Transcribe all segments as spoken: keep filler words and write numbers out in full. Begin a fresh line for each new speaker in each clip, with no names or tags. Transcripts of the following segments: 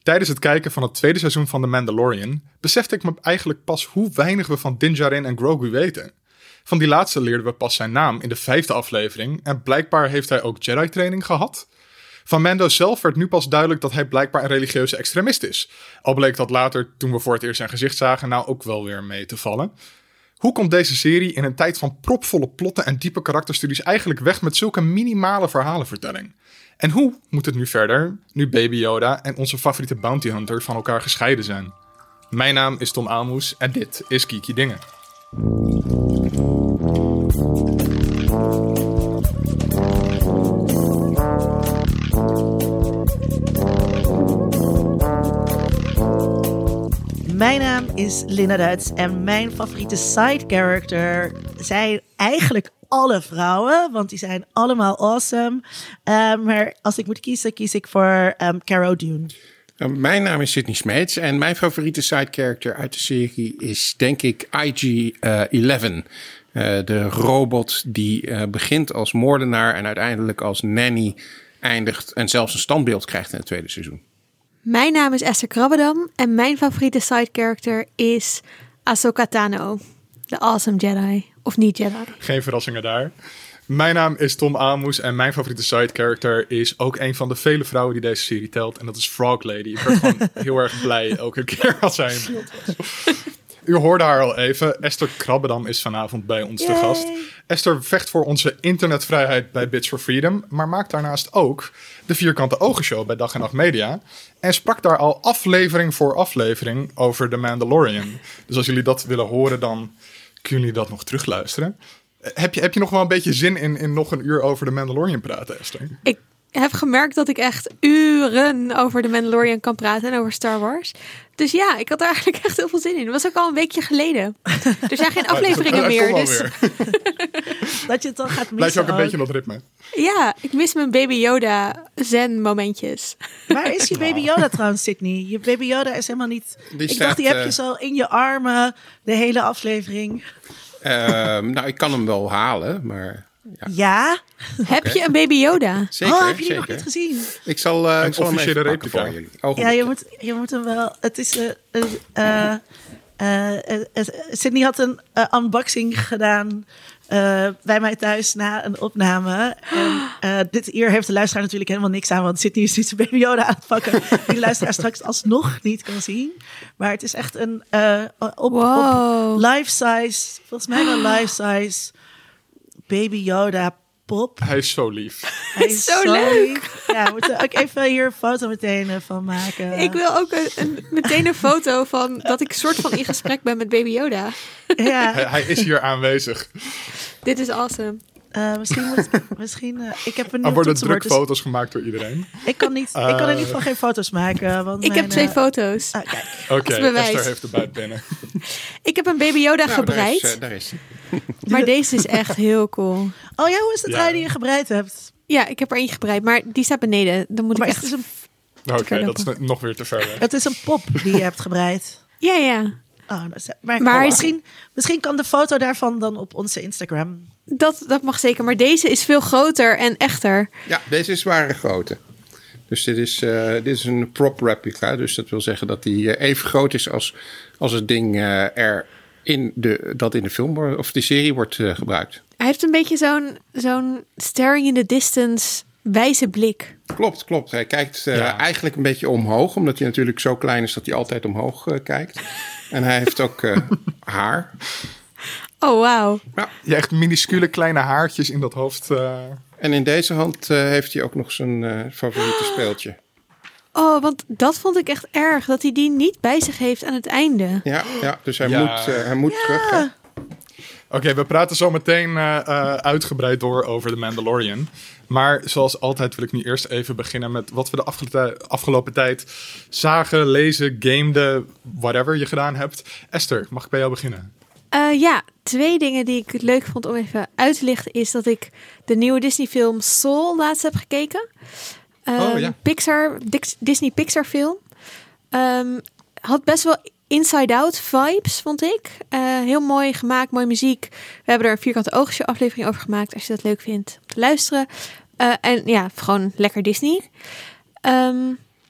Tijdens het kijken van het tweede seizoen van The Mandalorian besefte ik me eigenlijk pas hoe weinig we van Din Djarin en Grogu weten. Van die laatste leerden we pas zijn naam in de vijfde aflevering en blijkbaar heeft hij ook Jedi-training gehad. Van Mando zelf werd nu pas duidelijk dat hij blijkbaar een religieuze extremist is. Al bleek dat later, toen we voor het eerst zijn gezicht zagen, nou ook wel weer mee te vallen. Hoe komt deze serie in een tijd van propvolle plotten en diepe karakterstudies eigenlijk weg met zulke minimale verhalenvertelling? En hoe moet het nu verder, nu Baby Yoda en onze favoriete bounty hunter van elkaar gescheiden zijn? Mijn naam is Tom Aalmoes en dit is Geeky Dingen.
Mijn naam is Linda Duits en mijn favoriete side character zijn eigenlijk alle vrouwen, want die zijn allemaal awesome. Um, maar als ik moet kiezen, kies ik voor um, Cara Dune.
Uh, mijn naam is Sydney Smeets en mijn favoriete side character uit de serie is denk ik I G elf. Uh, de robot die uh, begint als moordenaar en uiteindelijk als nanny eindigt en zelfs een standbeeld krijgt in het tweede seizoen.
Mijn naam is Esther Krabbedam en mijn favoriete side character is Ahsoka Tano, de Awesome Jedi. Of niet Jedi.
Geen verrassingen daar. Mijn naam is Tom Aalmoes en mijn favoriete side character is ook een van de vele vrouwen die deze serie telt. En dat is Frog Lady. Ik werd gewoon heel erg blij elke keer als zij in beeld was. U hoorde haar al even. Esther Krabbedam is vanavond bij ons
Yay.
te gast. Esther vecht voor onze internetvrijheid bij Bits for Freedom, maar maakt daarnaast ook de Vierkante Ogen Show bij Dag en Nacht Media. En sprak daar al aflevering voor aflevering over The Mandalorian. Dus als jullie dat willen horen, dan kunnen jullie dat nog terugluisteren. Heb je, heb je nog wel een beetje zin in, in nog een uur over The Mandalorian praten, Esther?
Ik heb gemerkt dat ik echt uren over The Mandalorian kan praten en over Star Wars. Dus ja, ik had er eigenlijk echt heel veel zin in. Dat was ook al een weekje geleden. Er zijn geen afleveringen meer. Dus...
dat je het dan gaat missen.
Blijf je ook een
ook.
beetje in dat ritme.
Ja, ik mis mijn Baby Yoda zen momentjes.
Waar is je Baby Yoda trouwens, Sydney? Je Baby Yoda is helemaal niet...
Die
ik
staat,
dacht, die heb je
uh,
zo in je armen de hele aflevering.
Uh, nou, ik kan hem wel halen, maar... Ja.
Ja?
Heb
Okay.
je een Baby Yoda?
Zeker,
Oh, heb je die
zeker.
nog niet gezien?
Ik zal, uh, ik zal hem
officiële
even pakken
replica.
voor jullie. Ogenblik.
Ja, je moet, je moet hem wel... Het is... Uh, uh, uh, uh, uh, Sydney had een uh, unboxing gedaan uh, bij mij thuis na een opname. En uh, dit hier heeft de luisteraar natuurlijk helemaal niks aan, want Sydney is niet zijn Baby Yoda aan het pakken. Die de luisteraar straks alsnog niet kan zien. Maar het is echt een uh, op,
Wow.
op life size, volgens mij wel life size Baby Yoda pop.
Hij is zo lief.
Hij
is zo leuk.
lief. Ja, we moeten ook even hier een foto meteen uh, van maken.
Ik wil ook een, een, meteen een foto van dat ik soort van in gesprek ben met Baby Yoda.
Ja.
Hij, hij is hier aanwezig.
Dit is awesome.
Uh, misschien moet... misschien, uh, ik heb een
Er
nieuw
worden
toetsenbord,
druk
dus
foto's gemaakt door iedereen.
Ik kan, niet,
Uh,
ik kan in ieder geval geen foto's maken. Want
Ik
mijn,
heb twee
uh,
foto's.
ah, kijk.
Oké, okay,
bewijs.
Esther heeft de buit binnen.
Ik heb een Baby Yoda
Nou,
gebreid.
Daar is, uh, daar is hij.
Maar deze is echt heel cool.
Oh ja, hoe is de
Ja.
trui die je gebreid hebt?
Ja, ik heb er eentje gebreid, maar die staat beneden. Dan moet
Maar
ik
is
echt...
het, een,
Oké, okay, dat is nog weer te ver weg.
het is een pop die je hebt gebreid.
Ja, ja.
Oh, dat is, maar
Maar
oh,
is-
misschien, misschien kan de foto daarvan dan op onze Instagram.
Dat, dat mag zeker. Maar deze is veel groter en echter.
Ja, deze is ware grootte. Dus dit is, uh, dit is een prop replica. Dus dat wil zeggen dat die uh, even groot is als, als het ding uh, er in de, dat in de film wordt- of de serie wordt uh, gebruikt.
Hij heeft een beetje zo'n, zo'n staring in the distance wijze blik.
Klopt, klopt. Hij kijkt uh,
Ja.
eigenlijk een beetje omhoog. Omdat hij natuurlijk zo klein is dat hij altijd omhoog uh, kijkt. En hij heeft ook uh, haar.
Oh, wauw.
Ja.
Je echt minuscule kleine haartjes in dat hoofd. Uh...
En in deze hand uh, heeft hij ook nog zijn uh, favoriete speeltje.
Oh, want dat vond ik echt erg. Dat hij die niet bij zich heeft aan het einde.
Ja, ja dus hij
Ja.
moet, uh, hij moet terug. Hè?
Oké, okay, we praten zo meteen uh, uh, uitgebreid door over The Mandalorian. Maar zoals altijd wil ik nu eerst even beginnen met wat we de afgelo- afgelopen tijd zagen, lezen, gameden, whatever je gedaan hebt. Esther, mag ik bij jou beginnen?
Uh, ja, twee dingen die ik leuk vond om even uit te lichten... is dat ik de nieuwe Disney-film Soul laatst heb gekeken. Um,
Oh, ja.
Pixar, Dix- Disney Pixar film. Um, had best wel inside-out vibes, vond ik. Uh, heel mooi gemaakt, mooie muziek. We hebben er een Vierkante Oogenshow aflevering over gemaakt... als je dat leuk vindt om te luisteren. Uh, en ja, gewoon lekker Disney. Um,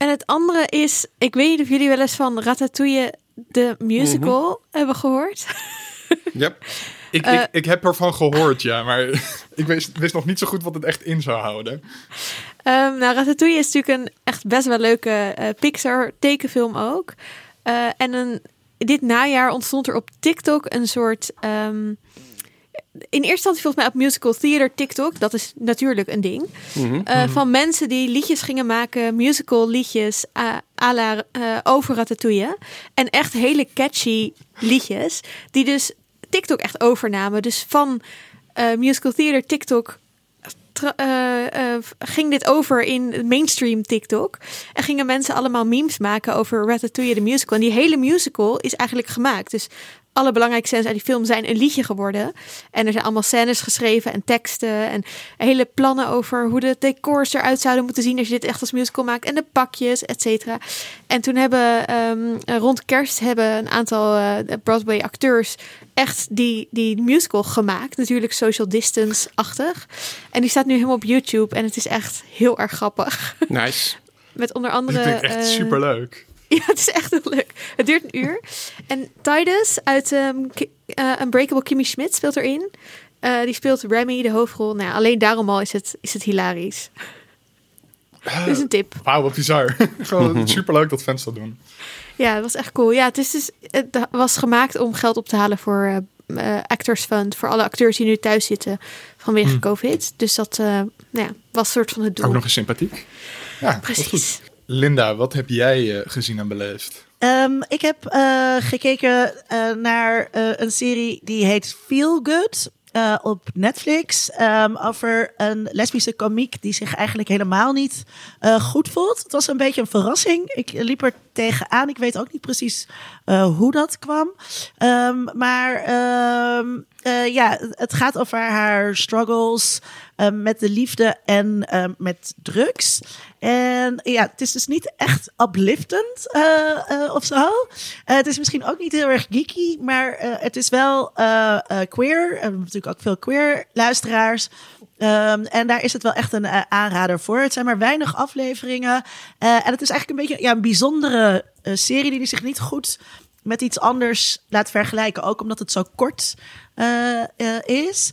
En het andere is, ik weet niet of jullie wel eens van Ratatouille de musical mm-hmm. hebben gehoord.
Yep.
Ik,
Uh,
ik, ik heb ervan gehoord, ja, maar ik wist, wist nog niet zo goed wat het echt in zou houden.
Um, nou, Ratatouille is natuurlijk een echt best wel leuke uh, Pixar tekenfilm ook. Uh, en een, dit najaar ontstond er op TikTok een soort... Um, in eerste instantie volgens mij op musical theater TikTok. Dat is natuurlijk een ding. Mm-hmm. Uh, mm-hmm. Van mensen die liedjes gingen maken. Musical liedjes uh, à la, uh, over Ratatouille. En echt hele catchy liedjes. Die dus TikTok echt overnamen. Dus van uh, musical theater TikTok... Tra- uh, uh, ging dit over in mainstream TikTok. En gingen mensen allemaal memes maken over Ratatouille de musical. En die hele musical is eigenlijk gemaakt. Dus alle belangrijke scènes uit die film zijn een liedje geworden. En er zijn allemaal scènes geschreven en teksten. En hele plannen over hoe de decors eruit zouden moeten zien als je dit echt als musical maakt. En de pakjes, et cetera. En toen hebben um, rond kerst hebben een aantal uh, Broadway acteurs echt die, die musical gemaakt. Natuurlijk social distance-achtig. En die staat nu helemaal op YouTube. En het is echt heel erg grappig.
Nice.
Met
onder andere...
Dat klinkt echt uh, superleuk.
Ja, het is echt heel leuk. Het duurt een uur. En Titus uit um, Ki- uh, Unbreakable Kimmy Schmidt speelt erin. Uh, die speelt Remy, de hoofdrol. Nou ja, alleen daarom al is het, is het hilarisch. Uh, dus een tip.
Wauw, wat bizar. Gewoon superleuk dat fans dat doen.
Ja, het was echt cool. Ja, het, is dus, het was gemaakt om geld op te halen voor uh, uh, Actors Fund. Voor alle acteurs die nu thuis zitten vanwege hmm. COVID. Dus dat uh, nou ja, was een soort van het doel.
Ook nog eens sympathiek. Ja, precies. Goed. Linda, wat heb jij uh, gezien en beleefd?
Um, ik heb uh, gekeken uh, naar uh, een serie die heet Feel Good uh, op Netflix. Um, over een lesbische komiek die zich eigenlijk helemaal niet uh, goed voelt. Het was een beetje een verrassing. Ik liep er tegenaan. Ik weet ook niet precies uh, hoe dat kwam. Um, maar um, uh, ja, het gaat over haar struggles uh, met de liefde en uh, met drugs. En ja, het is dus niet echt upliftend uh, uh, of zo. Uh, het is misschien ook niet heel erg geeky, maar uh, het is wel uh, uh, queer. We hebben natuurlijk ook veel queer luisteraars. Um, en daar is het wel echt een uh, aanrader voor. Het zijn maar weinig afleveringen. Uh, en het is eigenlijk een beetje ja, een bijzondere uh, serie die zich niet goed met iets anders laat vergelijken. Ook omdat het zo kort uh, uh, is.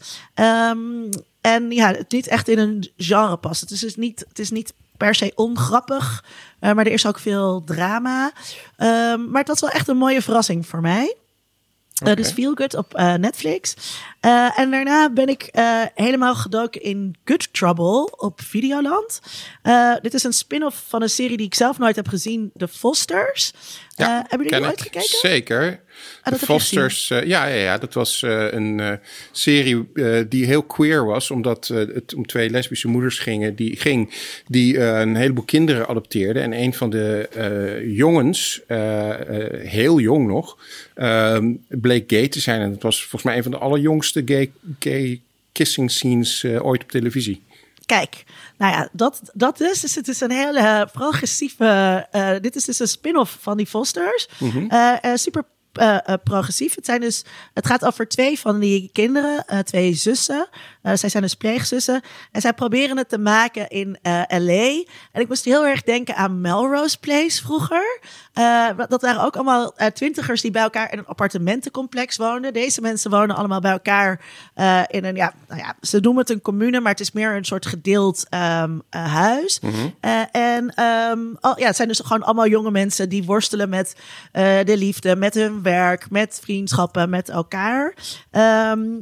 Um, en ja, het niet echt in een genre past. Het is dus niet, het is niet per se ongrappig, uh, maar er is ook veel drama. Um, maar dat was wel echt een mooie verrassing voor mij. Okay. Uh, dus Feel Good op uh, Netflix. Uh, en daarna ben ik uh, helemaal gedoken in Good Trouble op Videoland. Uh, dit is een spin-off van een serie die ik zelf nooit heb gezien, The Fosters.
Ja,
uh, hebben jullie ooit gekeken?
Zeker.
Ah,
de Fosters, uh, ja, ja, ja, dat was uh, een uh, serie uh, die heel queer was, omdat uh, het om twee lesbische moeders gingen, die, ging, die uh, een heleboel kinderen adopteerden. En een van de uh, jongens, uh, uh, heel jong nog, uh, bleek gay te zijn. En dat was volgens mij een van de allerjongste gay, gay kissing scenes uh, ooit op televisie.
Kijk, nou ja, dat, dat dus. dus het is een hele progressieve... Uh, dit is dus een spin-off van die Fosters. Mm-hmm. Uh, uh, super uh, uh, progressief. Het zijn dus, het gaat over twee van die kinderen, uh, twee zussen. Uh, zij zijn dus pleegzussen. En zij proberen het te maken in uh, L A. En ik moest heel erg denken aan Melrose Place vroeger. Uh, dat waren ook allemaal uh, twintigers die bij elkaar in een appartementencomplex woonden. Deze mensen wonen allemaal bij elkaar uh, in een, ja, nou ja, ze noemen het een commune, maar het is meer een soort gedeeld um, uh, huis. Mm-hmm. Uh, en um, oh, ja, het zijn dus gewoon allemaal jonge mensen die worstelen met uh, de liefde, met hun werk, met vriendschappen, met elkaar. Um,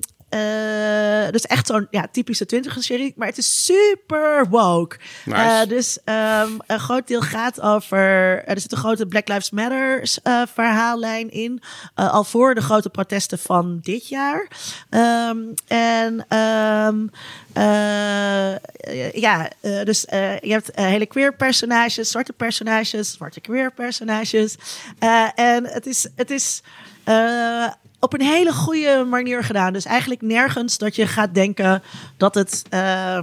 Uh, dus echt zo'n ja, typische twintiger-serie. Maar het is super woke.
Nice.
Uh, dus um, een groot deel gaat over... Uh, er zit een grote Black Lives Matter uh, verhaallijn in. Uh, al voor de grote protesten van dit jaar. Um, en... Um, Uh, ja, uh, dus uh, je hebt uh, hele queer personages, zwarte personages, zwarte queer personages. Uh, en het is, het is uh, op een hele goede manier gedaan. Dus eigenlijk nergens dat je gaat denken dat het uh,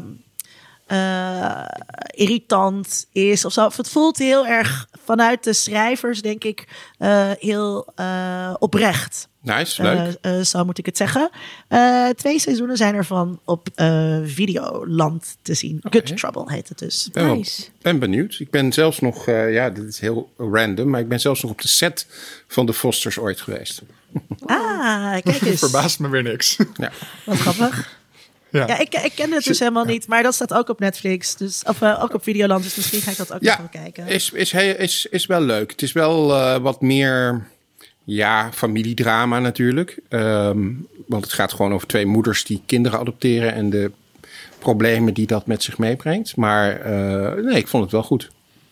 uh, irritant is of zo. Het voelt heel erg vanuit de schrijvers, denk ik, uh, heel uh, oprecht.
Nice, leuk.
Uh, uh, zo moet ik het zeggen. Uh, twee seizoenen zijn ervan op uh, Videoland te zien. Okay. Good Trouble heet het dus.
Ben, wel,
Nice.
ben benieuwd. Ik ben zelfs nog, uh, ja, dit is heel random, maar ik ben zelfs nog op de set van de Fosters ooit geweest.
Ah, kijk eens.
Verbaast me weer niks.
Ja.
Wat grappig.
Ja,
ja ik, ik ken het dus helemaal niet, maar dat staat ook op Netflix. Dus, of uh, ook op Videoland, dus misschien ga ik dat ook
ja,
nog wel kijken.
Is, is, is, is wel leuk. Het is wel uh, wat meer, ja, familiedrama natuurlijk. Um, want het gaat gewoon over twee moeders die kinderen adopteren en de problemen die dat met zich meebrengt. Maar uh, nee, ik vond het wel goed.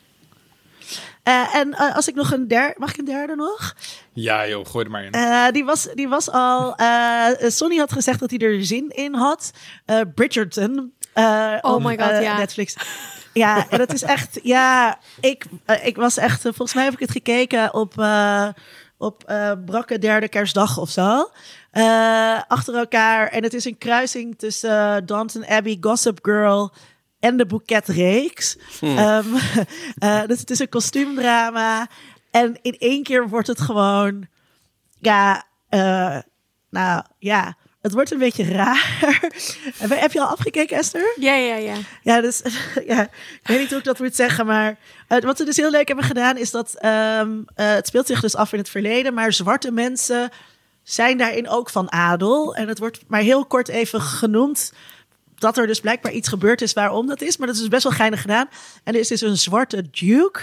Uh, en uh, als ik nog een derde... Mag ik een derde nog?
Ja joh, gooi er maar in.
Uh, die, was, die was al... Uh, Sonny had gezegd dat hij er zin in had. Uh, Bridgerton. Uh,
oh
op,
my god,
uh,
ja.
Netflix. Ja, en dat is echt... Ja, ik, uh, ik was echt... Uh, volgens mij heb ik het gekeken op... Uh, op uh, brakke derde kerstdag of zo. Uh, achter elkaar. En het is een kruising tussen uh, Downton Abbey, Gossip Girl... en de Bouquet-reeks. Hmm. Um, uh, dus het is een kostuumdrama. En in één keer wordt het gewoon... Ja, uh, nou ja... Het wordt een beetje raar. Heb je al afgekeken, Esther?
Ja, ja, ja.
Ja, dus ja, ik weet niet hoe ik dat moet zeggen, maar uh, wat we dus heel leuk hebben gedaan is dat um, uh, het speelt zich dus af in het verleden, maar zwarte mensen zijn daarin ook van adel. En het wordt maar heel kort even genoemd dat er dus blijkbaar iets gebeurd is waarom dat is, maar dat is dus best wel geinig gedaan. En er is dus een zwarte duke.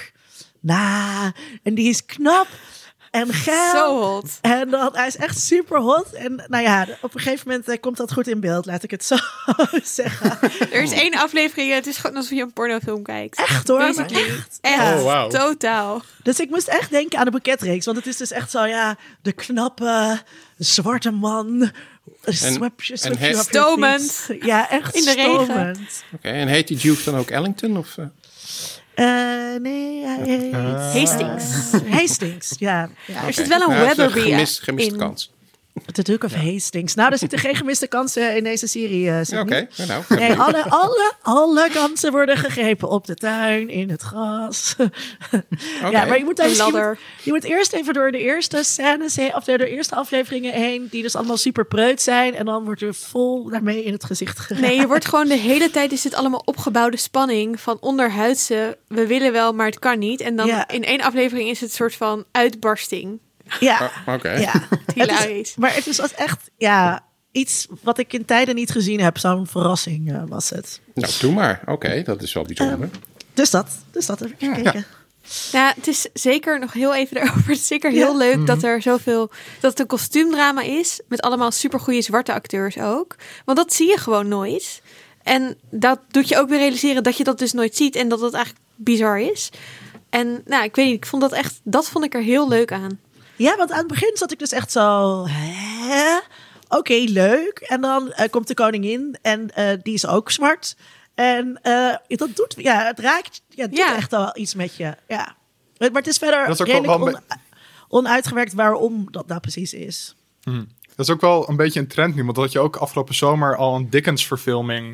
Nou, en die is knap. En geil.
Zo hot.
En dan, hij is echt super hot. En nou ja, op een gegeven moment uh, komt dat goed in beeld. Laat ik het zo zeggen.
Er is één aflevering. Het is gewoon alsof je een pornofilm kijkt.
Echt hoor. Maar echt.
Echt.
Oh, wow.
Totaal.
Dus ik moest echt denken aan de Bouquet-reeks. Want het is dus echt zo, ja, de knappe zwarte man. Swapje, swapje,
stomend.
Ja, echt
in de
stomend.
regen.
Oké, okay, en heet die Duke dan ook Ellington? Of, uh?
Uh, nee, hij heet... Uh,
Hastings.
Hastings, ja. ja.
Okay. Er zit wel een
nou,
Weatherby
gemist, gemiste
in.
kans.
The Duke of Hastings. Nou, er zitten geen gemiste kansen in deze serie. Uh,
Oké, okay. nou.
Nee, alle, alle, alle kansen worden gegrepen op de tuin, in het gras. Okay. Ja, maar je moet, daar je, moet, je moet eerst even door de eerste scènes heen, of door de eerste afleveringen heen, die dus allemaal super preut zijn. En dan wordt er vol daarmee in het gezicht gegaan.
Nee, je wordt gewoon de hele tijd, is dit allemaal opgebouwde spanning van onderhuidse, we willen wel, maar het kan niet. En dan ja. in één aflevering is het een soort van uitbarsting.
Ja,
oh, oké. Okay.
Ja.
Hilarisch.
Maar het is echt, ja, iets wat ik in tijden niet gezien heb. Zo'n verrassing uh, was het.
Nou, doe maar. Oké, okay, dat is wel bijzonder.
Um, dus dat, dus dat heb ik gekeken.
Ja. Ja, het is zeker nog heel even erover. Het is zeker heel ja. leuk mm-hmm. dat er zoveel, dat het een kostuumdrama is met allemaal supergoeie zwarte acteurs ook. Want dat zie je gewoon nooit. En dat doet je ook weer realiseren dat je dat dus nooit ziet en dat het eigenlijk bizar is. En nou, ik weet niet, ik vond dat echt, dat vond ik er heel leuk aan.
Ja, want aan het begin zat ik dus echt zo... Oké, okay, leuk. En dan uh, komt de koningin en uh, die is ook zwart. En uh, dat doet... Ja, het raakt... Ja, het doet ja. echt wel iets met je. Ja. Maar het is verder is redelijk on, onuitgewerkt waarom dat nou precies is.
Hmm. Dat is ook wel een beetje een trend nu. Want dat je ook afgelopen zomer al een Dickens-verfilming...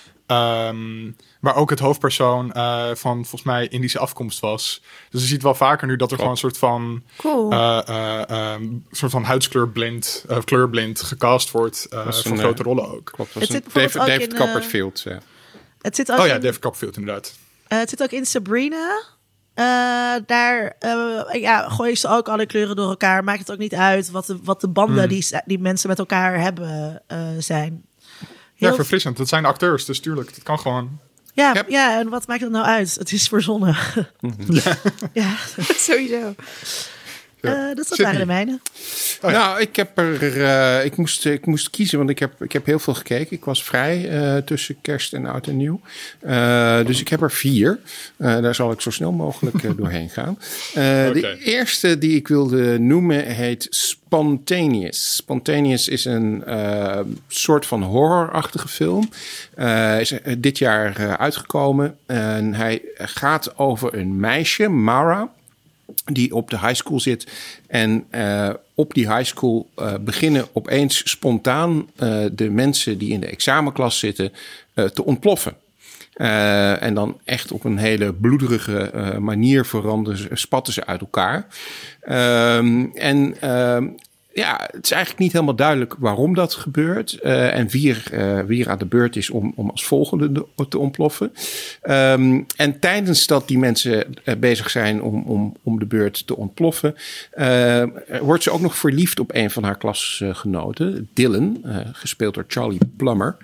Um, waar ook het hoofdpersoon uh, van volgens mij Indische afkomst was. Dus je ziet wel vaker nu dat er oh. gewoon een soort van
cool.
uh, uh, um, soort van huidskleur-blind, uh, kleurblind gecast wordt uh, voor een, grote uh, rollen ook.
Klopt, dat het David, David in, Copperfield. Ja.
Het zit ook
oh ja,
in,
David Copperfield inderdaad.
Uh, het zit ook in Sabrina. Uh, daar uh, ja, gooien ze ook alle kleuren door elkaar. Maakt het ook niet uit wat de, wat de banden hmm. die, die mensen met elkaar hebben uh, zijn.
Heel ja, verfrissend. Dat zijn acteurs, dus tuurlijk, dat kan gewoon.
Ja, yep. ja, en wat maakt het nou uit? Het is verzonnen.
Mm-hmm. Ja.
ja,
sowieso.
Ja. Uh, dus dat waren de mijne.
Oh, ja. Nou, ik heb er, uh, ik moest, ik moest kiezen, want ik heb, ik heb heel veel gekeken. Ik was vrij uh, tussen kerst en oud en nieuw. Uh, dus ik heb er vier. Uh, daar zal ik zo snel mogelijk uh, doorheen gaan. Uh, okay. De eerste die ik wilde noemen heet Spontaneous. Spontaneous is een uh, soort van horrorachtige film. Uh, is dit jaar uh, uitgekomen. En hij gaat over een meisje, Mara, die op de high school zit. En uh, op die high school uh, beginnen opeens spontaan uh, de mensen die in de examenklas zitten uh, te ontploffen. Uh, en dan echt op een hele bloederige uh, manier veranderen, spatten ze uit elkaar. Um, en uh, ja, het is eigenlijk niet helemaal duidelijk waarom dat gebeurt. Uh, en wie er, uh, wie er aan de beurt is om, om als volgende de, te ontploffen. Um, en tijdens dat die mensen uh, bezig zijn om, om, om de beurt te ontploffen, Uh, wordt ze ook nog verliefd op een van haar klasgenoten, Dylan, uh, gespeeld door Charlie Plummer.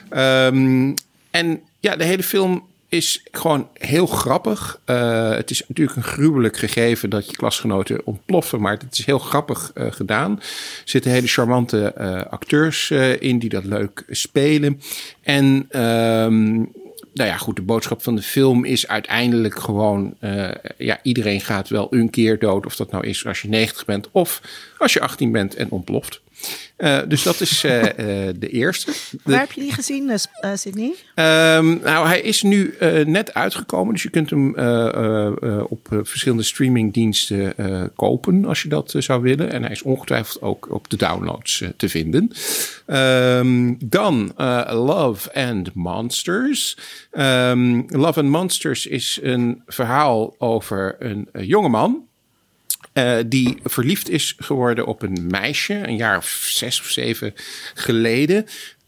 Um, en ja, de hele film is gewoon heel grappig. Uh, het is natuurlijk een gruwelijk gegeven dat je klasgenoten ontploffen, maar het is heel grappig uh, gedaan. Er zitten hele charmante uh, acteurs uh, in die dat leuk spelen. En um, nou ja, goed, de boodschap van de film is uiteindelijk gewoon, Uh, ja, iedereen gaat wel een keer dood. Of dat nou is als je negentig bent of als je achttien bent en ontploft. Uh, dus dat is uh, uh, de eerste. De,
Waar heb je die gezien, uh, Sydney?
Um, nou, hij is nu uh, net uitgekomen. Dus je kunt hem uh, uh, uh, op uh, verschillende streamingdiensten uh, kopen als je dat uh, zou willen. En hij is ongetwijfeld ook op de downloads uh, te vinden. Um, dan uh, Love and Monsters. Um, Love and Monsters is een verhaal over een uh, jongeman Uh, die verliefd is geworden op een meisje, een jaar of zes of zeven geleden.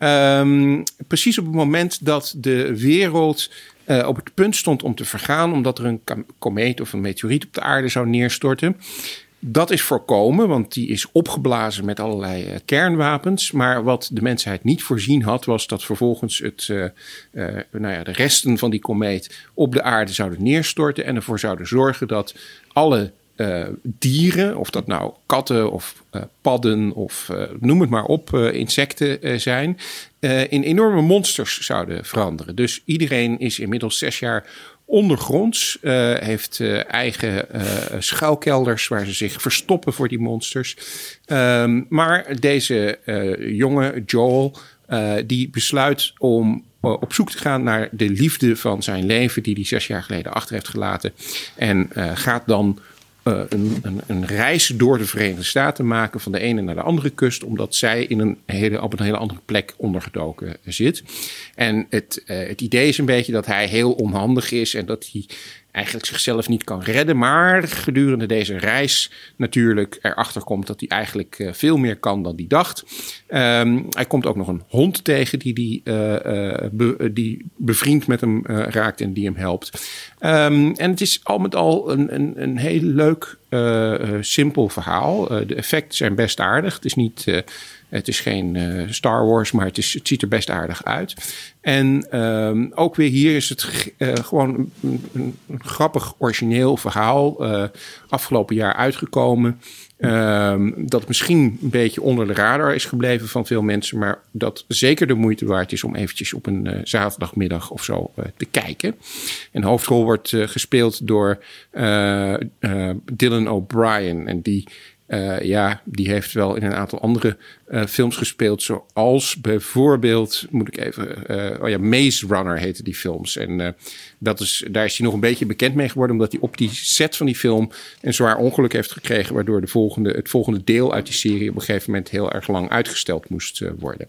Um, precies op het moment dat de wereld uh, op het punt stond om te vergaan, omdat er een komeet of een meteoriet op de aarde zou neerstorten. Dat is voorkomen, want die is opgeblazen met allerlei uh, kernwapens. Maar wat de mensheid niet voorzien had, was dat vervolgens het, uh, uh, nou ja, de resten van die komeet op de aarde zouden neerstorten en ervoor zouden zorgen dat alle Uh, dieren, of dat nou katten of uh, padden of uh, noem het maar op, uh, insecten uh, zijn, uh, in enorme monsters zouden veranderen. Dus iedereen is inmiddels zes jaar ondergronds, uh, heeft uh, eigen uh, schuilkelders waar ze zich verstoppen voor die monsters. Um, maar deze uh, jonge Joel, uh, die besluit om op zoek te gaan naar de liefde van zijn leven die hij zes jaar geleden achter heeft gelaten. En uh, gaat dan Uh, een, een, een reis door de Verenigde Staten maken van de ene naar de andere kust, omdat zij in een hele, op een hele andere plek ondergedoken zit. En het, uh, het idee is een beetje dat hij heel onhandig is en dat hij eigenlijk zichzelf niet kan redden, maar gedurende deze reis natuurlijk erachter komt dat hij eigenlijk uh, veel meer kan dan hij dacht. Um, hij komt ook nog een hond tegen die, die, uh, uh, be, die bevriend met hem uh, raakt en die hem helpt. Um, en het is al met al een, een, een heel leuk, uh, uh, simpel verhaal. Uh, de effecten zijn best aardig. Het is niet Uh, Het is geen uh, Star Wars, maar het, is, het ziet er best aardig uit. En um, ook weer hier is het uh, gewoon een, een, een grappig origineel verhaal. Uh, afgelopen jaar uitgekomen. Um, dat misschien een beetje onder de radar is gebleven van veel mensen. Maar dat zeker de moeite waard is om eventjes op een uh, zaterdagmiddag of zo uh, te kijken. En de hoofdrol wordt uh, gespeeld door uh, uh, Dylan O'Brien. En die Uh, ja, die heeft wel in een aantal andere uh, films gespeeld. Zoals bijvoorbeeld, moet ik even Uh, oh ja, Maze Runner heette die films. En uh, dat is, daar is hij nog een beetje bekend mee geworden, omdat hij op die set van die film een zwaar ongeluk heeft gekregen, waardoor de volgende, het volgende deel uit die serie op een gegeven moment heel erg lang uitgesteld moest uh, worden.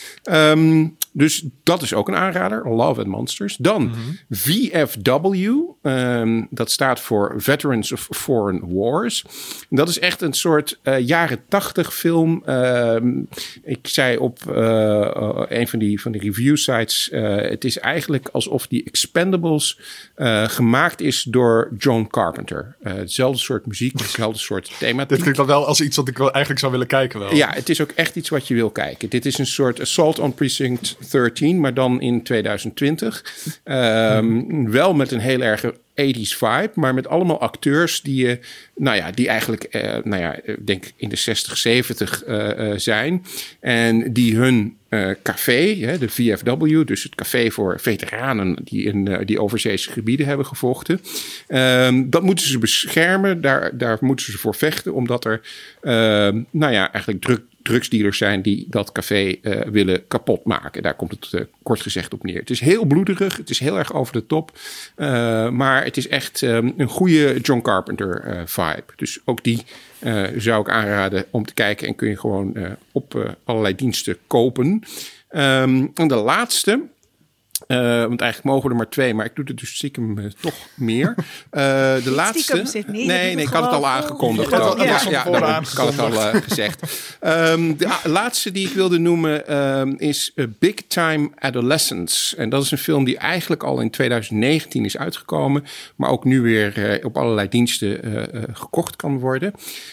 Um, dus dat is ook een aanrader. Love and Monsters. Dan mm-hmm. V F W. Um, dat staat voor Veterans of Foreign Wars. Dat is echt een soort uh, jaren tachtig film. Um, ik zei op uh, uh, een van die, van die review sites, Uh, het is eigenlijk alsof die Expendables uh, gemaakt is door John Carpenter. Uh, hetzelfde soort muziek, hetzelfde soort thematiek.
Dit klinkt dan wel als iets wat ik wel eigenlijk zou willen kijken wel.
Ja, het is ook echt iets wat je wil kijken. Dit is een soort Assault on Precinct dertien, maar dan in twintig twintig. Um, hmm. Wel met een heel erg tachtiger vibe, maar met allemaal acteurs die, uh, nou ja, die eigenlijk, uh, nou ja, ik denk in de zestig, zeventig uh, uh, zijn. En die hun uh, café, hè, de V F W, dus het café voor veteranen die in uh, die overzeese gebieden hebben gevochten. Um, dat moeten ze beschermen, daar, daar moeten ze voor vechten, omdat er, uh, nou ja, eigenlijk druk drugsdealers zijn die dat café uh, willen kapotmaken. Daar komt het uh, kort gezegd op neer. Het is heel bloederig, het is heel erg over de top, uh, maar het is echt um, een goede John Carpenter uh, vibe. Dus ook die uh, zou ik aanraden om te kijken en kun je gewoon uh, op uh, allerlei diensten kopen. Um, en de laatste Uh, want eigenlijk mogen we er maar twee, maar ik doe er dus stiekem uh, toch meer. Uh, de laatste.
Zit niet,
nee, nee, ik had het al aangekondigd.
Ja,
al.
ja,
Ja,
ja,
ja, daarom, ik had het al uh, gezegd. Um, de uh, laatste die ik wilde noemen um, is uh, Big Time Adolescence. En dat is een film die eigenlijk al in twintig negentien is uitgekomen, maar ook nu weer uh, op allerlei diensten uh, uh, gekocht kan worden.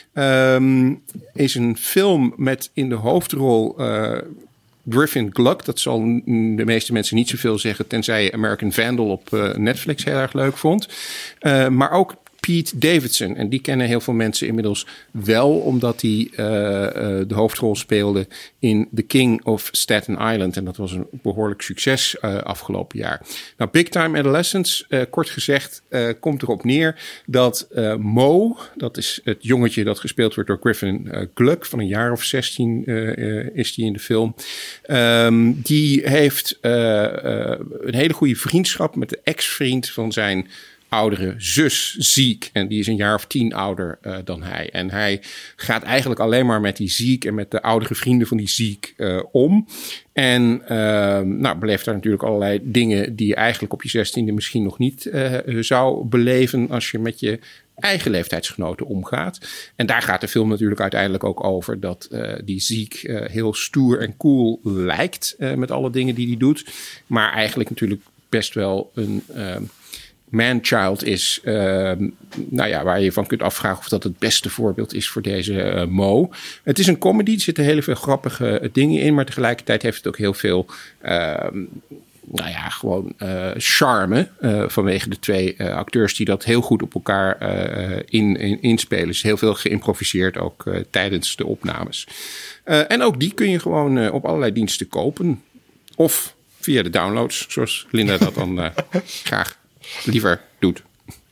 Um, is een film met in de hoofdrol Uh, Griffin Gluck, dat zal de meeste mensen niet zoveel zeggen, tenzij je American Vandal op uh, Netflix heel erg leuk vond. Uh, maar ook Pete Davidson. En die kennen heel veel mensen inmiddels wel, omdat hij uh, uh, de hoofdrol speelde in The King of Staten Island. En dat was een behoorlijk succes uh, afgelopen jaar. Nou, Big Time Adolescence, uh, kort gezegd, uh, komt erop neer dat uh, Mo, dat is het jongetje dat gespeeld wordt door Griffin uh, Gluck, van een jaar of zestien uh, uh, is die in de film. Um, die heeft uh, uh, een hele goede vriendschap met de ex-vriend van zijn oudere zus Zeke. En die is een jaar of tien ouder uh, dan hij. En hij gaat eigenlijk alleen maar met die Zeke en met de oudere vrienden van die Zeke uh, om. En uh, nou, beleeft daar natuurlijk allerlei dingen die je eigenlijk op je zestiende misschien nog niet uh, zou beleven als je met je eigen leeftijdsgenoten omgaat. En daar gaat de film natuurlijk uiteindelijk ook over dat uh, die Zeke uh, heel stoer en cool lijkt uh, met alle dingen die hij doet. Maar eigenlijk natuurlijk best wel een Uh, man-child is, uh, nou ja, waar je van kunt afvragen of dat het beste voorbeeld is voor deze uh, Mo. Het is een comedy, er zitten heel veel grappige uh, dingen in, maar tegelijkertijd heeft het ook heel veel, uh, nou ja, gewoon uh, charme uh, vanwege de twee uh, acteurs die dat heel goed op elkaar uh, in, in, inspelen. Dus heel veel geïmproviseerd ook uh, tijdens de opnames. Uh, en ook die kun je gewoon uh, op allerlei diensten kopen. Of via de downloads, zoals Linda dat dan uh, graag liever doet.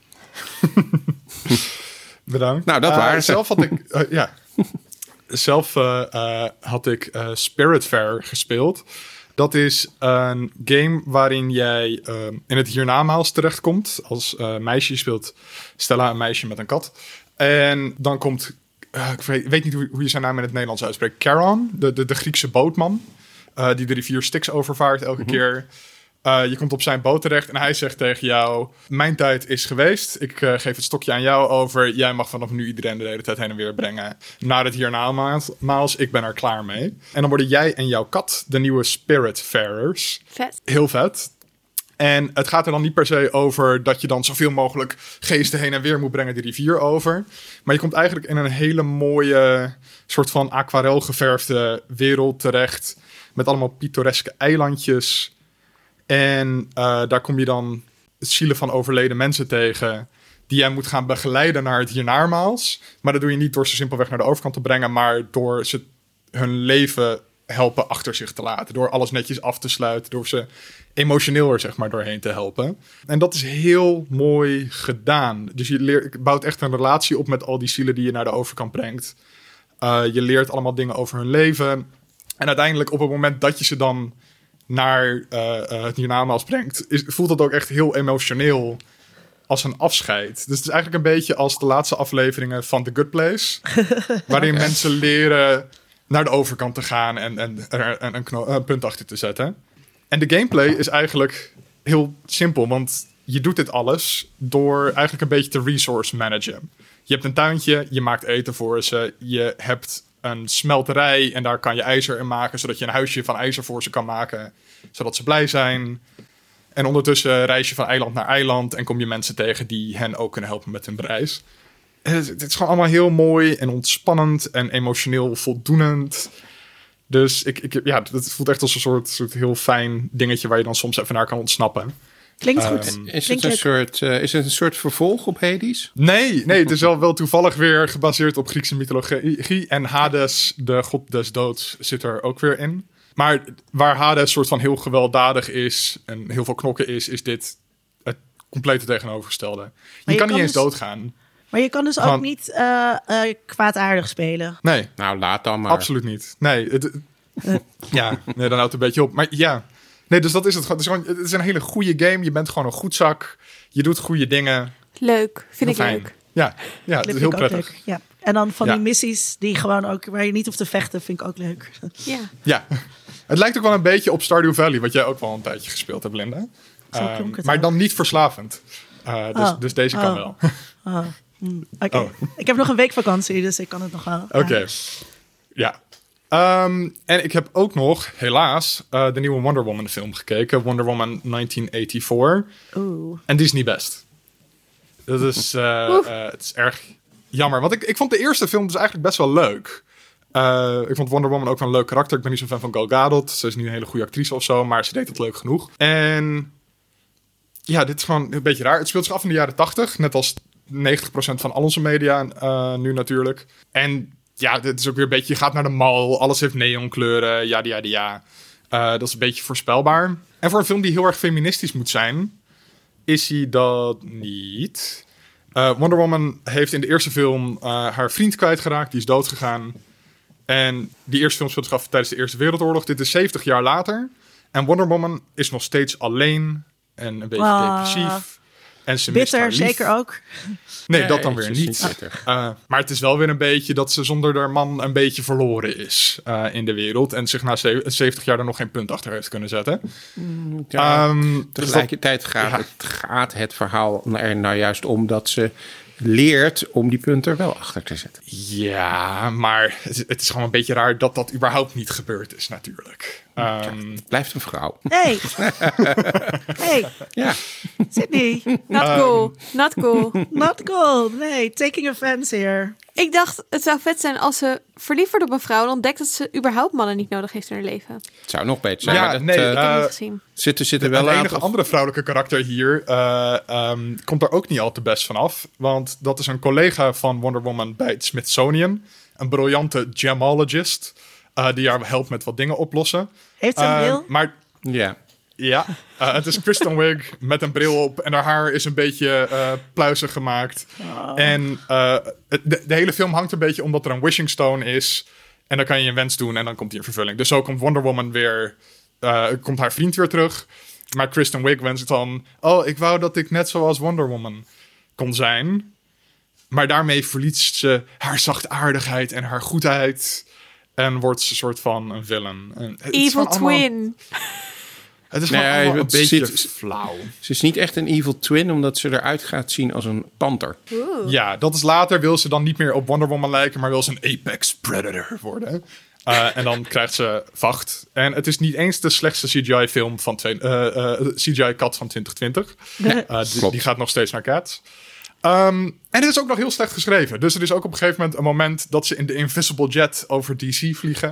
Bedankt.
Nou, dat
uh,
waren
zelf had ik, uh, ja. Zelf uh, uh, had ik uh, Spiritfarer gespeeld. Dat is een game waarin jij uh, in het hiernamaals terechtkomt. Als uh, meisje, je speelt Stella, een meisje met een kat. En dan komt, uh, ik weet, weet niet hoe, hoe je zijn naam in het Nederlands uitspreekt. Charon, de, de, de Griekse bootman. Uh, die de rivier Styx overvaart elke mm-hmm. keer. Uh, je komt op zijn boot terecht en hij zegt tegen jou: mijn tijd is geweest. Ik uh, geef het stokje aan jou over. Jij mag vanaf nu iedereen de hele tijd heen en weer brengen naar het hiernamaals. Ik ben er klaar mee. En dan worden jij en jouw kat de nieuwe Spiritfarers.
Vet.
Heel vet. En het gaat er dan niet per se over dat je dan zoveel mogelijk geesten heen en weer moet brengen die rivier over. Maar je komt eigenlijk in een hele mooie soort van aquarel geverfde wereld terecht. Met allemaal pittoreske eilandjes. En uh, daar kom je dan zielen van overleden mensen tegen die jij moet gaan begeleiden naar het hiernamaals. Maar dat doe je niet door ze simpelweg naar de overkant te brengen, maar door ze hun leven helpen achter zich te laten. Door alles netjes af te sluiten, door ze emotioneel er zeg maar doorheen te helpen. En dat is heel mooi gedaan. Dus je leert, bouwt echt een relatie op met al die zielen die je naar de overkant brengt. Uh, je leert allemaal dingen over hun leven. En uiteindelijk op het moment dat je ze dan naar uh, uh, het hiernamaals brengt, is, voelt dat ook echt heel emotioneel als een afscheid. Dus het is eigenlijk een beetje als de laatste afleveringen van The Good Place. Waarin okay. mensen leren naar de overkant te gaan en, en er een, een, kno- een punt achter te zetten. En de gameplay is eigenlijk heel simpel, want je doet dit alles door eigenlijk een beetje te resource managen. Je hebt een tuintje, je maakt eten voor ze, je hebt een smelterij en daar kan je ijzer in maken, zodat je een huisje van ijzer voor ze kan maken, zodat ze blij zijn. En ondertussen reis je van eiland naar eiland en kom je mensen tegen die hen ook kunnen helpen met hun reis. Het, het is gewoon allemaal heel mooi en ontspannend en emotioneel voldoenend. Dus ik, ik, ja, het voelt echt als een soort, soort heel fijn dingetje waar je dan soms even naar kan ontsnappen.
Klinkt goed.
Um, is, het een soort, uh, is het een soort vervolg op Hades?
Nee, nee, het is wel, wel toevallig weer gebaseerd op Griekse mythologie. En Hades, de god des doods, zit er ook weer in. Maar waar Hades soort van heel gewelddadig is en heel veel knokken is, is dit het complete tegenovergestelde. Je, je kan, kan niet eens dus, doodgaan.
Maar je kan dus ook Want, niet uh, uh, kwaadaardig spelen.
Nee.
Nou, laat dan maar.
Absoluut niet. Nee, het, uh. ja, nee, dan houdt het een beetje op. Maar ja, nee, dus dat is het. Het is, gewoon, het is een hele goede game. Je bent gewoon een goed zak. Je doet goede dingen.
Leuk, vind
heel
ik
fijn.
leuk.
Ja, ja, het is heel prettig.
Ja. En dan van
ja.
die missies die gewoon ook waar je niet hoeft te vechten, vind ik ook leuk.
Ja.
Ja. Het lijkt ook wel een beetje op Stardew Valley, wat jij ook wel een tijdje gespeeld hebt, Linda.
Zo
Uh,
klonk het
maar
ook.
dan niet verslavend. Uh, dus,
Oh.
dus deze kan
Oh.
wel.
Oh. hm, Oké,
Oh.
ik heb nog een week vakantie, dus ik kan het nog wel.
Oké. Ja. Um, en ik heb ook nog, helaas, uh, de nieuwe Wonder Woman film gekeken. Wonder Woman negentien vierennegentig.
Oeh.
En die is niet best. Dat is, uh, uh, het is erg jammer. Want ik, ik vond de eerste film dus eigenlijk best wel leuk. Uh, ik vond Wonder Woman ook wel een leuk karakter. Ik ben niet zo'n fan van Gal Gadot. Ze is niet een hele goede actrice of zo, maar ze deed het leuk genoeg. En ja, dit is gewoon een beetje raar. Het speelt zich af in de jaren tachtig. Net als negentig procent van al onze media uh, nu natuurlijk. En ja, dit is ook weer een beetje... Je gaat naar de mall, alles heeft neonkleuren, ja, ja, ja. Uh, dat is een beetje voorspelbaar. En voor een film die heel erg feministisch moet zijn, is hij dat niet. Uh, Wonder Woman heeft in de eerste film uh, haar vriend kwijtgeraakt. Die is doodgegaan. En die eerste film speelt zich af tijdens de Eerste Wereldoorlog. Dit is zeventig jaar later. En Wonder Woman is nog steeds alleen en een beetje
Ah.
depressief. En ze mist haar
Bitter,
lief.
zeker ook.
Nee,
Nee,
dat dan
het
weer
is
niet.
niet bitter.
Uh, maar het is wel weer een beetje dat ze zonder haar man een beetje verloren is uh, in de wereld. En zich na zeventig jaar er nog geen punt achter heeft kunnen zetten.
Ja,
Um, dus dat-
tegelijkertijd gaat,
ja.
het, gaat het verhaal er nou juist om dat ze leert om die punt er wel achter te zetten.
Ja, maar het, het is gewoon een beetje raar dat dat überhaupt niet gebeurd is natuurlijk. Um,
Het blijft een vrouw.
Hey. Hey,
Ja,
Sydney.
Not cool. Not cool.
Not cool. Nee, taking offense here.
Ik dacht, het zou vet zijn als ze verliefd wordt op een vrouw en ontdekt dat ze überhaupt mannen niet nodig heeft in haar leven. Ik
het zou nog beter zijn.
Ja,
maar dat,
nee,
eh,
heb het
Uh,
niet gezien.
zit er, zit er
wel
wel
een
een
enige
aantal...
andere vrouwelijke karakter hier uh, um, komt er ook niet al te best vanaf. Want dat is een collega van Wonder Woman bij het Smithsonian. Een briljante gemologist. Uh, die haar helpt met wat dingen oplossen.
Heeft ze een
Uh,
bril?
Maar
Ja,
ja, uh, het is Kristen Wiig met een bril op. En haar haar is een beetje uh, pluizig gemaakt. En uh, het- de, de hele film hangt een beetje omdat er een wishing stone is. En dan kan je een wens doen en dan komt die in vervulling. Dus zo komt Wonder Woman weer... Uh, komt haar vriend weer terug. Maar Kristen Wiig wenst dan... Oh, ik wou dat ik net zoals Wonder Woman kon zijn. Maar daarmee verliest ze haar zachtaardigheid en haar goedheid. En wordt ze een soort van een villain. En het is
Evil
gewoon allemaal-
twin.
Het is
Nee,
gewoon allemaal een
het
beetje
ziet-
flauw.
ze is niet echt een evil twin, omdat ze eruit gaat zien als een panter.
Oeh.
Ja, dat is later. Wil ze dan niet meer op Wonder Woman lijken, maar wil ze een apex predator worden. Uh, en dan krijgt ze vacht. En het is niet eens de slechtste C G I-film van... twee- uh, uh, C G I-kat van twintig twintig. Uh, die,
klopt.
die gaat nog steeds naar Cats. Um, en het is ook nog heel slecht geschreven. Dus er is ook op een gegeven moment een moment... dat ze in de Invisible Jet over D C vliegen.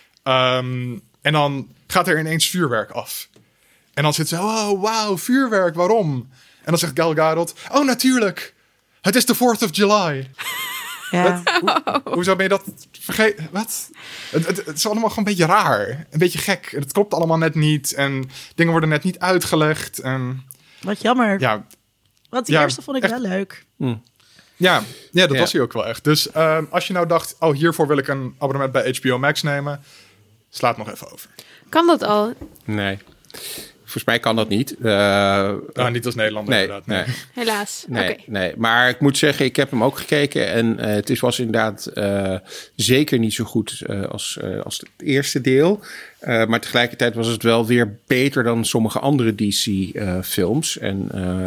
Um, en dan gaat er ineens vuurwerk af. En dan zit ze... Oh, wauw, vuurwerk, waarom? En dan zegt Gal Gadot... Oh, natuurlijk. Het is de fourth of July.
Ja.
Hoezo ben je dat vergeten? Wat? Het, het, het is allemaal gewoon een beetje raar. Een beetje gek. Het klopt allemaal net niet. En dingen worden net niet uitgelegd. En
Wat jammer.
ja,
Want die
ja,
eerste vond ik
echt.
wel leuk.
ja, ja dat
Ja.
was hij ook wel echt. Dus ehm, als je nou dacht... Oh, hiervoor wil ik een abonnement bij H B O Max nemen... Sla het nog even over.
Kan dat al?
Nee, volgens mij kan dat niet. Uh,
Ah, niet als Nederlander
nee,
inderdaad.
nee.
Helaas.
Nee,
Oké.
nee, maar ik moet zeggen, ik heb hem ook gekeken en uh, het is, was inderdaad uh, zeker niet zo goed uh, als, uh, als het eerste deel. Uh, maar tegelijkertijd was het wel weer beter dan sommige andere D C-films. Uh, en uh,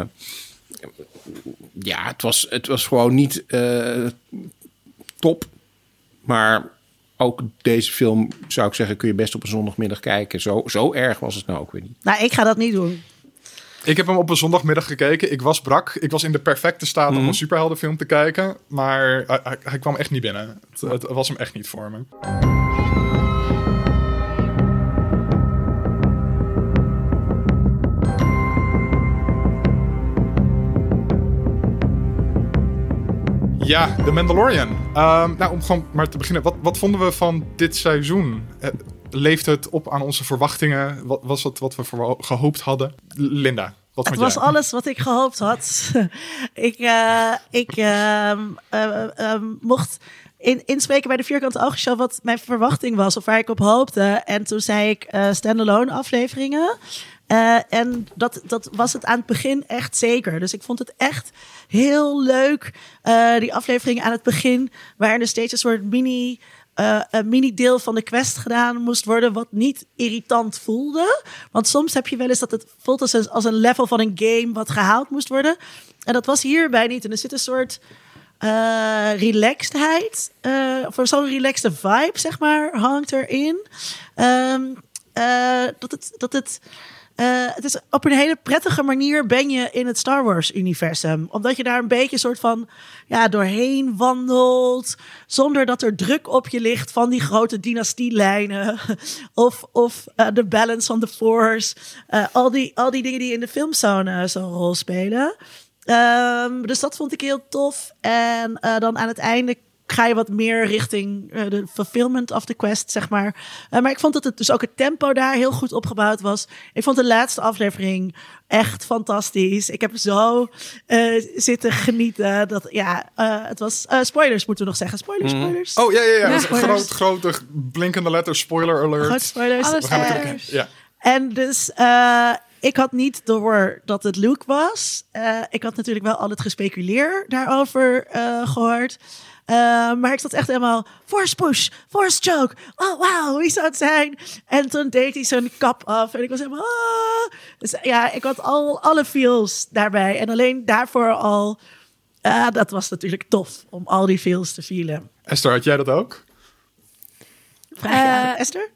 ja, het was, het was gewoon niet uh, top, maar ook deze film, zou ik zeggen, kun je best op een zondagmiddag kijken. Zo, zo erg was het nou ook weer niet.
Nou, ik ga dat niet doen.
Ik heb hem op een zondagmiddag gekeken. Ik was brak. Ik was in de perfecte staat om een superheldenfilm te kijken. Maar hij, hij, hij kwam echt niet binnen. Het, het was hem echt niet voor me. Ja, The Mandalorian. Um, nou, om gewoon maar te beginnen. Wat, wat vonden we van dit seizoen? Uh, leeft het op aan onze verwachtingen? Wat was het wat we voor, gehoopt hadden? Linda, wat
Het
vond
was
jij?
alles wat ik gehoopt had. ik uh, ik uh, uh, uh, mocht in, inspreken bij de Vierkante Oogshow wat mijn verwachting was of waar ik op hoopte. En toen zei ik uh, standalone afleveringen. Uh, en dat, dat was het aan het begin echt zeker. Dus ik vond het echt heel leuk. Uh, die aflevering aan het begin, waarin er steeds een soort mini uh, een mini-deel van de quest gedaan moest worden, wat niet irritant voelde. Want soms heb je wel eens dat het voelt als een, als een level van een game wat gehaald moest worden. En dat was hierbij niet. En er zit een soort uh, relaxedheid, uh, of zo'n relaxed vibe, zeg maar, hangt erin. Um, uh, dat het... Dat het Uh, het is op een hele prettige manier ben je in het Star Wars universum. Omdat je daar een beetje soort van ja, doorheen wandelt. Zonder dat er druk op je ligt van die grote dynastielijnen. Of, of uh, de balance van the force. Uh, al, die, al die dingen die in de filmzone zo'n rol spelen. Um, dus dat vond ik heel tof. En uh, dan aan het einde ga je wat meer richting uh, de fulfillment of the quest, zeg maar. Uh, maar ik vond dat het dus ook het tempo daar heel goed opgebouwd was. Ik vond de laatste aflevering echt fantastisch. Ik heb zo uh, zitten genieten. Dat, ja, uh, het was... Uh, spoilers moeten we nog zeggen. Spoilers, spoilers.
Oh, ja, ja, ja.
ja
Groot, grote, blinkende letter, spoiler alert.
Groot spoilers.
Alles
we gaan het
spoilers.
ook, ja.
En dus... Uh, ik had niet door dat het Luke was. Uh, ik had natuurlijk wel al het gespeculeer daarover uh, gehoord. Uh, maar ik zat echt helemaal... Force push, force choke. Oh, wauw, wie zou het zijn? En toen deed hij zo'n kap af. En ik was helemaal... Ah. Dus ja, ik had al alle feels daarbij. En alleen daarvoor al... Uh, dat was natuurlijk tof, om al die feels te feelen.
Esther, had jij dat ook?
Vraag je
Uh,
aan Esther?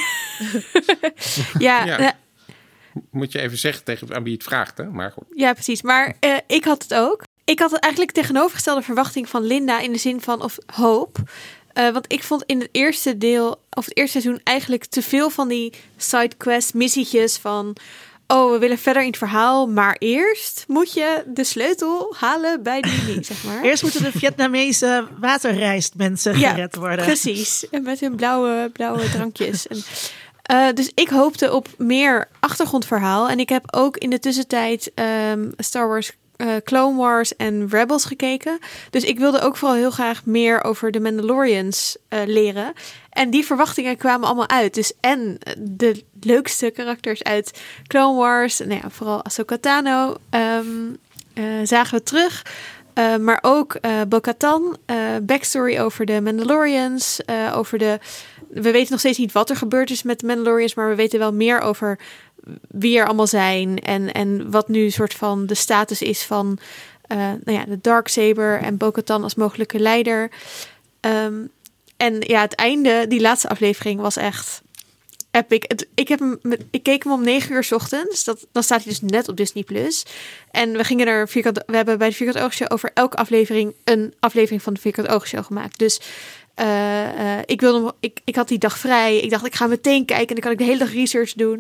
ja,
Ja.
uh,
Moet je even zeggen tegen aan wie je het vraagt, hè? Maar goed.
ja, precies. Maar uh, ik had het ook. Ik had eigenlijk tegenovergestelde verwachting van Linda in de zin van of hoop. Uh, want ik vond in het eerste deel, of het eerste seizoen, eigenlijk te veel van die sidequest missietjes van... Oh, we willen verder in het verhaal, maar eerst moet je de sleutel halen bij die ding, zeg maar.
Eerst moeten de Vietnamese waterrijstmensen
Ja,
gered worden.
Precies. En met hun blauwe, blauwe drankjes. En, uh, dus ik hoopte op meer achtergrondverhaal. En ik heb ook in de tussentijd um, Star Wars uh, Clone Wars en Rebels gekeken. Dus ik wilde ook vooral heel graag meer over de Mandalorians uh, leren. En die verwachtingen kwamen allemaal uit. Dus en de leukste karakters uit Clone Wars, nou ja, vooral Ahsoka Tano, um, uh, zagen we terug. Uh, maar ook uh, Bo-Katan, uh, backstory over de Mandalorians, uh, over de... We weten nog steeds niet wat er gebeurd is met de Mandalorians, maar we weten wel meer over wie er allemaal zijn en, en wat nu soort van de status is van uh, nou ja, de Darksaber en Bo-Katan als mogelijke leider. Um, en ja, het einde, die laatste aflevering was echt epic. Het, ik, heb hem, ik keek hem om negen uur 's ochtends. Dat, dan staat hij dus net op Disney Plus. En we gingen er vierkant. We hebben bij de Vierkant Oogshow over elke aflevering een aflevering van de Vierkant Oogshow gemaakt. Dus uh, uh, ik wilde, ik, ik had die dag vrij. Ik dacht, ik ga meteen kijken en dan kan ik de hele dag research doen.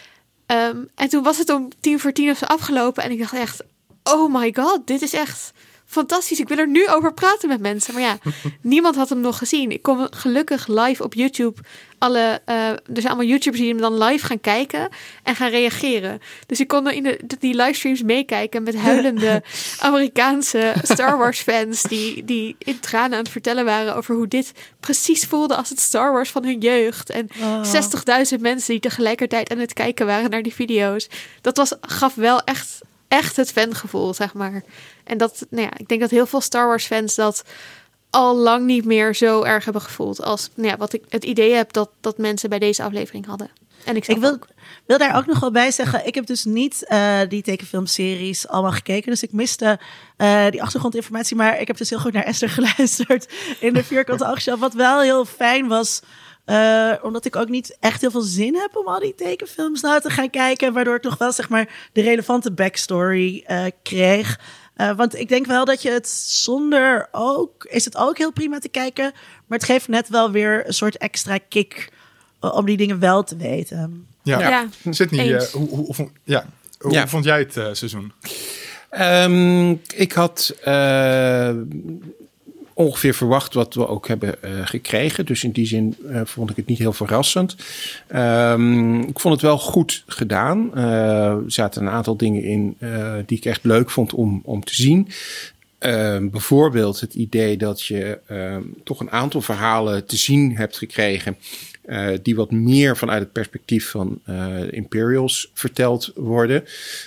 Um, en toen was het om tien voor tien of zo afgelopen en ik dacht echt, oh my god, dit is echt fantastisch. Ik wil er nu over praten met mensen. Maar ja, niemand had hem nog gezien. Ik kon gelukkig live op YouTube alle... Uh, er zijn allemaal YouTubers die hem dan live gaan kijken en gaan reageren. Dus ik kon in de, die livestreams meekijken met huilende Amerikaanse Star Wars fans die, die in tranen aan het vertellen waren over hoe dit precies voelde als het Star Wars van hun jeugd. En
Oh.
zestigduizend mensen die tegelijkertijd aan het kijken waren naar die video's. Dat was, gaf wel echt... echt het fangevoel, zeg maar. En dat, nou ja, ik denk dat heel veel Star Wars fans dat al lang niet meer zo erg hebben gevoeld als, nou ja, wat ik het idee heb dat, dat mensen bij deze aflevering hadden. En ik,
Ik wil, wil daar ook nog wel bij zeggen, ik heb dus niet uh, die tekenfilmseries allemaal gekeken, dus ik miste uh, die achtergrondinformatie, maar ik heb dus heel goed naar Esther geluisterd in de Vierkante Oogshow, wat wel heel fijn was. Uh, omdat ik ook niet echt heel veel zin heb om al die tekenfilms nou te gaan kijken. Waardoor ik nog wel zeg maar de relevante backstory uh, kreeg. Uh, want ik denk wel dat je het zonder ook... Is het ook heel prima te kijken. Maar het geeft net wel weer een soort extra kick uh, om die dingen wel te weten.
Ja,
Ja,
Sydney, uh,
eens.
hoe, hoe, hoe, ja. hoe
Ja.
vond jij het uh, seizoen?
Um, ik had uh, ongeveer verwacht wat we ook hebben uh, gekregen. Dus in die zin uh, vond ik het niet heel verrassend. Um, ik vond het wel goed gedaan. Uh, er zaten een aantal dingen in uh, die ik echt leuk vond om, om te zien. Uh, bijvoorbeeld het idee dat je uh, toch een aantal verhalen te zien hebt gekregen. Uh, die wat meer vanuit het perspectief van uh, Imperials verteld worden.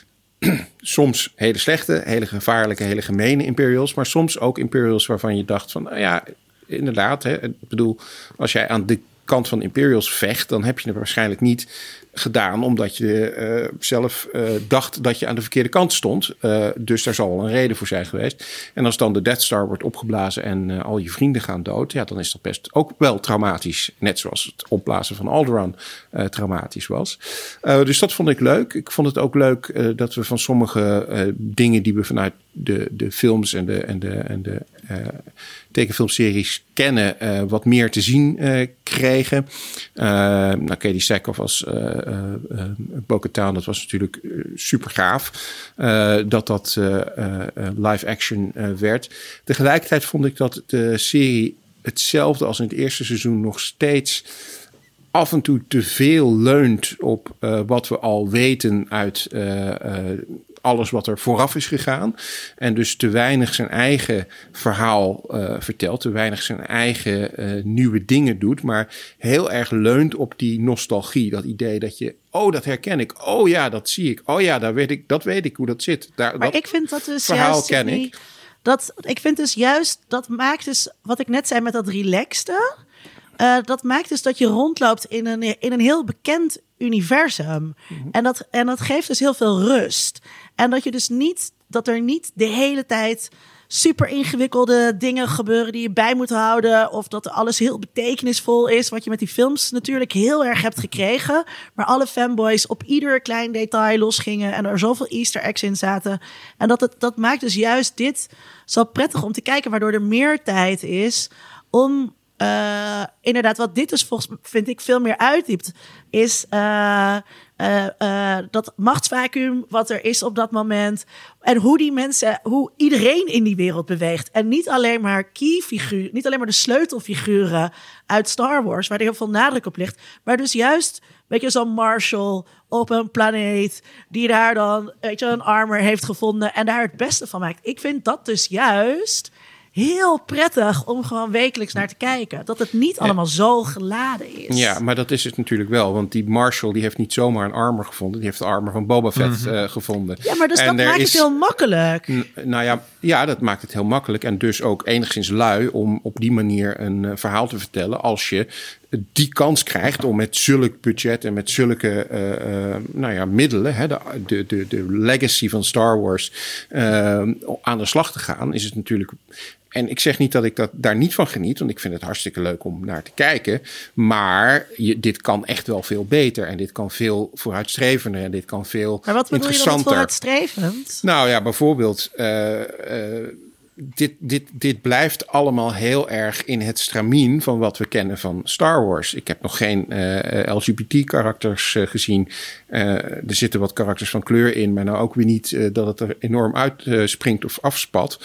Soms hele slechte, hele gevaarlijke, hele gemene Imperials. Maar soms ook Imperials waarvan je dacht van, nou ja, inderdaad, hè, ik bedoel, als jij aan de kant van Imperials vecht, dan heb je het waarschijnlijk niet gedaan omdat je uh, zelf uh, dacht dat je aan de verkeerde kant stond. Uh, dus daar zal wel een reden voor zijn geweest. En als dan de Death Star wordt opgeblazen en uh, al je vrienden gaan dood, ja, dan is dat best ook wel traumatisch. Net zoals het opblazen van Alderaan uh, traumatisch was. Uh, dus dat vond ik leuk. Ik vond het ook leuk uh, dat we van sommige uh, dingen die we vanuit de, de films en de, en de, en de uh, tekenfilmseries kennen, uh, wat meer te zien uh, kregen. Uh, nou, Katie Sackhoff als uh, uh, uh, Bo-Katan, dat was natuurlijk uh, super gaaf. Uh, dat dat uh, uh, live action uh, werd. Tegelijkertijd vond ik dat de serie hetzelfde als in het eerste seizoen nog steeds af en toe te veel leunt op uh, wat we al weten uit uh, uh, alles wat er vooraf is gegaan. En dus te weinig zijn eigen verhaal uh, vertelt. Te weinig zijn eigen uh, nieuwe dingen doet. Maar heel erg leunt op die nostalgie. Dat idee dat je, oh, dat herken ik. Oh ja, dat zie ik. Oh ja, dat weet ik, dat weet ik hoe dat zit. Daar,
maar
dat
ik vind dat dus
verhaal
juist
ken
die,
ik.
Dat, ik vind dus juist, dat maakt dus, wat ik net zei met dat relaxte, uh, dat maakt dus dat je rondloopt in een, in een heel bekend universum. Mm-hmm. En, dat, en dat geeft dus heel veel rust. En dat je dus niet, dat er niet de hele tijd super ingewikkelde dingen gebeuren die je bij moet houden. Of dat alles heel betekenisvol is. Wat je met die films natuurlijk heel erg hebt gekregen. Maar alle fanboys op ieder klein detail losgingen. En er zoveel Easter eggs in zaten. En dat, het, dat maakt dus juist dit zo prettig om te kijken. Waardoor er meer tijd is om uh, inderdaad, wat dit dus volgens vind ik veel meer uitdiept. Is uh, uh, uh, dat machtsvacuum wat er is op dat moment. En hoe die mensen, hoe iedereen in die wereld beweegt. En niet alleen maar keyfiguren, niet alleen maar de sleutelfiguren uit Star Wars, waar er heel veel nadruk op ligt. Maar dus juist, weet je, zo'n Marshall op een planeet die daar dan, weet je, een armor heeft gevonden en daar het beste van maakt. Ik vind dat dus juist heel prettig om gewoon wekelijks naar te kijken. Dat het niet allemaal ja. zo geladen is.
Ja, maar dat is het natuurlijk wel. Want die Marshall die heeft niet zomaar een armor gevonden. Die heeft de armor van Boba Fett mm-hmm. uh, gevonden.
Ja, maar dus en dat maakt is, het heel makkelijk.
N- nou ja, ja, dat maakt het heel makkelijk. En dus ook enigszins lui om op die manier een uh, verhaal te vertellen. Als je die kans krijgt om met zulk budget en met zulke uh, uh, nou ja, middelen, hè, de, de, de, de legacy van Star Wars uh, aan de slag te gaan, is het natuurlijk. En ik zeg niet dat ik dat daar niet van geniet, want ik vind het hartstikke leuk om naar te kijken. Maar je, dit kan echt wel veel beter en dit kan veel vooruitstrevender en dit kan veel
maar wat bedoel
interessanter.
Je dan vooruitstrevend?
Nou ja, bijvoorbeeld Uh, uh, Dit, dit, dit blijft allemaal heel erg in het stramien van wat we kennen van Star Wars. Ik heb nog geen uh, L G B T-karakters uh, gezien. Uh, er zitten wat karakters van kleur in, maar nou ook weer niet uh, dat het er enorm uitspringt uh, of afspat.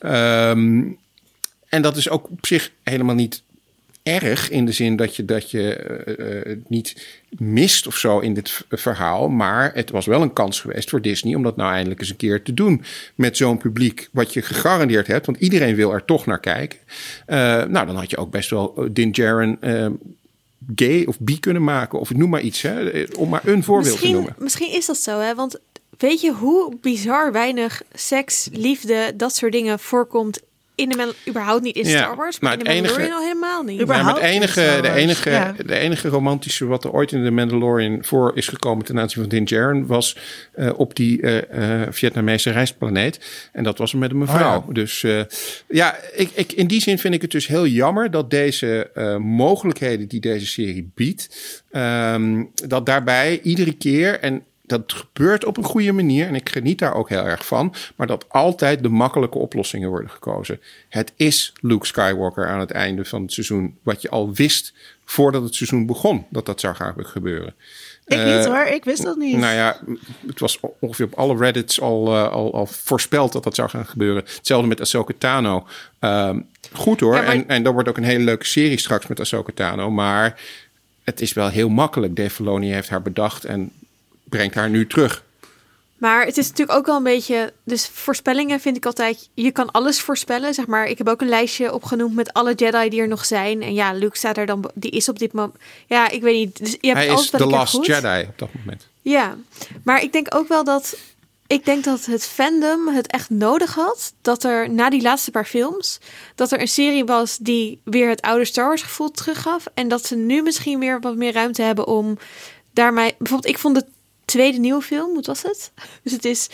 Um, en dat is ook op zich helemaal niet erg in de zin dat je, dat je uh, niet mist of zo in dit verhaal. Maar het was wel een kans geweest voor Disney om dat nou eindelijk eens een keer te doen met zo'n publiek wat je gegarandeerd hebt. Want iedereen wil er toch naar kijken. Uh, nou, dan had je ook best wel Din Djarin uh, gay of bi kunnen maken. Of noem maar iets, hè, om maar een voorbeeld
misschien,
te noemen.
Misschien is dat zo, hè? Want weet je hoe bizar weinig seks, liefde, dat soort dingen voorkomt in de Man- überhaupt niet in
ja,
Star Wars, maar in de Mandalorian enige, al helemaal niet.
Ja, maar het enige, de, enige,
ja.
de enige romantische wat er ooit in de Mandalorian voor is gekomen ten aanzien van Din Djarin was uh, op die uh, uh, Vietnamese reisplaneet. En dat was er met een mevrouw. Oh ja. Dus uh, ja, ik, ik, in die zin vind ik het dus heel jammer dat deze uh, mogelijkheden die deze serie biedt, um, dat daarbij iedere keer en dat gebeurt op een goede manier en ik geniet daar ook heel erg van. Maar dat altijd de makkelijke oplossingen worden gekozen. Het is Luke Skywalker aan het einde van het seizoen. Wat je al wist voordat het seizoen begon dat dat zou gaan gebeuren.
Ik uh, niet hoor, ik wist dat niet.
Nou ja, het was ongeveer op alle Reddits al, uh, al, al voorspeld dat dat zou gaan gebeuren. Hetzelfde met Ahsoka Tano. Uh, goed hoor, ja, maar en, en er wordt ook een hele leuke serie straks met Ahsoka Tano. Maar het is wel heel makkelijk. Dave Filoni heeft haar bedacht en brengt haar nu terug.
Maar het is natuurlijk ook wel een beetje, dus voorspellingen vind ik altijd, je kan alles voorspellen, zeg maar. Ik heb ook een lijstje opgenoemd met alle Jedi die er nog zijn. En ja, Luke staat er dan, die is op dit moment, ja, ik weet niet. Dus je hebt
Hij
alles
is de last Jedi op dat moment.
Ja, maar ik denk ook wel dat Ik denk dat het fandom het echt nodig had. Dat er na die laatste paar films... dat er een serie was die weer het oude Star Wars gevoel teruggaf. En dat ze nu misschien weer wat meer ruimte hebben om daarmee... Bijvoorbeeld, ik vond de tweede nieuwe film, hoe was het? Dus het is...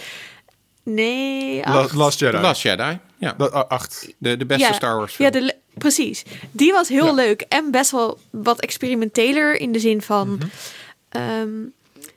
Nee, acht.
Last Jedi.
The Last Jedi, ja.
Dat, uh, acht.
De, de beste
Ja,
Star Wars film.
Ja, de, precies. Die was heel
Ja.
leuk. En best wel wat experimenteler in de zin van...
Mm-hmm.
Um,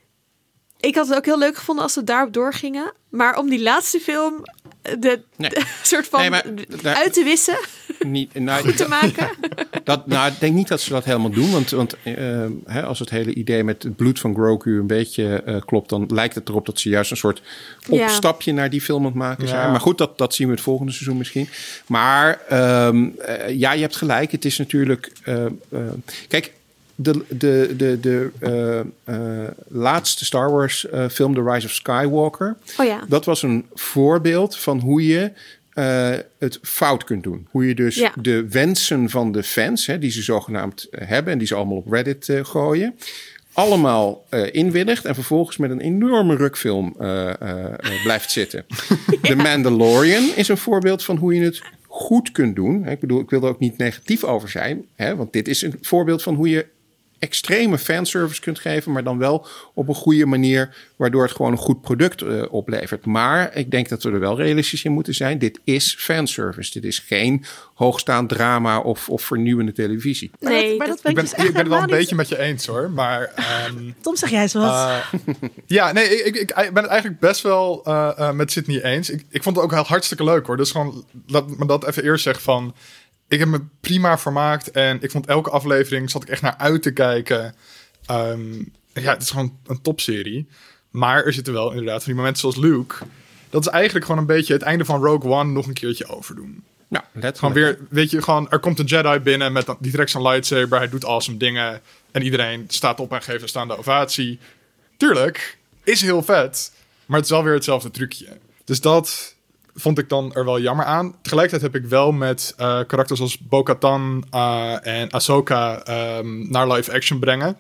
ik had het ook heel leuk gevonden als we daarop doorgingen. Maar om die laatste film de,
Nee.
de soort van
Nee, maar daar-
uit te wissen,
Niet, nou,
goed te maken.
Dat, nou, ik denk niet dat ze dat helemaal doen. Want, want uh, hè, als het hele idee met het bloed van Grogu een beetje uh, klopt... dan lijkt het erop dat ze juist een soort
Ja.
opstapje naar die film aan het maken zijn.
Ja.
Maar goed, dat, dat zien we het volgende seizoen misschien. Maar um, uh, ja, je hebt gelijk. Het is natuurlijk... Uh, uh, kijk... De, de, de, de uh, uh, laatste Star Wars uh, film, The Rise of Skywalker...
Oh ja.
dat was een voorbeeld van hoe je uh, het fout kunt doen. Hoe je dus
Ja.
de wensen van de fans, hè, die ze zogenaamd uh, hebben... en die ze allemaal op Reddit uh, gooien... allemaal uh, inwilligt en vervolgens met een enorme rukfilm uh, uh, uh, blijft zitten. ja. The Mandalorian is een voorbeeld van hoe je het goed kunt doen. Ik bedoel, ik wil er ook niet negatief over zijn... Hè, want dit is een voorbeeld van hoe je... extreme fanservice kunt geven, maar dan wel op een goede manier, waardoor het gewoon een goed product uh, oplevert. Maar ik denk dat we er wel realistisch in moeten zijn. Dit is fanservice. Dit is geen hoogstaand drama of, of vernieuwende televisie.
Maar
Nee,
dat, maar
dat-
dat
Ik ben,
weet je dus
ik ben het wel een
helemaal
beetje
niet.
met je eens hoor, maar... ehm,
Tom, zeg jij eens wat?
Uh, ja, nee, ik, ik, ik ben het eigenlijk best wel uh, uh, met Sydney eens. Ik, ik vond het ook heel hartstikke leuk hoor. Dus gewoon, laat me dat even eerst zeggen van... Ik heb me prima vermaakt en ik vond elke aflevering... zat ik echt naar uit te kijken. Um, ja, het is gewoon een topserie. Maar er zitten wel inderdaad van die momenten zoals Luke... Dat is eigenlijk gewoon een beetje het einde van Rogue One nog een keertje overdoen.
Nou, letterlijk.
Gewoon weer, weet je, gewoon, er komt een Jedi binnen met die trekt zijn lightsaber, hij doet awesome dingen en iedereen staat op en geeft een staande ovatie. Tuurlijk, is heel vet, maar het is wel weer hetzelfde trucje. Dus dat vond ik dan er wel jammer aan. Tegelijkertijd heb ik wel met uh, karakters als Bo-Katan uh, en Ahsoka um, naar live action brengen.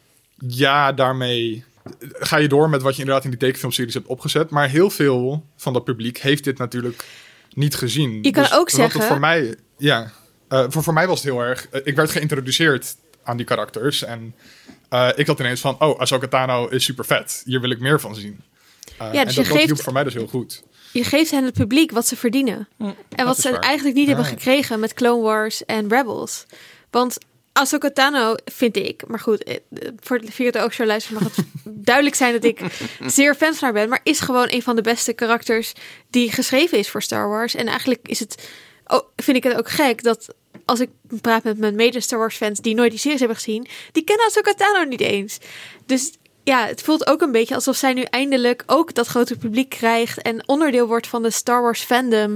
Ja, daarmee ga je door met wat je inderdaad in die tekenfilmseries hebt opgezet, maar heel veel van dat publiek heeft dit natuurlijk niet gezien.
Je kan
Dus
ook
wat het
zeggen-
voor mij, ja, uh, voor, voor mij was het heel erg... Uh, ik werd geïntroduceerd aan die karakters. En uh, ik had ineens van... Oh, Ahsoka Tano is super vet. Hier wil ik meer van zien. Uh,
Ja,
en
dus
dat,
je
dat
geeft-
hielp voor mij dus heel goed.
Je geeft hen het publiek wat ze verdienen. En wat
is
ze
waar.
eigenlijk niet hebben
Ja.
gekregen met Clone Wars en Rebels. Want Ahsoka Tano vind ik... Maar goed, eh, voor de vierde ook show luisteren mag het duidelijk zijn dat ik zeer fan van haar ben. Maar is gewoon een van de beste karakters die geschreven is voor Star Wars. En eigenlijk is het... Oh, vind ik het ook gek dat als ik praat met mijn mede Star Wars fans die nooit die series hebben gezien, die kennen Ahsoka Tano niet eens. Dus ja, het voelt ook een beetje alsof zij nu eindelijk ook dat grote publiek krijgt en onderdeel wordt van de Star Wars fandom.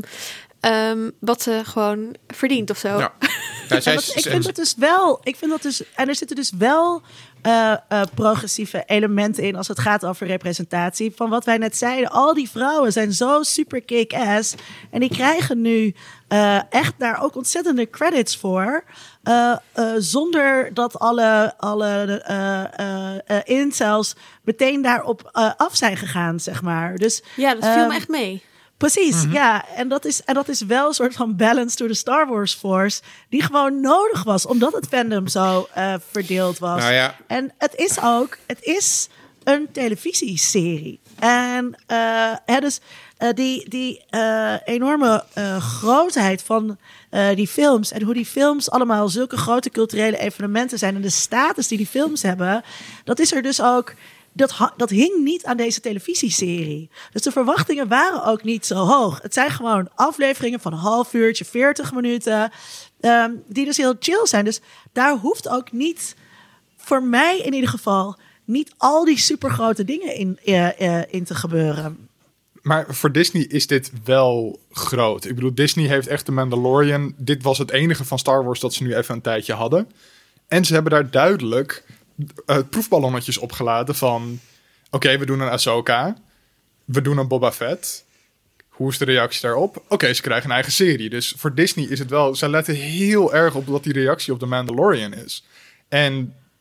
Um, wat ze gewoon verdient of zo.
Ja. Ja, zij
En
is-
wat- ik
zij-
vind dat dus wel. Ik vind dat dus. En er zitten dus wel uh, uh, progressieve elementen in als het gaat over representatie. Van wat wij net zeiden. Al die vrouwen zijn zo super kick-ass. En die krijgen nu uh, echt daar ook ontzettende credits voor. Uh, uh, zonder dat alle, alle uh, uh, uh, incels meteen daarop uh, af zijn gegaan, zeg maar. Dus,
Ja, dat viel
um,
me echt mee.
Precies, ja. En dat, is, en dat is wel een soort van balance door de Star Wars Force... die gewoon nodig was, omdat het fandom zo uh, verdeeld was.
Nou ja.
En het is ook... Het is een televisieserie. En uh, hè, dus uh, die, die uh, enorme uh, grootheid van uh, die films... en hoe die films allemaal zulke grote culturele evenementen zijn... en de status die die films hebben... dat is er dus ook... Dat, ha- dat hing niet aan deze televisieserie. Dus de verwachtingen waren ook niet zo hoog. Het zijn gewoon afleveringen van een half uurtje, veertig minuten... Um, die dus heel chill zijn. Dus daar hoeft ook niet, voor mij in ieder geval... niet al die supergrote dingen in, uh, uh, in te gebeuren.
Maar voor Disney is dit wel groot. Ik bedoel, Disney heeft echt de Mandalorian. Dit was het enige van Star Wars dat ze nu even een tijdje hadden. En ze hebben daar duidelijk uh, proefballonnetjes opgeladen van... Oké, okay, we doen een Ahsoka. We doen een Boba Fett. Hoe is de reactie daarop? Oké, okay, ze krijgen een eigen serie. Dus voor Disney is het wel... Ze letten heel erg op wat die reactie op de Mandalorian is. En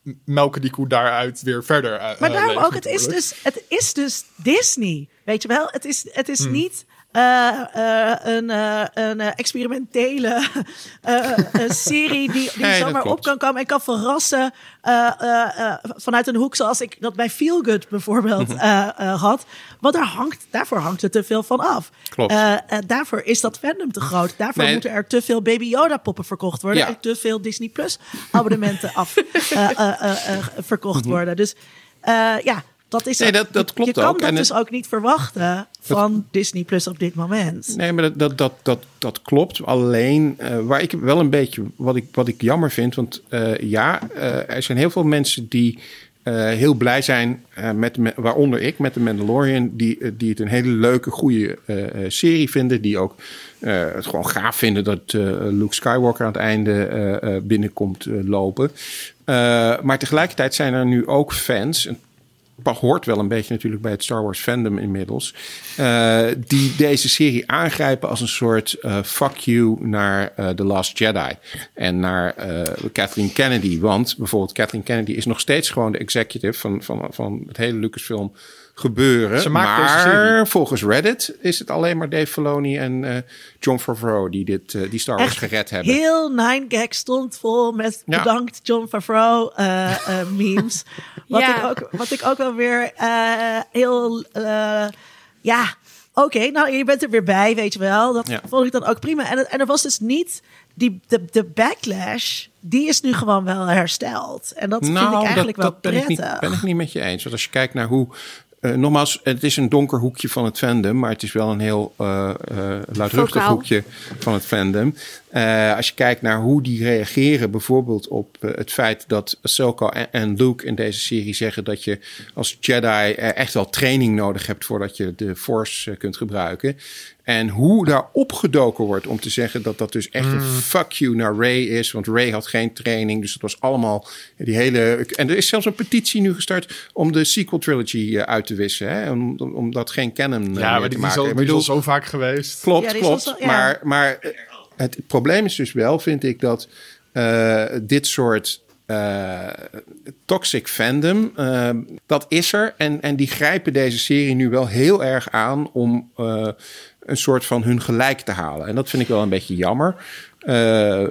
melken die koe daaruit weer verder. Uh,
maar daarom
leven,
ook, het is,
natuurlijk.
dus, het is dus Disney. Weet je wel? Het is, het is
Hmm.
niet uh, uh, een, uh, een uh, experimentele uh, uh, serie die, die
Nee, dat
zomaar
klopt.
op kan komen en kan verrassen uh, uh, uh, vanuit een hoek zoals ik dat bij Feel Good bijvoorbeeld uh, uh, had. Want daar hangt, daarvoor hangt er te veel van af.
Klopt.
Uh, uh, daarvoor is dat fandom te groot. Daarvoor
Nee.
moeten er te veel Baby Yoda poppen verkocht worden.
Ja.
En te veel Disney Plus abonnementen af uh, uh, uh, uh, verkocht worden. Dus uh, ja, dat is
Nee,
ook-
dat- dat klopt
je kan
ook.
dat
En
dus
het-
ook niet verwachten van Disney Plus op dit moment.
Nee, maar dat, dat, dat, dat, dat klopt. Alleen uh, waar ik wel een beetje wat ik, wat ik jammer vind. Want uh, ja, uh, er zijn heel veel mensen die uh, heel blij zijn, uh, met, met, waaronder ik, met The Mandalorian. Die, uh, die het een hele leuke, goede uh, uh, serie vinden. Die ook uh, het gewoon gaaf vinden dat uh, Luke Skywalker aan het einde uh, uh, binnenkomt uh, lopen. Uh, maar tegelijkertijd zijn er nu ook fans. Hoort wel een beetje natuurlijk bij het Star Wars fandom inmiddels. Uh, die deze serie aangrijpen als een soort uh, fuck you naar uh, The Last Jedi. En naar uh, Kathleen Kennedy. Want bijvoorbeeld Kathleen Kennedy is nog steeds gewoon de executive van, van, van het hele Lucasfilm gebeuren.
Ze maakt deze
maar
serie.
volgens Reddit is het alleen maar Dave Filoni en uh, Jon Favreau die, dit, uh, die Star Wars
Echt
gered hebben.
Heel Nine Gag stond vol met
Ja.
bedankt Jon Favreau uh, uh, memes. Wat,
Ja.
ik ook, wat ik ook wel weer uh, heel... Uh, ja, oké, okay, nou je bent er weer bij, weet je wel. Dat
Ja.
vond ik dan ook prima. En, en er was dus niet... Die, de, de backlash, die is nu gewoon wel hersteld. En dat vind ik eigenlijk
dat,
wel
dat ben ik,
prettig.
niet, ben ik niet met je eens. Want als je kijkt naar hoe... Uh, nogmaals, het is een donker hoekje van het fandom, maar het is wel een heel uh, uh, luidruchtig
Vocaal.
hoekje van het fandom. Uh, als je kijkt naar hoe die reageren, bijvoorbeeld op uh, het feit dat Ahsoka en, en Luke in deze serie zeggen dat je als Jedi uh, echt wel training nodig hebt voordat je de Force uh, kunt gebruiken. En hoe daar opgedoken wordt om te zeggen dat dat dus echt een fuck you naar Rey is. Want Rey had geen training, dus het was allemaal die hele... En er is zelfs een petitie nu gestart om de sequel trilogy uh, uit te wissen. Hè? Om, om, om dat geen canon uh,
Ja,
meer
maar
te
die, die,
maken.
is al,
Ik
die is al
bedoel,
zo vaak geweest.
Klopt,
Ja, die is al
klopt.
zo- ja.
Maar, maar het probleem is dus wel, vind ik, dat uh, dit soort uh, toxic fandom, uh, dat is er. En, en die grijpen deze serie nu wel heel erg aan om uh, een soort van hun gelijk te halen. En dat vind ik wel een beetje jammer. Uh,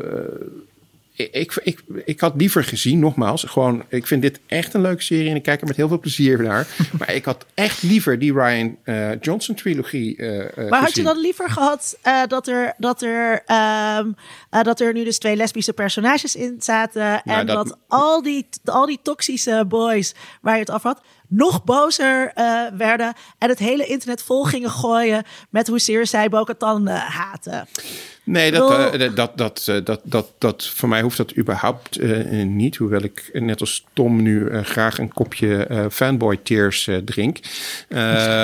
Ik, ik, ik had liever gezien, nogmaals, gewoon, ik vind dit echt een leuke serie en ik kijk er met heel veel plezier naar. Maar ik had echt liever die Rian uh, Johnson trilogie uh, uh,
Maar
gezien.
had je dan liever gehad uh, dat, er, dat, er, um, uh, dat er nu dus twee lesbische personages in zaten en
dat-
dat, al, die, al die toxische boys waar je het over had nog bozer uh, werden en het hele internet vol gingen gooien met hoe zeer zij Bo-Katan uh, haten?
Nee, dat,
Wel-
uh, dat, dat, uh, dat, dat, dat, voor mij hoeft dat überhaupt uh, niet. Hoewel ik net als Tom nu uh, graag een kopje uh, fanboy tears uh, drink. Uh,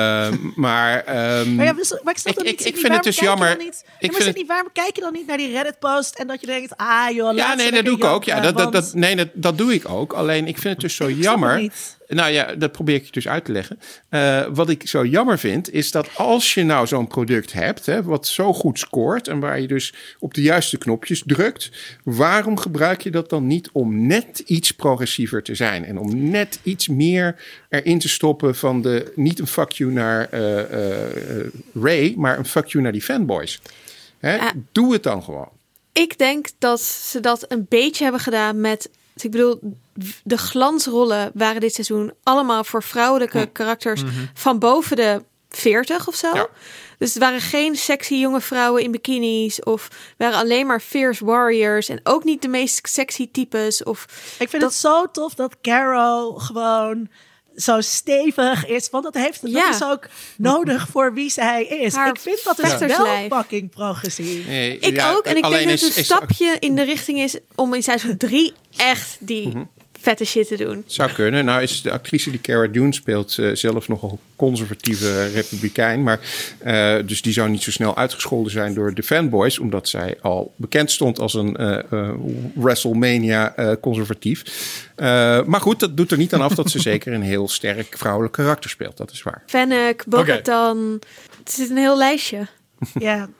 maar, um,
Maar, ja, dus- maar ik snap
ik-
dan
ik-
niet.
ik
Sidney,
vind het
waarom
dus
kijk je
jammer.
dan Niet,
Ik
ja, maar
vind
Sidney,
het-
waarom kijk je dan niet naar die Reddit-post en dat je denkt, ah joh,
ja,
laat
nee,
ze
dat doe
lekker
ik ook. Ja,
janken,
dat, dat,
want-
dat, nee, dat, dat doe ik ook. Alleen ik vind het dus zo
snap het
jammer.
niet.
Nou ja, dat probeer ik je dus uit te leggen. Uh, wat ik zo jammer vind, is dat als je nou zo'n product hebt, hè, wat zo goed scoort en waar je dus op de juiste knopjes drukt, waarom gebruik je dat dan niet om net iets progressiever te zijn en om net iets meer erin te stoppen van de, niet een fuck you naar uh, uh, uh, Rey, maar een fuck you naar die fanboys. Hè?
Ja.
Doe het dan gewoon.
Ik denk dat ze dat een beetje hebben gedaan met... Ik bedoel, de glansrollen waren dit seizoen allemaal voor vrouwelijke karakters van boven de veertig of zo.
Ja.
Dus het waren geen sexy jonge vrouwen in bikinis of waren alleen maar fierce warriors en ook niet de meest sexy types. Of
Ik vind
dat-
het zo tof dat Caro gewoon zo stevig is. Want dat, heeft, dat
Ja.
is ook nodig voor wie zij is.
Haar
Ik vind dat dus wel
vechterslijf.
fucking progressief.
Nee,
Ik
ja,
ook. En ik
alleen
denk dat het
is-
een
is-
stapje in de richting is om in seizoen drie echt die
Mhm.
vette shit te doen.
Zou kunnen. Nou is de actrice die Cara Dune speelt uh, zelf nogal conservatieve republikein. Maar, uh, dus die zou niet zo snel uitgescholden zijn door de fanboys. Omdat zij al bekend stond als een uh, uh, WrestleMania uh, conservatief. Uh, maar goed, dat doet er niet aan af dat ze zeker een heel sterk vrouwelijk karakter speelt. Dat is waar.
Fennec, Bo-Katan. Het is een heel lijstje.
Ja, ja.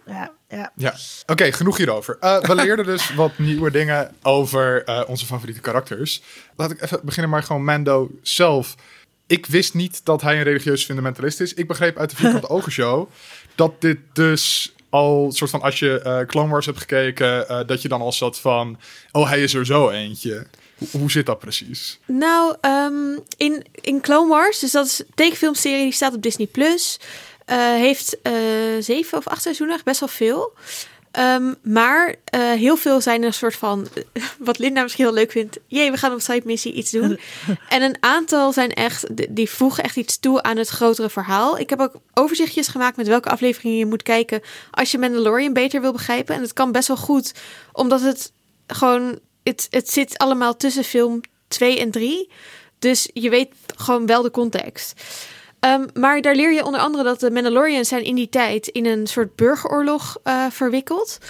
Ja.
Ja, oké, okay, genoeg hierover. Uh, we leerden dus wat nieuwe dingen over uh, onze favoriete karakters. Laat ik even beginnen, maar gewoon Mando zelf. Ik wist niet dat hij een religieus fundamentalist is. Ik begreep uit de Vierkante Ogen Show dat dit dus al soort van, als je uh, Clone Wars hebt gekeken, uh, dat je dan al zat van, oh, hij is er zo eentje. Hoe, hoe zit dat precies?
Nou, um, in, in Clone Wars, dus dat is een tekenfilmserie, die staat op Disney Plus. Uh, heeft uh, zeven of acht seizoenen, best wel veel. Um, maar uh, heel veel zijn een soort van, wat Linda misschien heel leuk vindt, jee, we gaan op side missie iets doen. En een aantal zijn echt, die voegen echt iets toe aan het grotere verhaal. Ik heb ook overzichtjes gemaakt met welke afleveringen je moet kijken als je Mandalorian beter wil begrijpen. En het kan best wel goed, omdat het gewoon, het, het zit allemaal tussen film twee en drie. Dus je weet gewoon wel de context. Um, maar daar leer je onder andere dat de Mandalorians zijn in die tijd in een soort burgeroorlog uh, verwikkeld.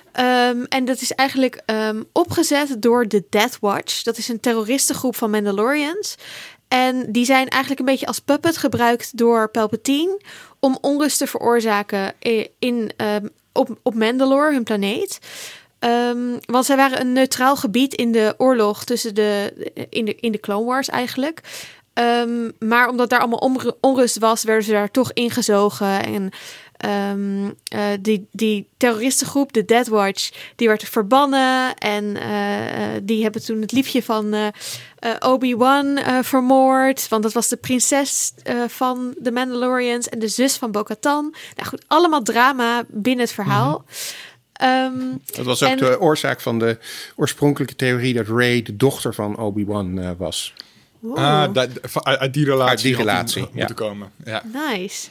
Um, en dat is eigenlijk um, opgezet door de Death Watch. Dat is een terroristengroep van Mandalorians. En die zijn eigenlijk een beetje als puppet gebruikt door Palpatine om onrust te veroorzaken in, in, um, op, op Mandalore, hun planeet. Um, want zij waren een neutraal gebied in de oorlog tussen de, in de, in de Clone Wars eigenlijk. Um, maar omdat daar allemaal onrust was, werden ze daar toch ingezogen. En um, uh, die, die terroristengroep, de Death Watch, die werd verbannen. En uh, die hebben toen het liefje van uh, uh, Obi-Wan uh, vermoord. Want dat was de prinses uh, van de Mandalorians en de zus van Bo-Katan. Nou goed, allemaal drama binnen het verhaal. Mm-hmm. Um,
dat was ook en, de oorzaak van de oorspronkelijke theorie dat Rey de dochter van Obi-Wan uh, was.
Wow. Ah, dat, uit die relatie,
uit die relatie
had moeten ja. komen. Ja.
Nice.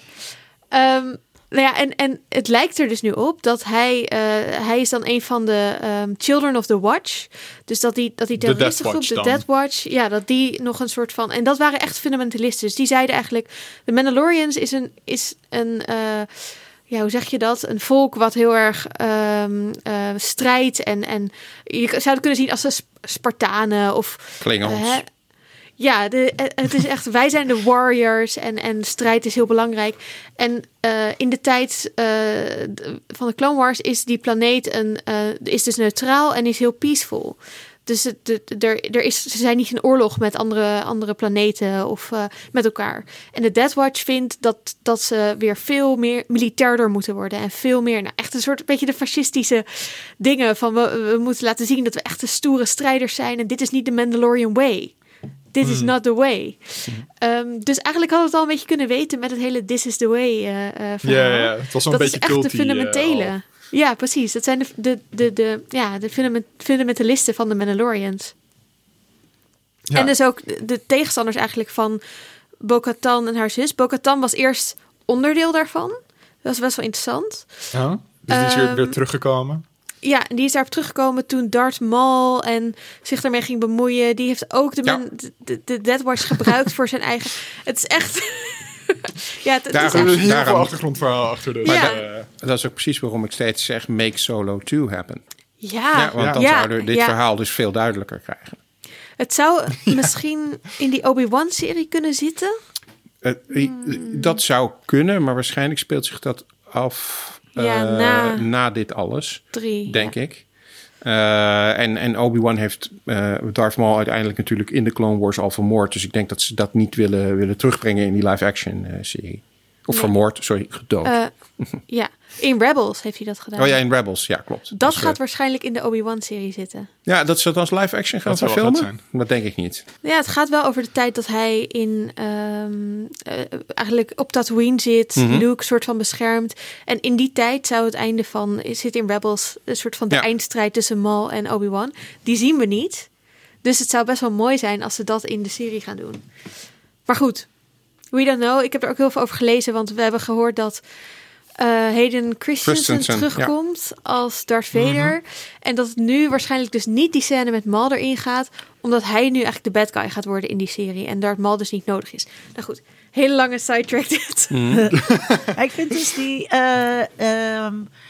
Um, nou ja, en, en het lijkt er dus nu op dat hij, uh, hij is dan een van de um, Children of the Watch. Dus dat die, dat die terroristengroep, de Death Watch, ja, dat die nog een soort van, en dat waren echt fundamentalisten. Dus die zeiden eigenlijk, de Mandalorians is een, is een uh, ja, hoe zeg je dat? Een volk wat heel erg um, uh, strijdt en, en je zou het kunnen zien als de Spartanen of
Klingons. Uh,
Ja, de, het is echt, wij zijn de warriors en, en strijd is heel belangrijk. En uh, in de tijd uh, van de Clone Wars is die planeet een, uh, is dus neutraal en is heel peaceful. Dus het, de, er, er is, ze zijn niet in oorlog met andere, andere planeten of uh, met elkaar. En de Death Watch vindt dat, dat ze weer veel meer militairder moeten worden. En veel meer, nou echt een soort een beetje de fascistische dingen. Van we, we moeten laten zien dat we echt de stoere strijders zijn. En dit is niet de Mandalorian way. This is not the way. Um, dus eigenlijk hadden we het al een beetje kunnen weten met het hele This is the way uh, uh, verhaal.
Ja, ja, het was een
dat
beetje
is echt
culty,
de fundamentele. Uh, ja, precies. Dat zijn de, de, de, de, ja, de fundament, fundamentalisten van de Mandalorians. Ja. En dus ook de, de tegenstanders eigenlijk van Bo-Katan en haar zus. Bo-Katan was eerst onderdeel daarvan. Dat was best wel interessant.
Ja, dus die is weer, um, weer teruggekomen.
Ja, en die is daarop teruggekomen toen Darth Maul en zich daarmee ging bemoeien. Die heeft ook de, ja. man, de, de Death Watch gebruikt voor zijn eigen... Het is echt... ja, het,
daar
het is
echt... heel veel achtergrondverhaal achter. Dus.
Ja.
Maar dat, dat is ook precies waarom ik steeds zeg make Solo twee happen.
Ja.
ja want dan
ja.
zouden we dit
ja.
verhaal dus veel duidelijker krijgen.
Het zou ja. misschien in die Obi-Wan-serie kunnen zitten.
Uh, hmm. Dat zou kunnen, maar waarschijnlijk speelt zich dat af...
Ja,
uh,
na,
na dit alles,
drie,
denk
ja.
ik. Uh, en, en Obi-Wan heeft uh, Darth Maul uiteindelijk natuurlijk in de Clone Wars al vermoord. Dus ik denk dat ze dat niet willen, willen terugbrengen in die live-action uh, serie. Of nee. vermoord, sorry, gedood. Uh,
ja, in Rebels heeft hij dat gedaan.
Oh ja, in Rebels, ja, klopt.
Dat
dus,
gaat
uh,
waarschijnlijk in de Obi-Wan-serie zitten.
Ja, dat ze het als live-action gaan
dat
verfilmen? Dat denk ik niet.
Ja, het gaat wel over de tijd dat hij in um, uh, eigenlijk op Tatooine zit. Mm-hmm. Luke soort van beschermt. En in die tijd zou het einde van, zit in Rebels, een soort van de ja. eindstrijd tussen Maul en Obi-Wan. Die zien we niet. Dus het zou best wel mooi zijn als ze dat in de serie gaan doen. Maar goed, we don't know. Ik heb er ook heel veel over gelezen, want we hebben gehoord dat uh, Hayden Christensen, Christensen terugkomt ja. als Darth Vader. Mm-hmm. En dat het nu waarschijnlijk dus niet die scène met Maul erin gaat, omdat hij nu eigenlijk de bad guy gaat worden in die serie en Darth Maul dus niet nodig is. Nou goed, hele lange sidetrack dit.
Mm.
Ik vind dus die... Uh, um,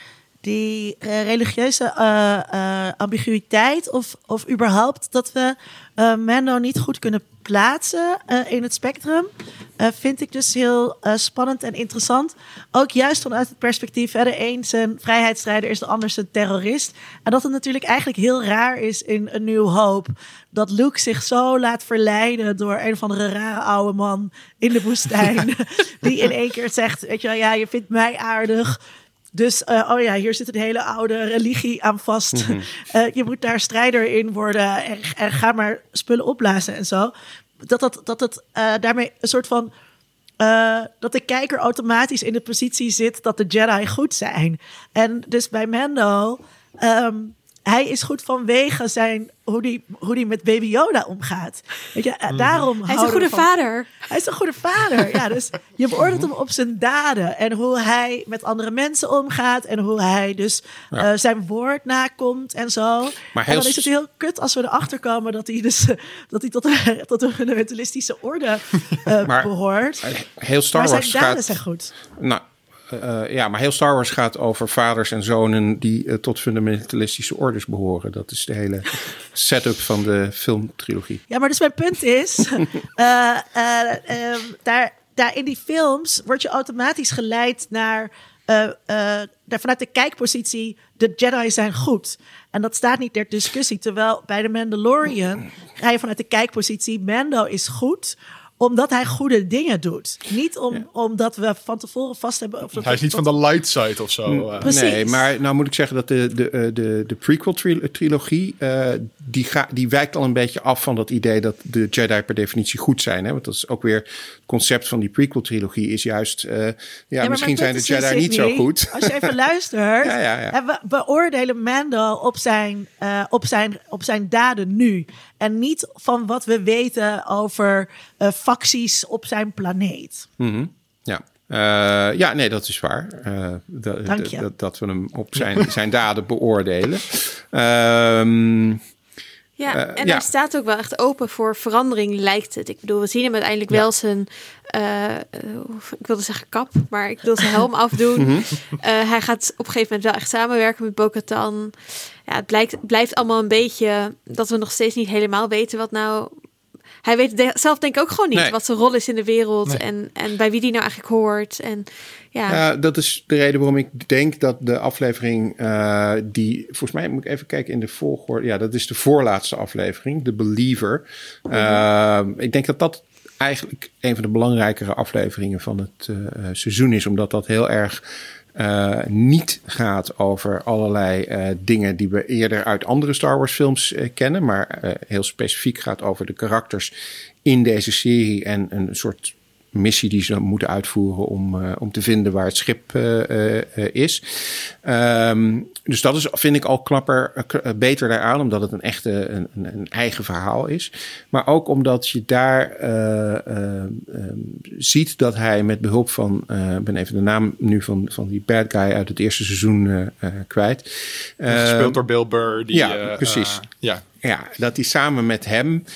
die uh, religieuze uh, uh, ambiguïteit of, of überhaupt dat we uh, Mando niet goed kunnen plaatsen uh, in het spectrum, uh, vind ik dus heel uh, spannend en interessant. Ook juist vanuit het perspectief, hè, de een zijn vrijheidsstrijder is de ander zijn terrorist. En dat het natuurlijk eigenlijk heel raar is in A New Hope dat Luke zich zo laat verleiden door een of andere rare oude man in de woestijn die in één keer zegt, weet je wel, ja, je vindt mij aardig. Dus, uh, oh ja, hier zit een hele oude religie aan vast. Mm-hmm. Uh, je moet daar strijder in worden en, en ga maar spullen opblazen en zo. Dat dat, dat het uh, daarmee een soort van... Uh, dat de kijker automatisch in de positie zit dat de Jedi goed zijn. En dus bij Mando... Um, hij is goed vanwege zijn, hoe die, hoe die met Baby Yoda omgaat. Weet je, mm. daarom
hij is een goede
van,
vader.
Hij is een goede vader, ja. Dus je beoordeelt hem op zijn daden. En hoe hij met andere mensen omgaat. En hoe hij dus ja. uh, zijn woord nakomt en zo. Maar en dan is het heel kut als we erachter komen dat hij, dus, uh, dat hij tot, uh, tot een fundamentalistische orde uh, maar, behoort.
Heel Star Wars
maar zijn daden
gaat,
zijn goed.
Nou, Uh, ja, maar heel Star Wars gaat over vaders en zonen die uh, tot fundamentalistische orders behoren. Dat is de hele setup van de filmtrilogie.
Ja, maar dus mijn punt is, uh, uh, um, daar, daar in die films word je automatisch geleid naar, uh, uh, naar vanuit de kijkpositie, de Jedi zijn goed. En dat staat niet ter discussie. Terwijl bij de Mandalorian ga je vanuit de kijkpositie, Mando is goed, omdat hij goede dingen doet. Niet om, ja. omdat we van tevoren vast hebben... Of dat
hij is niet van de light side of zo.
Uh. Nee, maar nou moet ik zeggen dat de, de, de, de prequel-trilogie... Uh, die, ga, die wijkt al een beetje af van dat idee dat de Jedi per definitie goed zijn. Hè? Want dat is ook weer het concept van die prequel-trilogie is juist... Uh, ja, ja misschien zijn de Jedi niet zo goed.
Als je even luistert...
ja, ja, ja.
We beoordelen Mando op zijn, uh, op, zijn, op zijn daden nu. En niet van wat we weten over... Uh, facties op zijn planeet.
Mm-hmm. Ja. Uh, ja, nee, dat is waar. Uh, d-
Dank je.
D- d- dat we hem op zijn, zijn daden beoordelen. Um,
ja,
uh,
en
ja.
hij staat ook wel echt open voor verandering, lijkt het. Ik bedoel, we zien hem uiteindelijk ja. wel zijn... Uh, ik wilde zeggen kap, maar ik wil zijn helm afdoen. Mm-hmm. Uh, hij gaat op een gegeven moment wel echt samenwerken met Bo-Katan. Ja, het blijkt, blijft allemaal een beetje... dat we nog steeds niet helemaal weten wat nou... Hij weet de, zelf denk ik ook gewoon niet nee. wat zijn rol is in de wereld nee. en, en bij wie die nou eigenlijk hoort. En, ja.
ja, dat is de reden waarom ik denk dat de aflevering uh, die, volgens mij moet ik even kijken in de volgorde. Ja, dat is de voorlaatste aflevering, The Believer. Uh, mm-hmm. Ik denk dat dat eigenlijk een van de belangrijkere afleveringen van het uh, seizoen is, omdat dat heel erg... Uh, niet gaat over allerlei uh, dingen die we eerder uit andere Star Wars films uh, kennen. Maar uh, heel specifiek gaat over de karakters in deze serie. En een soort missie die ze moeten uitvoeren om, uh, om te vinden waar het schip uh, uh, is. Um, dus dat is, vind ik al knapper, uh, beter daaraan. Omdat het een echte, een, een eigen verhaal is. Maar ook omdat je daar uh, uh, um, ziet dat hij met behulp van... Uh, ik ben even de naam nu van, van die bad guy uit het eerste seizoen uh, uh, kwijt.
Uh, Gespeeld door Bill Burr. Die,
ja, uh, precies. Uh, ja. ja, dat hij samen met hem...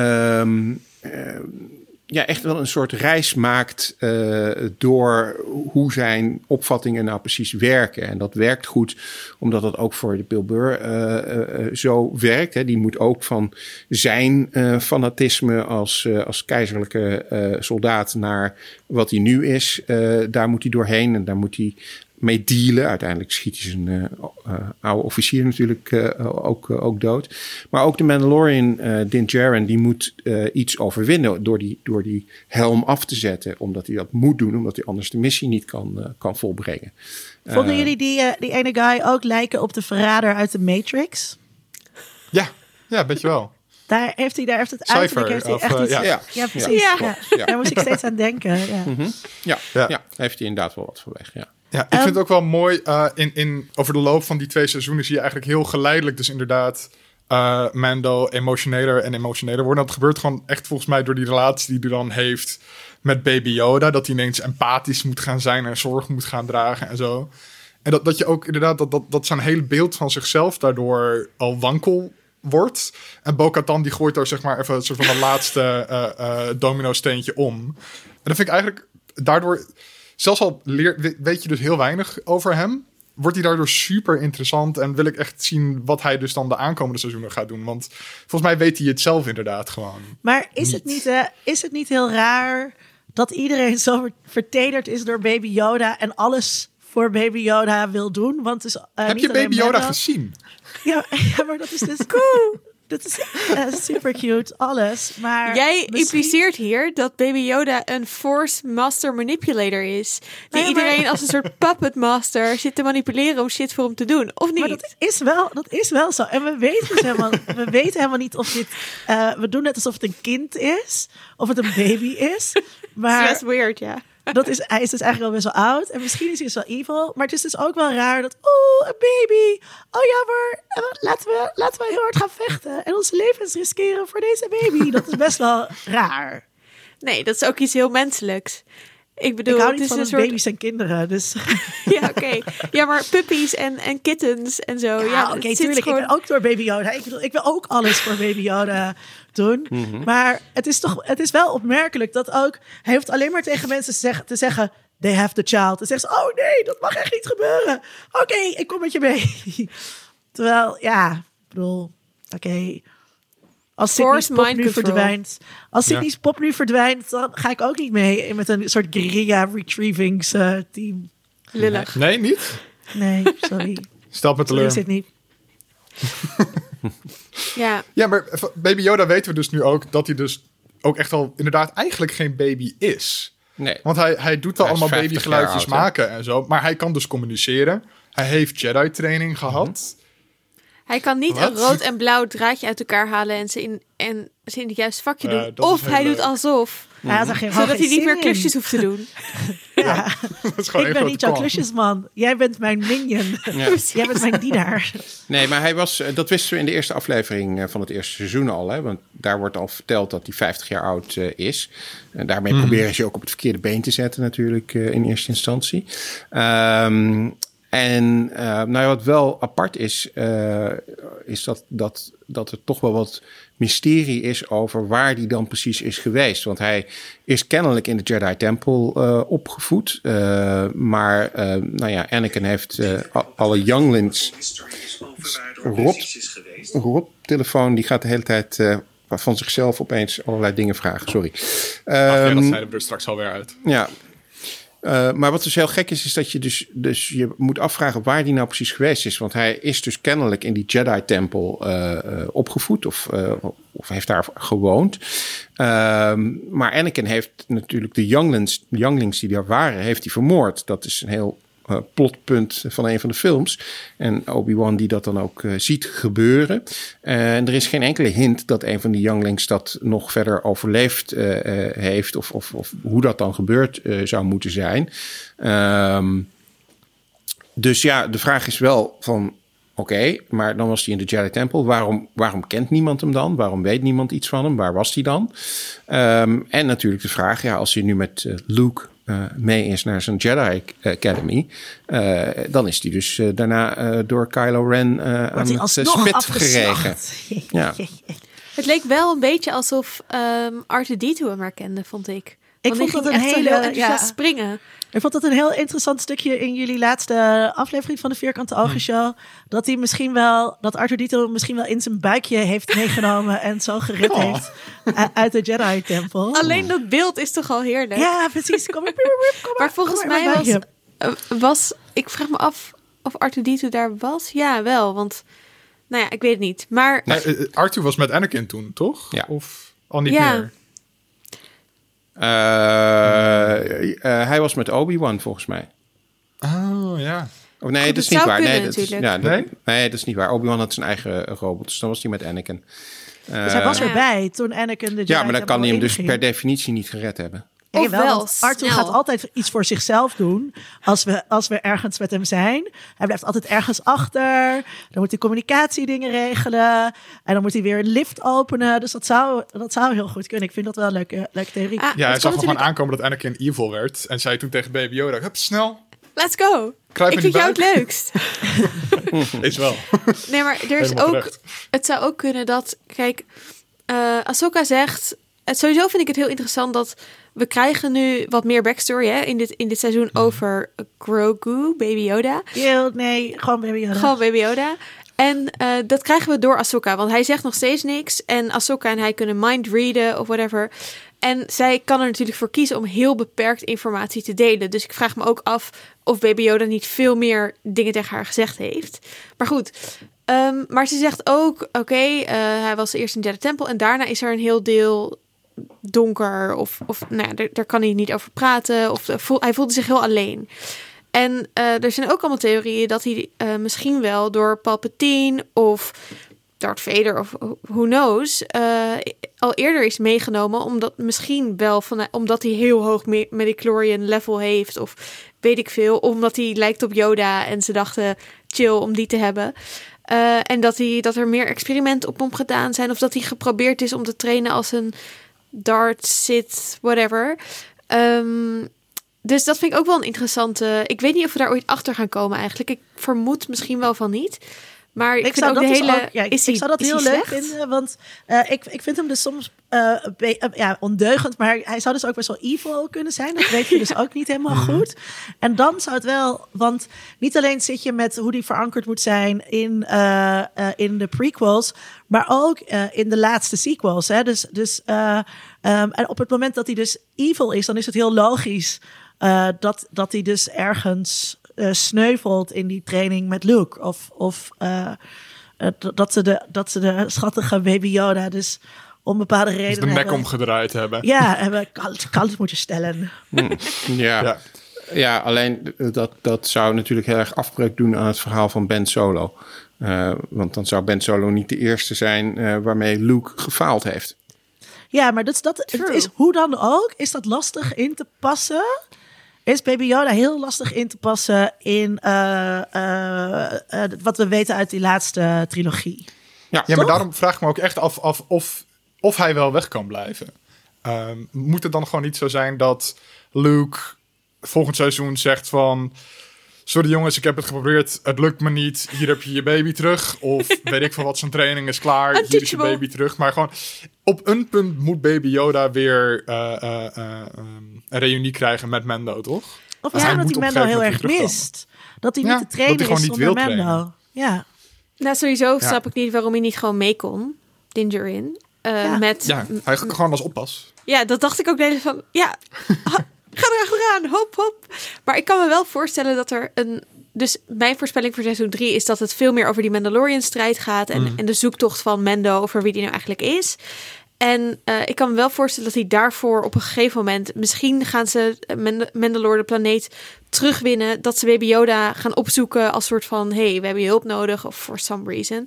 Um, uh, ja, echt wel een soort reis maakt uh, door hoe zijn opvattingen nou precies werken. En dat werkt goed, omdat dat ook voor de Bill Burr uh, uh, zo werkt. Hè. Die moet ook van zijn uh, fanatisme als, uh, als keizerlijke uh, soldaat naar wat hij nu is. Uh, daar moet hij doorheen en daar moet hij mee dealen. Uiteindelijk schiet hij zijn uh, uh, oude officier natuurlijk uh, ook, uh, ook dood. Maar ook de Mandalorian, uh, Din Djarin, die moet uh, iets overwinnen door die, door die helm af te zetten. Omdat hij dat moet doen, omdat hij anders de missie niet kan, uh, kan volbrengen.
Vonden
uh,
jullie die, uh, die ene guy ook lijken op de verrader uit de Matrix?
Ja, ja, een beetje wel.
Daar heeft hij, daar heeft het uiterlijk heeft hij
of,
echt
uh,
iets...
ja.
Ja, ja precies. Ja. Ja. Ja. Daar moest ik steeds aan denken. Ja,
mm-hmm. ja, ja. ja. heeft hij inderdaad wel wat van weg, ja.
Ja, ik um, vind het ook wel mooi. Uh, in, in, over de loop van die twee seizoenen zie je eigenlijk heel geleidelijk dus inderdaad uh, Mando emotioneler en emotioneler worden. Dat gebeurt gewoon echt volgens mij door die relatie die hij dan heeft met Baby Yoda. Dat hij ineens empathisch moet gaan zijn en zorg moet gaan dragen en zo. En dat, dat je ook inderdaad, dat, dat, dat zijn hele beeld van zichzelf daardoor al wankel wordt. En Bo-Katan die gooit daar zeg maar even een soort van de laatste uh, uh, domino steentje om. En dat vind ik eigenlijk daardoor... Zelfs al leer, weet je dus heel weinig over hem, wordt hij daardoor super interessant. En wil ik echt zien wat hij dus dan de aankomende seizoenen gaat doen. Want volgens mij weet hij het zelf inderdaad gewoon.
Maar is
niet.
het niet, uh, is het niet heel raar dat iedereen zo vertederd is door Baby Yoda en alles voor Baby Yoda wil doen? Want dus, uh,
Heb
niet
je
alleen
Baby Yoda
Mando-
gezien?
Ja, ja, maar dat is dus cool. Dat is uh, super cute, alles. Maar
Jij
misschien-
impliceert hier dat Baby Yoda een Force Master Manipulator is. Die
Nee, maar-
iedereen als een soort puppet master zit te manipuleren om shit voor hem te doen. Of niet?
Maar dat is wel, dat is wel zo. En we weten dus helemaal, we weten helemaal niet of dit... Uh, we doen net alsof het een kind is. Of het een baby is.
Dat
Maar
is best weird, ja.
dat is, hij is dus eigenlijk al best wel oud. En misschien is hij dus wel evil. Maar het is dus ook wel raar dat... Oh, een baby. Oh ja, maar laten we, laten we heel hard gaan vechten. En onze levens riskeren voor deze baby. Dat is best wel raar.
Nee, dat is ook iets heel menselijks. Ik bedoel,
Ik hou
het
niet
is
van
een
een
soort...
baby's en kinderen. Dus
Ja, oké. Ja, maar puppies en, en kittens en zo. Ja,
ja,
het
oké,
zit
tuurlijk.
gewoon-
Ik ben ook door Baby Yoda. Ik bedoel, ik wil ook alles voor Baby Yoda doen. Maar het is toch, het is wel opmerkelijk dat ook... Hij hoeft alleen maar tegen mensen te zeggen... Te zeggen they have the child. Dan zeggen ze, oh nee, dat mag echt niet gebeuren. Oké, ik kom met je mee. Terwijl, ja, ik bedoel, oké... Als Sydney's
Force
pop
mind
nu
control.
verdwijnt... Als
Ja.
Sydney's pop nu verdwijnt... dan ga ik ook niet mee met een soort guerrilla retrievings uh, team.
Lullig.
Nee, niet?
Nee, sorry.
Stel me
Sorry,
teleur.
Sydney.
Ja,
Ja, maar van Baby Yoda weten we dus nu ook dat hij dus ook echt al inderdaad eigenlijk geen baby is.
Nee.
Want hij, hij doet wel
Hij is
allemaal
vijftig
babygeluidjes
jaar oud, hè?
maken en zo. Maar hij kan dus communiceren. Hij heeft Jedi-training gehad.
hij kan niet
Wat?
een rood en blauw draadje uit elkaar halen en ze in, en ze in het juiste vakje
Ja,
doen.
dat is
Of
heel
hij
leuk.
doet alsof.
Hij had er geen,
Zodat
geen
hij niet
zin
meer
in.
klusjes hoeft te doen.
Ja.
Dat is gewoon
Ik
één
ben niet jouw
grote kwal.
klusjesman. Jij bent mijn minion.
Ja.
Jij bent mijn dienaar.
Nee, maar hij was, eh, dat wisten we in de eerste aflevering eh, van het eerste seizoen al. Hè? Want daar wordt al verteld dat hij vijftig jaar oud uh, is. En daarmee proberen ze ook op het verkeerde been te zetten natuurlijk uh, in eerste instantie. Um, en uh, nou ja, wat wel apart is, uh, is dat, dat, dat er toch wel wat mysterie is over waar hij dan precies is geweest. Want hij is kennelijk in de Jedi-tempel uh, opgevoed. Uh, maar uh, nou ja, Anakin heeft uh, alle younglings... Rob, Rob, telefoon, die gaat de hele tijd uh, van zichzelf opeens allerlei dingen vragen. Sorry.
Ach, ja, dat
Um,
zeiden we er straks alweer uit.
ja. Uh, maar wat dus heel gek is, is dat je dus, dus je moet afvragen waar die nou precies geweest is. Want hij is dus kennelijk in die Jedi-tempel uh, uh, opgevoed of, uh, of heeft daar gewoond. Um, maar Anakin heeft natuurlijk de younglings, younglings die daar waren, heeft hij vermoord. Dat is een heel uh, plotpunt van een van de films. En Obi-Wan die dat dan ook uh, ziet gebeuren. Uh, en er is geen enkele hint dat een van die younglings dat nog verder overleefd uh, uh, heeft. Of, of, of hoe dat dan gebeurd uh, zou moeten zijn. Um, dus ja, de vraag is wel van... Oké, okay, maar dan was hij in de Jedi-tempel. Waarom, waarom kent niemand hem dan? Waarom weet niemand iets van hem? Waar was hij dan? Um, en natuurlijk de vraag, ja, als hij nu met uh, Luke uh, mee is naar zijn Jedi Academy... Uh, dan is hij dus uh, daarna uh, door Kylo Ren uh, aan het spit geregen. Ja.
Het leek wel een beetje alsof um, R two D two hem herkende, vond ik.
Ik
Want
vond
die
dat
ging
een
echt
hele...
zo heel enthousiast
ja.
springen.
Ik vond dat een heel interessant stukje in jullie laatste aflevering van de Vierkante Ogen Show. Dat hij misschien wel, dat R two D two misschien wel in zijn buikje heeft meegenomen en zo gered
Oh.
heeft uh, uit de Jedi-tempel.
Alleen dat beeld is toch al heerlijk?
Ja, precies. Kom maar, kom maar,
Maar volgens
kom maar
mij
bij
was,
je.
uh, was... Ik vraag me af of R two D two daar was. Ja, wel. Want, nou ja, ik weet het niet. Maar
Nee, uh, R two was met Anakin toen, toch?
Ja.
Of al niet
Ja.
meer?
Uh, uh, hij was met Obi-Wan volgens mij.
Oh, ja.
Oh, nee,
Goed,
dat is
het
niet
zou
waar.
kunnen,
Nee dat, is,
natuurlijk.
ja, dat,
Nee?
nee, dat is niet waar. Obi-Wan had zijn eigen robot, dus dan was hij met Anakin. Uh,
Dus hij was
Ja.
erbij toen Anakin de Jedi
ja, maar dan kan hij hem dus
inging.
per definitie niet gered hebben.
Ja,
Of
jawel,
wel,
want Arthur
snel.
gaat altijd iets voor zichzelf doen als we, als we ergens met hem zijn. Hij blijft altijd ergens achter. Dan moet hij communicatiedingen regelen. En dan moet hij weer een lift openen. Dus dat zou, dat zou heel goed kunnen. Ik vind dat wel een leuke, leuke theorie.
Ah,
Ja,
het
hij
kan
zag gewoon
natuurlijk-
aankomen dat Anakin evil werd. En zei toen tegen Baby Yoda, hup, snel.
Let's go.
Kruip
Ik
in die
vind jou het
buik.
leukst.
Is wel.
Nee, maar er is
Helemaal
ook...
terecht.
Het zou ook kunnen dat... Kijk, uh, Ahsoka zegt... Het, sowieso vind ik het heel interessant dat we krijgen nu wat meer backstory hè, in, dit, in dit seizoen mm. over Grogu, Baby Yoda.
Yo, nee, gewoon Baby Yoda.
Gewoon Baby Yoda. En uh, dat krijgen we door Ahsoka, want hij zegt nog steeds niks. En Ahsoka en hij kunnen mind readen of whatever. En zij kan er natuurlijk voor kiezen om heel beperkt informatie te delen. Dus ik vraag me ook af of Baby Yoda niet veel meer dingen tegen haar gezegd heeft. Maar goed, um, maar ze zegt ook, oké, okay, uh, hij was eerst in de derde tempel en daarna is er een heel deel donker. Of, of nou ja, daar, daar kan hij niet over praten. Of uh, voel, hij voelde zich heel alleen. En uh, er zijn ook allemaal theorieën dat hij uh, misschien wel door Palpatine of Darth Vader of who knows uh, al eerder is meegenomen, omdat misschien wel van, omdat hij heel hoog midichlorian level heeft of weet ik veel, omdat hij lijkt op Yoda en ze dachten chill om die te hebben. Uh, en dat, hij, dat er meer experimenten op hem gedaan zijn of dat hij geprobeerd is om te trainen als een Darth Sith, whatever. Um, Dus dat vind ik ook wel een interessante. Ik weet niet of we daar ooit achter gaan komen eigenlijk. Ik vermoed misschien wel van niet. Maar ik, ik vind ook de hele.
Ook, ja,
is
ik zou dat heel leuk vinden, want uh, ik, ik vind hem dus soms uh, be, uh, ja, ondeugend, maar hij zou dus ook best wel evil kunnen zijn. Dat weet je dus ook niet helemaal goed. En dan zou het wel, want niet alleen zit je met hoe die verankerd moet zijn in, uh, uh, in de prequels, maar ook uh, in de laatste sequels. Hè? Dus, dus uh, um, en op het moment dat hij dus evil is, dan is het heel logisch uh, dat, dat hij dus ergens Uh, sneuvelt in die training met Luke. Of, of uh, uh, dat, ze de, dat ze de schattige Baby Yoda dus om bepaalde redenen
dus de nek
hebben,
omgedraaid hebben.
Ja, hebben kant, kant moeten stellen.
Hmm. Ja. ja. Ja, alleen dat, dat zou natuurlijk heel erg afbreuk doen aan het verhaal van Ben Solo. Uh, want dan zou Ben Solo niet de eerste zijn uh, waarmee Luke gefaald heeft.
Ja, maar dat, dat, het is hoe dan ook, is dat lastig in te passen. Is Baby Yoda heel lastig in te passen in uh, uh, uh, wat we weten uit die laatste trilogie.
Ja, ja, maar daarom vraag ik me ook echt af, af of, of hij wel weg kan blijven. Um, moet het dan gewoon niet zo zijn dat Luke volgend seizoen zegt van, sorry jongens, ik heb het geprobeerd, het lukt me niet, hier heb je je baby terug. Of weet ik van wat, zijn training is klaar, hier is je baby terug. Maar gewoon, op een punt moet Baby Yoda weer uh, uh, uh, um, een reunie krijgen met Mando, toch?
Of misschien dat hij Mando heel erg mist. Dat hij niet
ja,
te trainen is zonder Mando.
Trainen.
Ja.
Nou, sowieso ja. snap ik niet waarom hij niet gewoon mee kon, Din Djarin. Uh,
ja.
Met,
ja, eigenlijk gewoon als oppas.
Ja, dat dacht ik ook de hele van, ja, ga er achteraan, hop, hop. Maar ik kan me wel voorstellen dat er een... Dus mijn voorspelling voor seizoen drie is dat het veel meer over die Mandalorian-strijd gaat. En, mm. en de zoektocht van Mando over wie die nou eigenlijk is. En uh, ik kan me wel voorstellen dat hij daarvoor op een gegeven moment... Misschien gaan ze Mand- Mandalore, de planeet, terugwinnen. Dat ze Baby Yoda gaan opzoeken als soort van... Hey, we hebben je hulp nodig, of for some reason.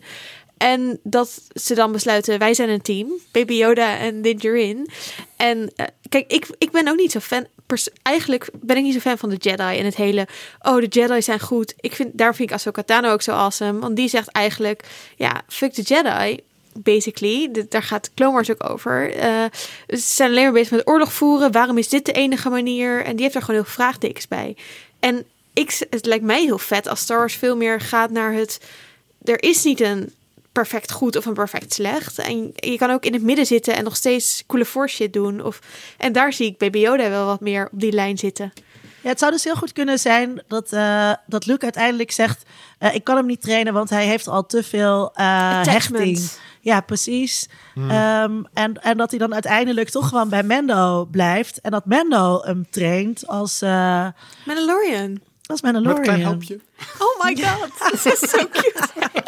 En dat ze dan besluiten, wij zijn een team. Baby Yoda en Din Djarin. En uh, kijk, ik, ik ben ook niet zo fan... Pers- eigenlijk ben ik niet zo fan van de Jedi en het hele... Oh, de Jedi zijn goed. Ik vind, daar vind ik Ahsoka Tano ook zo awesome. Want die zegt eigenlijk... Ja, fuck de Jedi... Basically, de, daar gaat Clone Wars ook over. Uh, ze zijn alleen maar bezig met oorlog voeren. Waarom is dit de enige manier? En die heeft daar gewoon heel veel vraagtekens bij. En ik, het lijkt mij heel vet als Star Wars veel meer gaat naar het... Er is niet een perfect goed of een perfect slecht. En je kan ook in het midden zitten en nog steeds coole force shit doen. Of, en daar zie ik Baby Yoda wel wat meer op die lijn zitten.
Ja, het zou dus heel goed kunnen zijn dat, uh, dat Luke uiteindelijk zegt... Uh, ik kan hem niet trainen, want hij heeft al te veel uh, hechting. Ja, precies. Hmm. Um, en, en dat hij dan uiteindelijk toch gewoon bij Mando blijft. En dat Mando hem traint als... Uh,
Mandalorian.
Als Mandalorian.
Met een klein helpje.
Oh my god, this is so cute.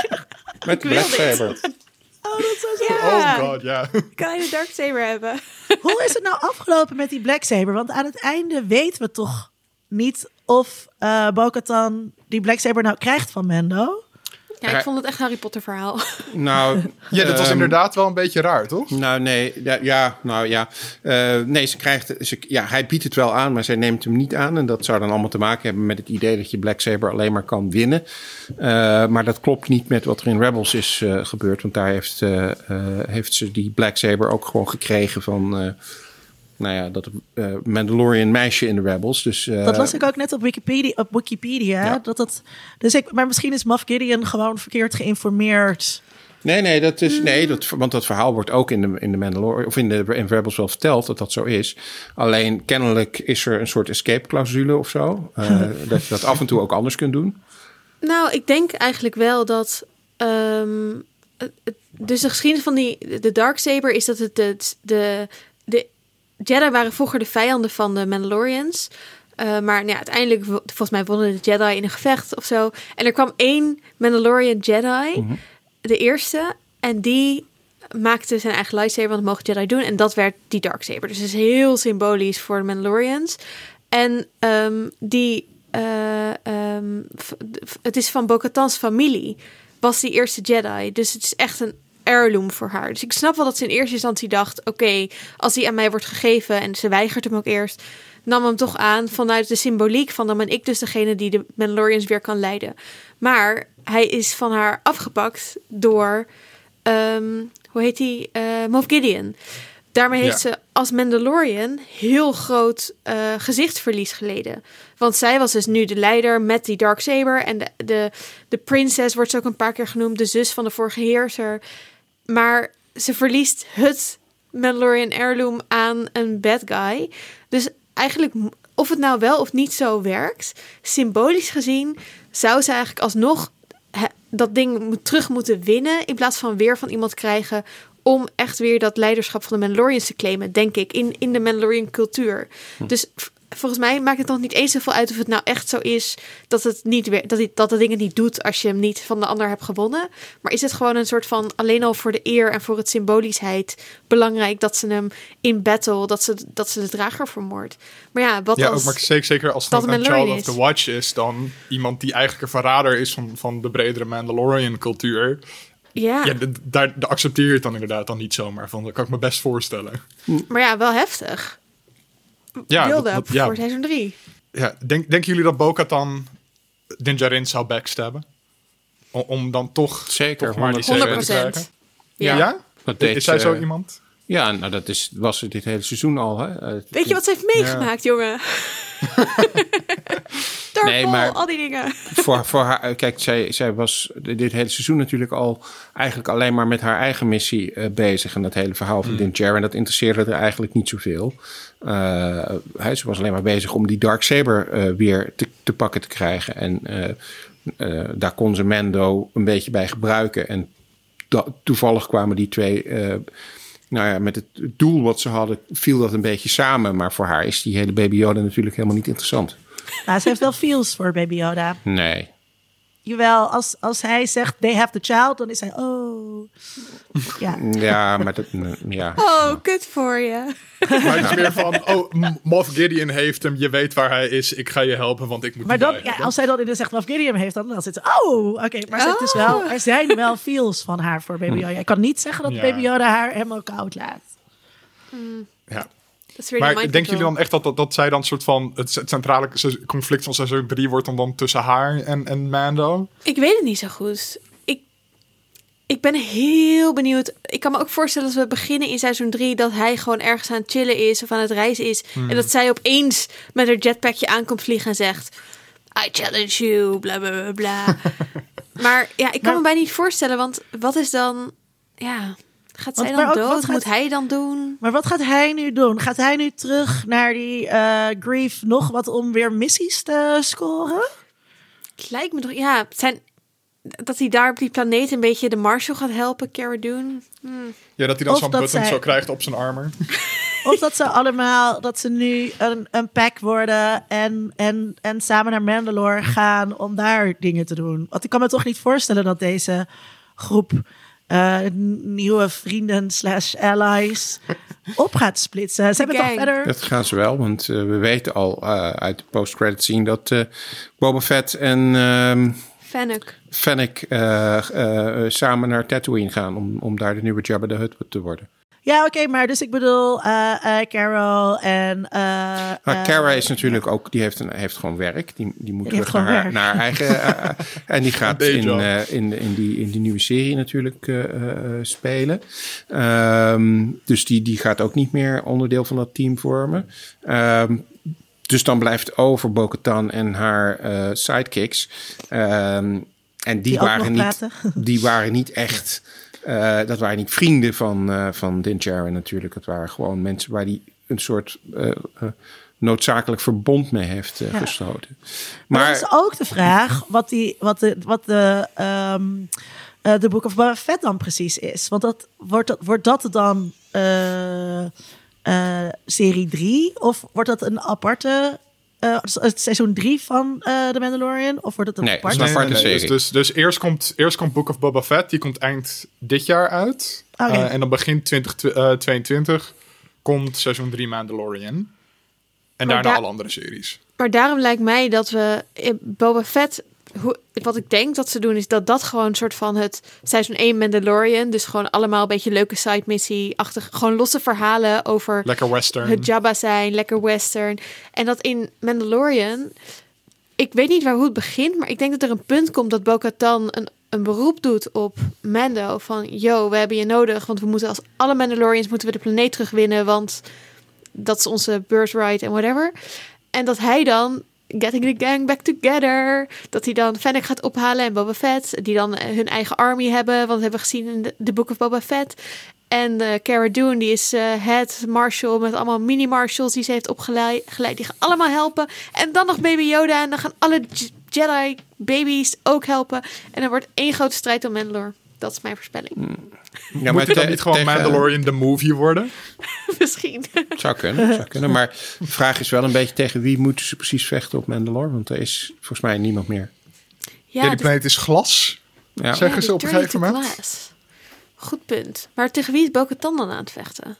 Met Blacksaber.
Oh, dat zou zo...
Ja.
Oh god, ja.
Kan je een Darksaber hebben?
Hoe is het nou afgelopen met die Blacksaber? Want aan het einde weten we toch niet of uh, Bo-Katan die Blacksaber nou krijgt van Mando.
Ja, ik vond het echt Harry Potter verhaal.
Nou,
ja, dat was um, inderdaad wel een beetje raar, toch?
Nou, nee, ja, ja nou ja. Uh, nee, ze krijgt, ze, ja, hij biedt het wel aan, maar zij neemt hem niet aan. En dat zou dan allemaal te maken hebben met het idee dat je Blacksaber alleen maar kan winnen. Uh, maar dat klopt niet met wat er in Rebels is uh, gebeurd. Want daar heeft, uh, uh, heeft ze die Blacksaber ook gewoon gekregen van... Uh, Nou ja, dat uh, Mandalorian meisje in de Rebels. Dus, uh,
dat las ik ook net op Wikipedia. Op Wikipedia
ja.
dat dat, dus ik, maar misschien is Moff Gideon gewoon verkeerd geïnformeerd.
Nee, nee, dat is, nee dat, want dat verhaal wordt ook in de, in de Mandalorian of in de in Rebels wel verteld dat dat zo is. Alleen kennelijk is er een soort escape-clausule of zo. Uh, dat je dat af en toe ook anders kunt doen.
Nou, ik denk eigenlijk wel dat... Um, dus de geschiedenis van die, de Darksaber is dat het de, de, de Jedi waren vroeger de vijanden van de Mandalorians. Uh, maar nou ja, uiteindelijk, volgens mij wonnen de Jedi in een gevecht of zo. En er kwam één Mandalorian Jedi, mm-hmm. de eerste. En die maakte zijn eigen lightsaber, want dat mogen Jedi doen. En dat werd die Darksaber. Dus het is heel symbolisch voor de Mandalorians. En um, die... Uh, um, het is van Bo-Katan's familie. Was die eerste Jedi. Dus het is echt een heirloom voor haar. Dus ik snap wel dat ze in eerste instantie dacht... oké, okay, als die aan mij wordt gegeven... en ze weigert hem ook eerst... nam hem toch aan vanuit de symboliek van... dan ben ik dus degene die de Mandalorians weer kan leiden. Maar hij is van haar afgepakt door... Um, hoe heet die? Uh, Moff Gideon. Daarmee heeft ja. ze als Mandalorian heel groot uh, gezichtsverlies geleden. Want zij was dus nu de leider met die Darksaber. En de, de, de prinses wordt ze ook een paar keer genoemd. De zus van de vorige heerser. Maar ze verliest het Mandalorian heirloom aan een bad guy. Dus eigenlijk, of het nou wel of niet zo werkt... symbolisch gezien zou ze eigenlijk alsnog he, dat ding terug moeten winnen... in plaats van weer van iemand krijgen... om echt weer dat leiderschap van de Mandalorians te claimen, denk ik, in, in de Mandalorian cultuur. Hm. Dus v- volgens mij maakt het nog niet eens zoveel uit of het nou echt zo is dat het niet weer, dat, het, dat de dingen niet doet als je hem niet van de ander hebt gewonnen. Maar is het gewoon een soort van alleen al voor de eer en voor het symbolischheid belangrijk dat ze hem in battle, dat ze, dat ze de drager vermoordt. Maar ja, wat
ja,
als...
ook maar zeker, zeker als het een Child of the Watch is, dan iemand die eigenlijk een verrader is van, van de bredere Mandalorian cultuur.
Ja,
ja d- daar d- accepteer je het dan inderdaad dan niet zomaar van. Dat kan ik me best voorstellen.
Maar ja, wel heftig.
Ja,
Build-up
dat, dat, ja.
voor seizoen drie.
Ja, denk, denken jullie dat Bo-Katan Din Djarin zou backstabben? Om, om dan toch,
Zeker,
toch maar die
honderd
zeven te
procent.
krijgen?
Ja.
Ja?
Dat
Is
deed,
zij zo
uh,
iemand?
Ja, nou dat is, was dit hele seizoen al. Hè? Uh,
Weet je wat ze heeft meegemaakt, ja. jongen? Dark
nee,
Ball,
maar
al die dingen.
Voor, voor haar, kijk, zij, zij was dit hele seizoen natuurlijk al eigenlijk alleen maar met haar eigen missie uh, bezig. En dat hele verhaal van mm. Din Djarin, dat interesseerde er eigenlijk niet zoveel. Uh, hij, ze was alleen maar bezig om die Darksaber uh, weer te, te pakken te krijgen. En uh, uh, daar kon ze Mando een beetje bij gebruiken. En da- toevallig kwamen die twee... Uh, Nou ja, met het doel wat ze hadden, viel dat een beetje samen. Maar voor haar is die hele Baby Yoda natuurlijk helemaal niet interessant.
Nou, ze heeft wel feels voor Baby Yoda.
Nee.
Jawel, als, als hij zegt, they have the child, dan is hij, oh. Ja,
ja maar dat... Ja.
Oh, kut voor je.
Maar het is meer van, oh, Moff Gideon heeft hem, je weet waar hij is, ik ga je helpen, want ik moet
maar dan, ja, als hij dan in de zegt Moff Gideon heeft, dan, dan zit ze, oh, oké. Okay, maar oh. Het is wel, er zijn wel feels van haar voor Baby Yoda. Ik kan niet zeggen dat ja. Baby Yoda haar helemaal koud laat.
Mm.
Ja.
Maar
denken jullie dan echt dat, dat, dat zij dan een soort van het centrale conflict van seizoen drie wordt dan, dan tussen haar en, en Mando?
Ik weet het niet zo goed. Ik, ik ben heel benieuwd. Ik kan me ook voorstellen dat we beginnen in seizoen drie dat hij gewoon ergens aan het chillen is of aan het reizen is. Hmm. En dat zij opeens met haar jetpackje aankomt vliegen en zegt, I challenge you, bla bla bla bla. Maar ja, ik kan maar, me bijna niet voorstellen, want wat is dan... Ja... Gaat zij dan ook, dood? Gaat, Moet hij dan doen?
Maar wat gaat hij nu doen? Gaat hij nu terug naar die uh, Grief nog wat om weer missies te scoren?
Het lijkt me toch... Ja, zijn, dat hij daar op die planeet een beetje de Marshal gaat helpen, Cara Dune. Hmm.
Ja, dat hij dan of zo'n button zij... zo krijgt op zijn armor.
Of dat ze allemaal, dat ze nu een, een pack worden en, en, en samen naar Mandalore gaan om daar dingen te doen. Want ik kan me toch niet voorstellen dat deze groep... Uh, nieuwe vrienden slash allies op gaat splitsen. Ze hebben toch verder...
Dat gaan ze wel, want uh, we weten al uh, uit de post-credit scene dat uh, Boba Fett en uh,
Fennec,
Fennec uh, uh, samen naar Tatooine gaan om, om daar de nieuwe Jabba the Hutt te worden.
Ja, oké, okay, maar dus ik bedoel, uh, uh, Carol en... Uh,
maar Cara is natuurlijk ook, die heeft, een, heeft gewoon werk. Die, die moet
die
terug naar haar, naar haar eigen... Uh, en die gaat in, uh, in, in, die, in die nieuwe serie natuurlijk uh, uh, spelen. Um, dus die, die gaat ook niet meer onderdeel van dat team vormen. Um, dus dan blijft over Bo-Katan en haar uh, sidekicks. Um, en die, die waren niet, die waren niet echt... Uh, dat waren niet vrienden van, uh, van Din Djarin natuurlijk. Het waren gewoon mensen waar die een soort uh, uh, noodzakelijk verbond mee heeft uh, ja. gesloten.
Maar, maar dat is ook de vraag wat, die, wat de, wat de, um, uh, de Book of Boba Fett dan precies is. Want dat, wordt, dat, wordt dat dan uh, uh, serie drie? Of wordt dat een aparte... Uh, het seizoen drie van uh, The Mandalorian? Of wordt het een
nee,
aparte,
nee, nee, nee,
serie? Dus, dus, dus eerst, komt, eerst komt Book of Boba Fett. Die komt eind dit jaar uit.
Okay.
Uh, en dan begin twintig tweeëntwintig komt seizoen drie Mandalorian. En maar daarna da- alle andere series.
Maar daarom lijkt mij dat we Boba Fett... Hoe, wat ik denk dat ze doen is dat dat gewoon een soort van het seizoen één Mandalorian. Dus gewoon allemaal een beetje leuke side missie-achtig. Gewoon losse verhalen over
lekker western.
Het Jabba zijn, lekker western. En dat in Mandalorian, ik weet niet waar hoe het begint, maar ik denk dat er een punt komt dat Bo-Katan een, een beroep doet op Mando. Van, yo, we hebben je nodig, want we moeten als alle Mandalorians moeten we de planeet terugwinnen, want dat is onze birthright en whatever. En dat hij dan getting the gang back together. Dat hij dan Fennec gaat ophalen en Boba Fett. Die dan hun eigen army hebben. Want dat hebben we gezien in de, de Book of Boba Fett. En uh, Cara Dune, die is uh, head marshal met allemaal mini-marshals die ze heeft opgeleid. Die gaan allemaal helpen. En dan nog baby Yoda. En dan gaan alle J- Jedi babies ook helpen. En er wordt één grote strijd om Mandalore. Dat is mijn voorspelling.
Hmm.
Ja, moet het dan niet gewoon tegen... Mandalorian the movie worden?
Misschien.
Zou kunnen, zou kunnen. Maar de vraag is wel een beetje tegen wie moeten ze precies vechten op Mandalore? Want er is volgens mij niemand meer.
Ja, ja die planeet is glas, ja. zeggen ja, ze op een gegeven moment.
Glass. Goed punt. Maar tegen wie is Bo-Katan dan aan het vechten?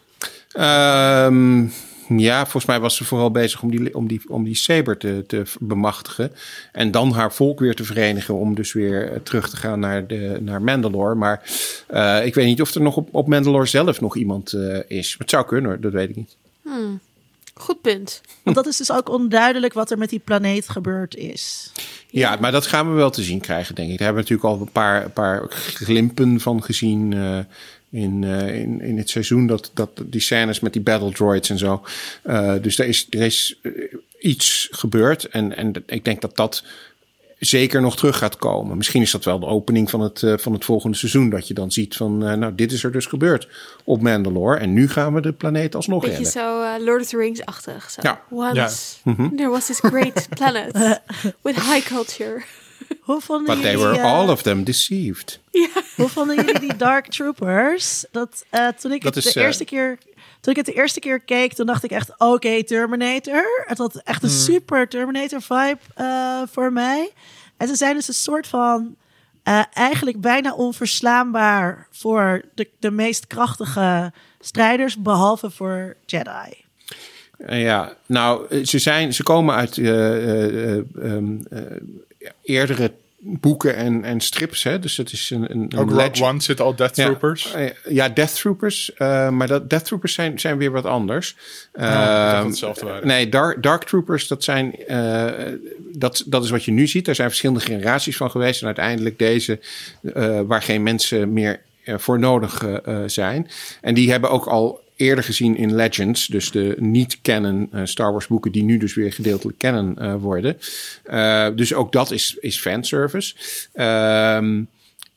Um, ja, volgens mij was ze vooral bezig om die, om die, om die saber te, te bemachtigen. En dan haar volk weer te verenigen om dus weer uh, terug te gaan naar, de, naar Mandalore. Maar uh, ik weet niet of er nog op, op Mandalore zelf nog iemand uh, is. Het zou kunnen hoor, dat weet ik niet.
Hmm. Goed punt.
Want dat is dus ook onduidelijk wat er met die planeet gebeurd is.
Ja, ja, maar dat gaan we wel te zien krijgen, denk ik. Daar hebben we natuurlijk al een paar, een paar glimpen van gezien uh, in, uh, in, in het seizoen. Dat, dat die scènes met die battle droids en zo. Uh, dus er is, er is iets gebeurd. En, en ik denk dat dat zeker nog terug gaat komen. Misschien is dat wel de opening van het, uh, van het volgende seizoen. Dat je dan ziet van, uh, nou, dit is er dus gebeurd op Mandalore. En nu gaan we de planeet alsnog redden.
Beetje zo uh, Lord of the Rings-achtig. Zo.
Ja.
Once
ja.
Mm-hmm.
there was this great planet with high culture.
Hoe vonden
But
jullie,
they were
uh,
all of them deceived.
Ja.
Hoe vonden jullie die Dark Troopers? Dat, uh, toen ik
dat
het
is,
de
uh,
eerste keer... Toen ik het de eerste keer keek, toen dacht ik echt, oké, okay, Terminator. Het had echt een mm. super Terminator vibe uh, voor mij. En ze zijn dus een soort van uh, eigenlijk bijna onverslaanbaar voor de, de meest krachtige strijders, behalve voor Jedi.
Uh, ja, nou, ze, zijn, ze komen uit uh, uh, um, uh, eerdere boeken en, en strips, hè? Dus het is een, een,
ook
een
Rogue One zit al Death Troopers.
Ja, uh, ja Death Troopers, uh, maar dat, Death Troopers zijn, zijn weer wat anders. Uh,
ja, dat hetzelfde waren.
Nee, Dark, Dark Troopers, dat zijn uh, dat, dat is wat je nu ziet. Er zijn verschillende generaties van geweest en uiteindelijk deze, uh, waar geen mensen meer uh, voor nodig uh, zijn. En die hebben ook al eerder gezien in Legends, dus de niet-canon uh, Star Wars boeken die nu dus weer gedeeltelijk canon uh, worden. Uh, dus ook dat is, is fanservice. Um,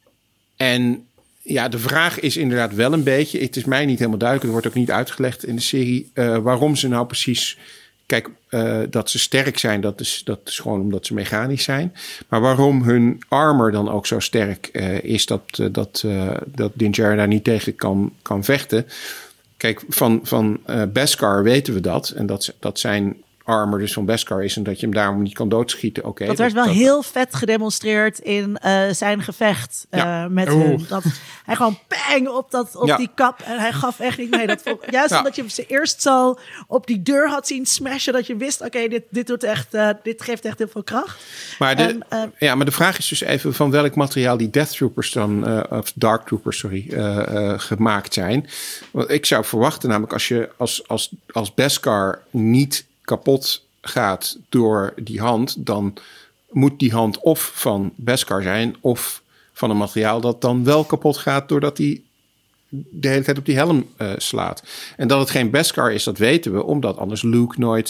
en ja, de vraag is inderdaad wel een beetje, het is mij niet helemaal duidelijk, het wordt ook niet uitgelegd in de serie, uh, waarom ze nou precies, kijk, uh, dat ze sterk zijn, dat is, dat is gewoon omdat ze mechanisch zijn. Maar waarom hun armor dan ook zo sterk uh, is, dat, uh, dat, uh, dat Din Djarin daar niet tegen kan, kan vechten. Kijk, van, van uh, Beskar weten we dat. En dat, dat zijn armor dus van Beskar is en dat je hem daarom niet kan doodschieten. Okay,
dat werd
dat,
wel
dat...
heel vet gedemonstreerd in uh, zijn gevecht uh, ja. met hun. Dat hij gewoon bang op, dat, op ja. die kap en hij gaf echt niet mee. Dat vond, juist ja. omdat je ze eerst zo op die deur had zien smashen, dat je wist, oké, okay, dit, dit doet echt, uh, dit geeft echt heel veel kracht.
Maar de,
en, uh,
ja, maar de vraag is dus even van welk materiaal die Death Troopers dan, uh, of Dark Troopers, sorry, uh, uh, gemaakt zijn. Want ik zou verwachten, namelijk als je als, als, als Beskar niet kapot gaat door die hand, dan moet die hand of van Beskar zijn of van een materiaal dat dan wel kapot gaat doordat hij de hele tijd op die helm uh, slaat. En dat het geen Beskar is, dat weten we, omdat anders Luke nooit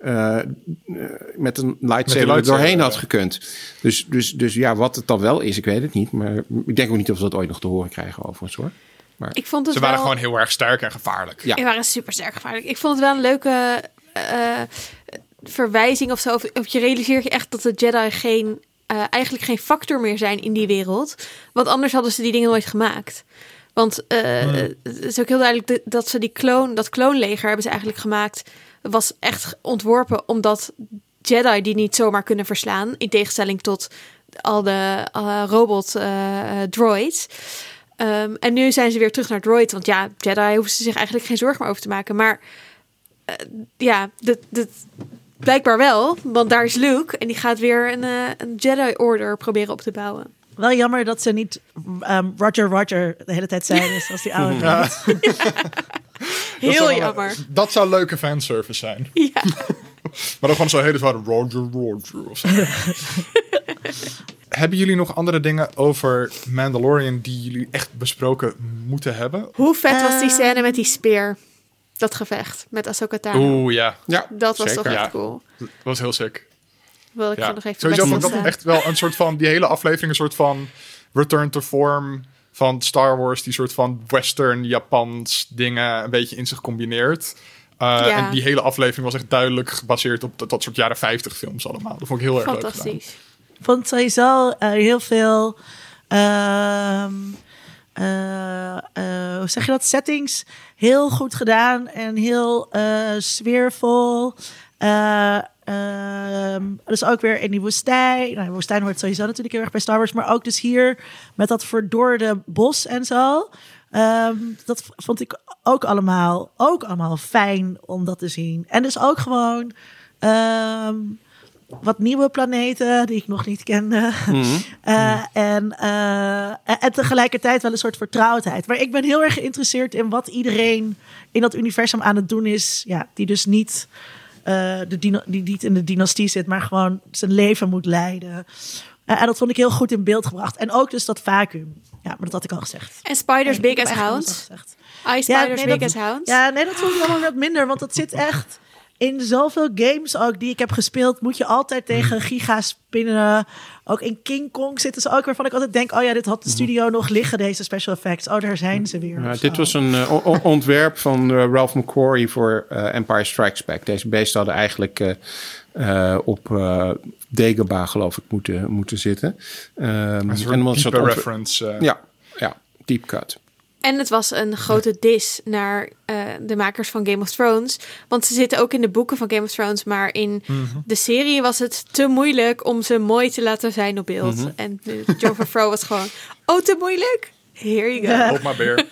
uh, met een lightsaber
lightsaber,
doorheen had
ja.
gekund. Dus, dus, dus ja, wat het dan wel is, ik weet het niet. Maar ik denk ook niet of we dat ooit nog te horen krijgen overigens hoor. Maar
Ik vond het
Ze waren
wel...
gewoon heel erg sterk en gevaarlijk.
Ja.
Die waren super sterk gevaarlijk. Ik vond het wel een leuke uh, verwijzing of zo. Of, of je realiseert je echt dat de Jedi geen, uh, eigenlijk geen factor meer zijn in die wereld. Want anders hadden ze die dingen nooit gemaakt. Want uh, hmm. het is ook heel duidelijk dat ze die kloon, dat kloonleger hebben ze eigenlijk gemaakt. Was echt ontworpen omdat Jedi die niet zomaar kunnen verslaan. In tegenstelling tot al de uh, robot uh, droids. Um, en nu zijn ze weer terug naar droids. Want ja, Jedi hoeven ze zich eigenlijk geen zorgen meer over te maken. Maar uh, ja, dat, dat blijkbaar wel. Want daar is Luke. En die gaat weer een, uh, een Jedi-order proberen op te bouwen.
Wel jammer dat ze niet um, Roger Roger de hele tijd zijn. Dus als die oude
Ja.
ja.
Heel
zou,
jammer.
Dat zou leuke fanservice zijn.
Ja.
Maar dan gewoon zo hele zware Roger Roger of zo. Hebben jullie nog andere dingen over Mandalorian die jullie echt besproken moeten hebben?
Hoe vet was die
Uh,
scène met die speer? Dat gevecht met Ahsoka Tano.
Oeh, ja.
Ja,
Dat was
zeker.
toch echt
Ja.
cool.
Dat was heel sick.
Wil ik
Ja.
nog even
Sowieso
bij
vond ik dat
stilstaan.
echt wel een soort van... Die hele aflevering een soort van return to form van Star Wars. Die soort van western, Japans dingen een beetje in zich combineert. Uh,
Ja.
En die hele aflevering was echt duidelijk gebaseerd op dat, dat soort jaren vijftig films allemaal. Dat vond ik heel erg leuk gedaan.
Fantastisch.
Ik vond sowieso uh, heel veel... Um, uh, uh, hoe zeg je dat? Settings heel goed gedaan en heel uh, sfeervol. Uh, um, dus ook weer in die woestijn. Nou, de woestijn hoort sowieso natuurlijk heel erg bij Star Wars. Maar ook dus hier met dat verdorde bos en zo. Um, dat vond ik ook allemaal, ook allemaal fijn om dat te zien. En dus ook gewoon... Um, wat nieuwe planeten die ik nog niet kende. Mm-hmm. uh, en, uh, en tegelijkertijd wel een soort vertrouwdheid. Maar ik ben heel erg geïnteresseerd in wat iedereen in dat universum aan het doen is. Ja, die dus niet, uh, de dino- die niet in de dynastie zit, maar gewoon zijn leven moet leiden. Uh, en dat vond ik heel goed in beeld gebracht. En ook dus dat vacuüm. Ja, maar dat had ik al gezegd.
En Spiders
en
Big
ik heb
as
echt alles
Hounds.
al gezegd.
I Spiders
ja, nee,
Big
dat,
as Hounds.
Ja, nee, dat vond ik allemaal wat minder. Want dat zit echt... In zoveel games ook die ik heb gespeeld, moet je altijd tegen giga spinnen. Ook in King Kong zitten ze ook, waarvan ik altijd denk, oh ja, dit had de studio nog liggen, deze special effects. Oh, daar zijn ze weer.
Ja, dit was een uh, o- ontwerp van uh, Ralph McQuarrie voor uh, Empire Strikes Back. Deze beesten hadden eigenlijk uh, uh, op uh, Dagobah, geloof ik, moeten, moeten zitten. Um,
Een soort diepe
ontwer-
reference. Uh.
Ja, ja, deep cut.
En het was een grote dis naar uh, de makers van Game of Thrones. Want ze zitten ook in de boeken van Game of Thrones. Maar in mm-hmm. de serie was het te moeilijk om ze mooi te laten zijn op beeld. Mm-hmm. En uh, Jon Favreau was gewoon... Oh, te moeilijk? Here you go.
Op maar beer.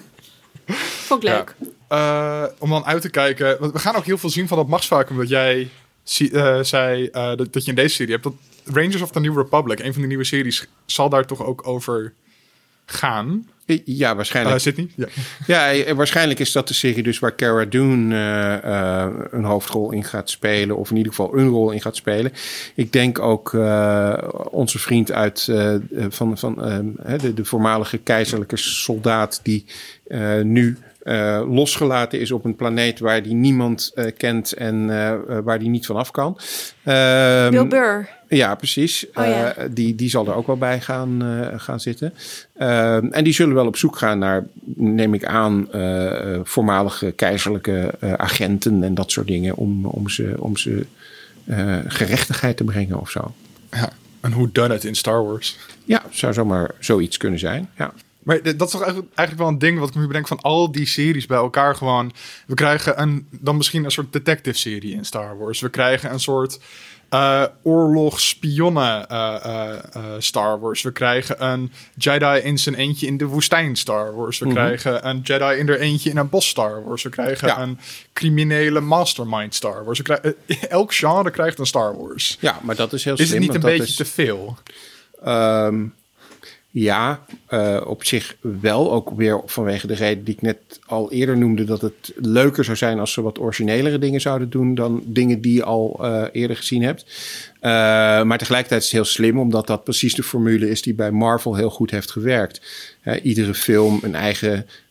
Vond ik leuk.
Ja. Uh, om dan uit te kijken... Want we gaan ook heel veel zien van dat machtsvacuum dat jij uh, zei... Uh, dat, dat je in deze serie hebt. Dat Rangers of the New Republic, een van de nieuwe series... zal daar toch ook over gaan...
Ja, waarschijnlijk.
Uh, Sydney? Ja.
ja, waarschijnlijk is dat de serie dus waar Cara Dune uh, uh, een hoofdrol in gaat spelen. Of in ieder geval een rol in gaat spelen. Ik denk ook uh, onze vriend uit uh, van, van uh, de, de voormalige keizerlijke soldaat die uh, nu uh, losgelaten is op een planeet waar die niemand uh, kent en uh, waar die niet vanaf kan. Uh,
Bill Burr.
Ja, precies.
Oh, ja.
Uh, die, die zal er ook wel bij gaan, uh, gaan zitten. Uh, en die zullen wel op zoek gaan naar, neem ik aan, uh, voormalige keizerlijke uh, agenten en dat soort dingen. Om, om ze, om ze uh, gerechtigheid te brengen of zo.
Ja, en hoe done it in Star Wars.
Ja, zou zomaar zoiets kunnen zijn. Ja.
Maar dat is toch eigenlijk, eigenlijk wel een ding wat ik me bedenk van al die series bij elkaar gewoon. We krijgen een, dan misschien een soort detective-serie in Star Wars. We krijgen een soort uh, oorlogsspionnen uh, uh, uh, Star Wars. We krijgen een Jedi in zijn eentje in de woestijn Star Wars. We mm-hmm. krijgen een Jedi in er eentje in een bos Star Wars. We krijgen ja. een criminele mastermind Star Wars. We krijgen, uh, elk genre krijgt een Star Wars.
Ja, maar dat is heel
is
slim.
Is het niet een beetje
is,
te veel?
Um, Ja, uh, op zich wel. Ook weer vanwege de reden die ik net al eerder noemde. Dat het leuker zou zijn als ze wat originelere dingen zouden doen. Dan dingen die je al uh, eerder gezien hebt. Uh, maar tegelijkertijd is het heel slim. Omdat dat precies de formule is die bij Marvel heel goed heeft gewerkt. Uh, iedere film een eigen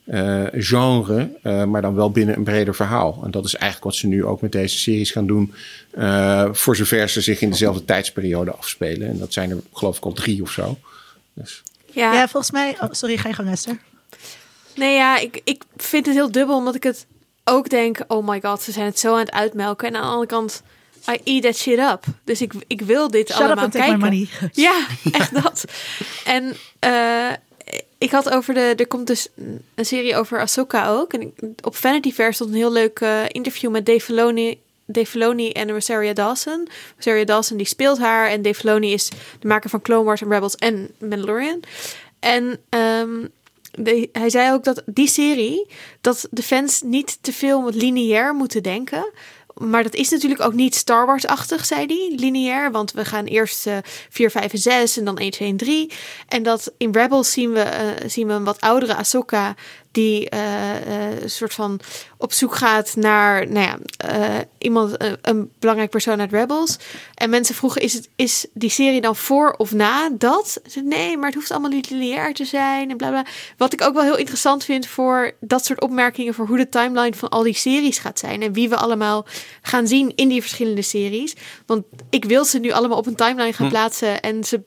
uh, genre, uh, maar dan wel binnen een breder verhaal. En dat is eigenlijk wat ze nu ook met deze series gaan doen, uh, voor zover ze zich in dezelfde tijdsperiode afspelen. En dat zijn er geloof ik al drie of zo. Dus.
Ja.
ja, volgens mij... Oh, sorry, ga je gang, Esther.
Nee, ja, ik, ik vind het heel dubbel, omdat ik het ook denk, oh my god, ze zijn het zo aan het uitmelken. En aan de andere kant, I eat that shit up. Dus ik, ik wil dit
Shut
allemaal
up and take
kijken.
my money.
Ja, echt dat. En uh, ik had over de, er komt dus een serie over Ahsoka ook. En ik, op Vanity Fair stond een heel leuk uh, interview met Dave Filoni, Dave Filoni en Rosario Dawson. Rosario Dawson die speelt haar en Dave Filoni is de maker van Clone Wars en Rebels en Mandalorian. En um, de, hij zei ook dat die serie, dat de fans niet te veel met lineair moeten denken. Maar dat is natuurlijk ook niet Star Wars-achtig, zei hij, lineair. Want we gaan eerst uh, vier, vijf en zes en dan één, twee en drie. En dat in Rebels zien we, uh, zien we een wat oudere Ahsoka die uh, uh, een soort van op zoek gaat naar nou ja, uh, iemand, uh, een belangrijk persoon uit Rebels. En mensen vroegen, is, het, is die serie dan voor of na dat? Nee, maar het hoeft allemaal niet lineair te zijn en bla bla. Wat ik ook wel heel interessant vind voor dat soort opmerkingen, voor hoe de timeline van al die series gaat zijn en wie we allemaal gaan zien in die verschillende series. Want ik wil ze nu allemaal op een timeline gaan hm. plaatsen en ze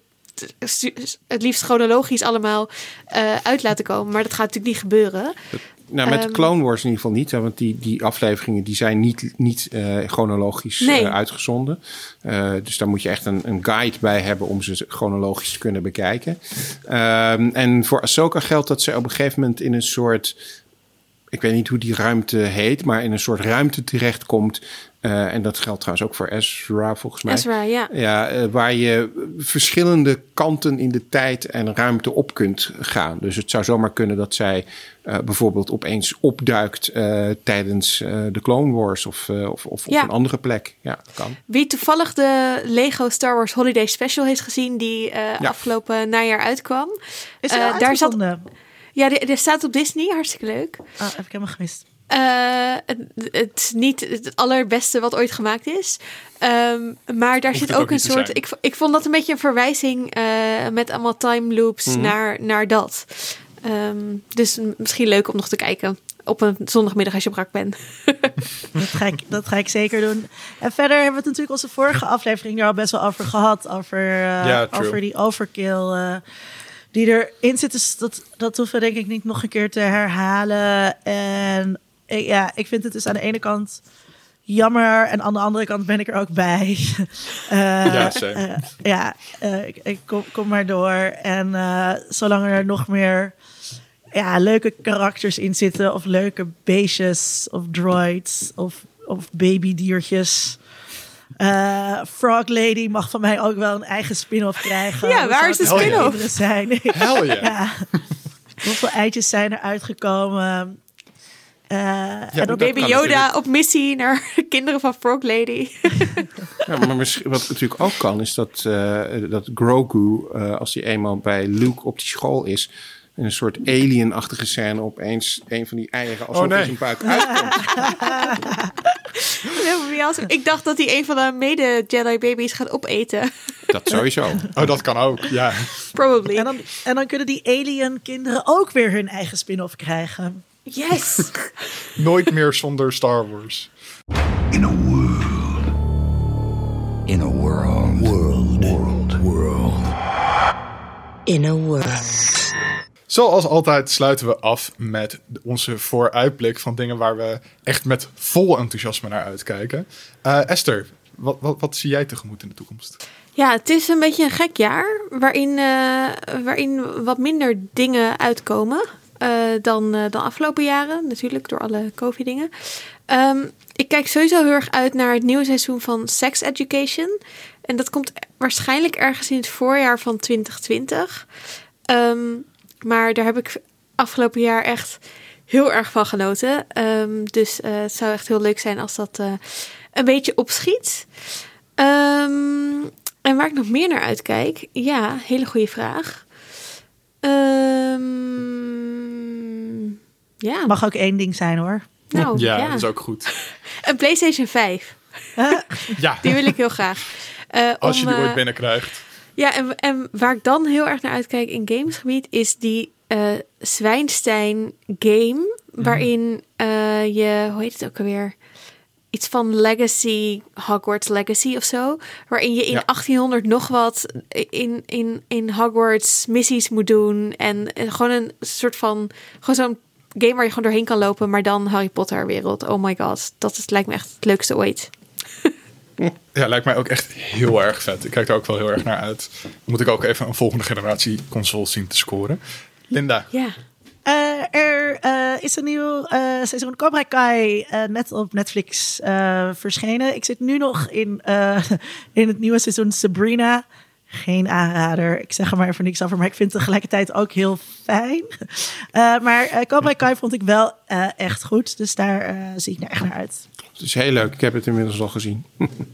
het liefst chronologisch allemaal uh, uit laten komen. Maar dat gaat natuurlijk niet gebeuren.
Nou, met
um,
Clone Wars in ieder geval niet. Hè, want die, die afleveringen die zijn niet, niet uh, chronologisch
nee.
uh, uitgezonden. Uh, dus daar moet je echt een, een guide bij hebben om ze chronologisch te kunnen bekijken. Um, en voor Ahsoka geldt dat ze op een gegeven moment in een soort... Ik weet niet hoe die ruimte heet, maar in een soort ruimte terechtkomt. Uh, en dat geldt trouwens ook voor Ezra, volgens mij.
Ezra, ja.
Ja, uh, waar je verschillende kanten in de tijd en ruimte op kunt gaan. Dus het zou zomaar kunnen dat zij uh, bijvoorbeeld opeens opduikt uh, tijdens uh, de Clone Wars of, uh, of, of
ja.
op een andere plek. Ja, dat kan.
Wie toevallig de Lego Star Wars Holiday Special heeft gezien, die uh, ja. afgelopen najaar uitkwam.
Is er
uh, daar zat. Ja, die staat op Disney. Hartstikke leuk.
Ah, heb ik helemaal gemist.
Uh, het, het is niet het allerbeste wat ooit gemaakt is. Um, maar daar
Hoeft
zit ook,
ook
een soort... Ik, ik vond dat een beetje een verwijzing uh, met allemaal time loops mm-hmm. naar, naar dat. Um, dus misschien leuk om nog te kijken op een zondagmiddag als je op rak bent.
dat, ga ik, dat ga ik zeker doen. En verder hebben we het natuurlijk onze vorige aflevering er al best wel over gehad. Over, uh,
ja,
over die overkill... Uh, die erin zit, dus dat, dat hoeven we denk ik niet nog een keer te herhalen. En ja, ik vind het dus aan de ene kant jammer en aan de andere kant ben ik er ook bij. uh,
ja,
uh, ja uh, ik, ik kom, kom maar door. En uh, zolang er nog meer ja, leuke karakters in zitten, of leuke beestjes, of droids, of, of babydiertjes... Uh, Frog Lady mag van mij ook wel een eigen spin-off krijgen.
Ja, waar is de spin-off?
Zijn.
Hell yeah.
Ja. Hoeveel eitjes zijn er uitgekomen? Uh,
ja,
en
Baby Yoda natuurlijk op missie naar de kinderen van Frog Lady.
Ja, maar misschien, wat natuurlijk ook kan, is dat, uh, dat Grogu, uh, als hij eenmaal bij Luke op die school is, in een soort alien-achtige scène opeens een van die eieren alsof
oh, nee.
in zijn buik uitkomt.
Ik dacht dat hij een van de mede-Jedi-baby's gaat opeten.
Dat sowieso.
Oh, dat kan ook, ja.
Probably.
En dan, en dan kunnen die alien-kinderen ook weer hun eigen spin-off krijgen.
Yes!
Nooit meer zonder Star Wars.
In a world. In a world. World. World. World.
In a world.
Zoals altijd sluiten we af met onze vooruitblik van dingen waar we echt met vol enthousiasme naar uitkijken. Uh, Esther, wat, wat, wat zie jij tegemoet in de toekomst?
Ja, het is een beetje een gek jaar waarin, uh, waarin wat minder dingen uitkomen uh, dan, uh, dan afgelopen jaren. Natuurlijk door alle COVID-dingen. Um, ik kijk sowieso heel erg uit naar het nieuwe seizoen van Sex Education. En dat komt waarschijnlijk ergens in het voorjaar van twintig twintig. Um, Maar daar heb ik afgelopen jaar echt heel erg van genoten. Um, dus uh, het zou echt heel leuk zijn als dat uh, een beetje opschiet. Um, en waar ik nog meer naar uitkijk? Ja, hele goede vraag. Um, ja.
Mag ook één ding zijn hoor.
Nou,
ja,
ja,
dat is ook goed.
Een PlayStation vijf.
Ja.
Die wil ik heel graag. Uh,
als
om,
je die ooit
uh,
binnenkrijgt.
Ja, en, en waar ik dan heel erg naar uitkijk in gamesgebied is die uh, Zwijnstein game, waarin uh, je, hoe heet het ook alweer? Iets van Legacy, Hogwarts Legacy of zo. Waarin je in ja. achttienhonderd nog wat in, in, in Hogwarts missies moet doen. En, en gewoon een soort van, gewoon zo'n game waar je gewoon doorheen kan lopen, maar dan Harry Potter wereld. Oh my god, dat is, lijkt me echt het leukste ooit.
Ja, lijkt mij ook echt heel erg vet. Ik kijk daar ook wel heel erg naar uit. Moet ik ook even een volgende generatie consoles zien te scoren. Linda.
Ja. Uh, er uh, is een nieuw uh, seizoen Cobra Kai uh, net op Netflix uh, verschenen. Ik zit nu nog in, uh, in het nieuwe seizoen Sabrina. Geen aanrader. Ik zeg er maar even niks over, maar ik vind het tegelijkertijd ook heel fijn. Uh, maar uh, Cobra Kai vond ik wel uh, echt goed. Dus daar uh, zie ik er echt naar uit.
Het is heel leuk. Ik heb het inmiddels al gezien.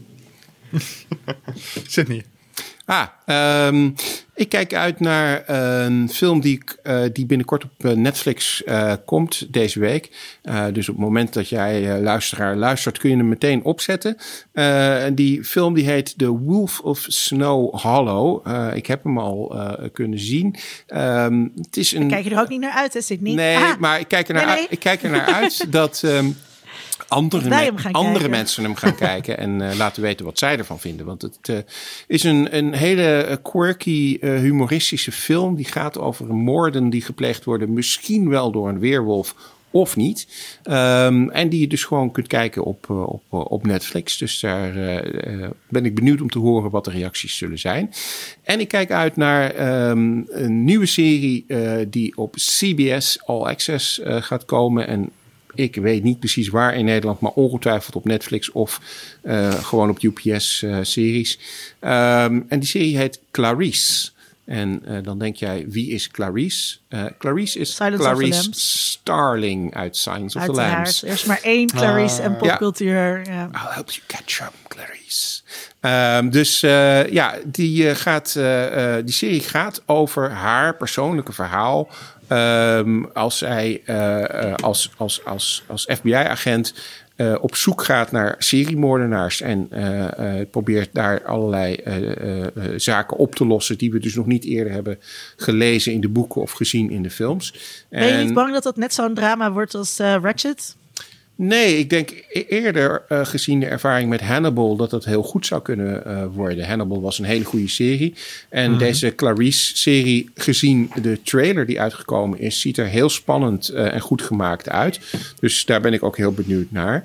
Sydney.
Ah, um, ik kijk uit naar een film die, uh, die binnenkort op Netflix uh, komt deze week. Uh, dus op het moment dat jij uh, luisteraar luistert, kun je hem meteen opzetten. Uh, en die film die heet The Wolf of Snow Hollow. Uh, ik heb hem al uh, kunnen zien. Um, het is een,
kijk je er ook niet naar uit, hè, Sydney?
Nee, ah. maar ik kijk er naar, nee, nee. Uit, ik kijk er naar uit dat Um, Andere, me- andere mensen hem gaan kijken en uh, laten weten wat zij ervan vinden. Want het uh, is een, een hele quirky, uh, humoristische film. Die gaat over moorden die gepleegd worden. Misschien wel door een weerwolf of niet. Um, en die je dus gewoon kunt kijken op, uh, op, uh, op Netflix. Dus daar uh, uh, ben ik benieuwd om te horen wat de reacties zullen zijn. En ik kijk uit naar um, een nieuwe serie uh, die op C B S All Access uh, gaat komen. En ik weet niet precies waar in Nederland, maar ongetwijfeld op Netflix of uh, gewoon op U P S-series. Uh, um, en die serie heet Clarice. En uh, dan denk jij, wie is Clarice? Uh, Clarice is
Silence
Clarice Starling uit Silence of the Lambs.
Er is maar één Clarice uh, en popcultuur. Ja. Yeah.
I'll help you catch up, Clarice. Um, dus uh, ja, die, uh, gaat, uh, uh, die serie gaat over haar persoonlijke verhaal. Um, als zij uh, als, als, als, als F B I-agent uh, op zoek gaat naar seriemoordenaars en uh, uh, probeert daar allerlei uh, uh, uh, zaken op te lossen die we dus nog niet eerder hebben gelezen in de boeken of gezien in de films.
Ben je en, niet bang dat dat net zo'n drama wordt als uh, Ratched?
Nee, ik denk eerder uh, gezien de ervaring met Hannibal dat dat heel goed zou kunnen uh, worden. Hannibal was een hele goede serie. En mm-hmm. deze Clarice-serie, gezien de trailer die uitgekomen is, ziet er heel spannend uh, en goed gemaakt uit. Dus daar ben ik ook heel benieuwd naar.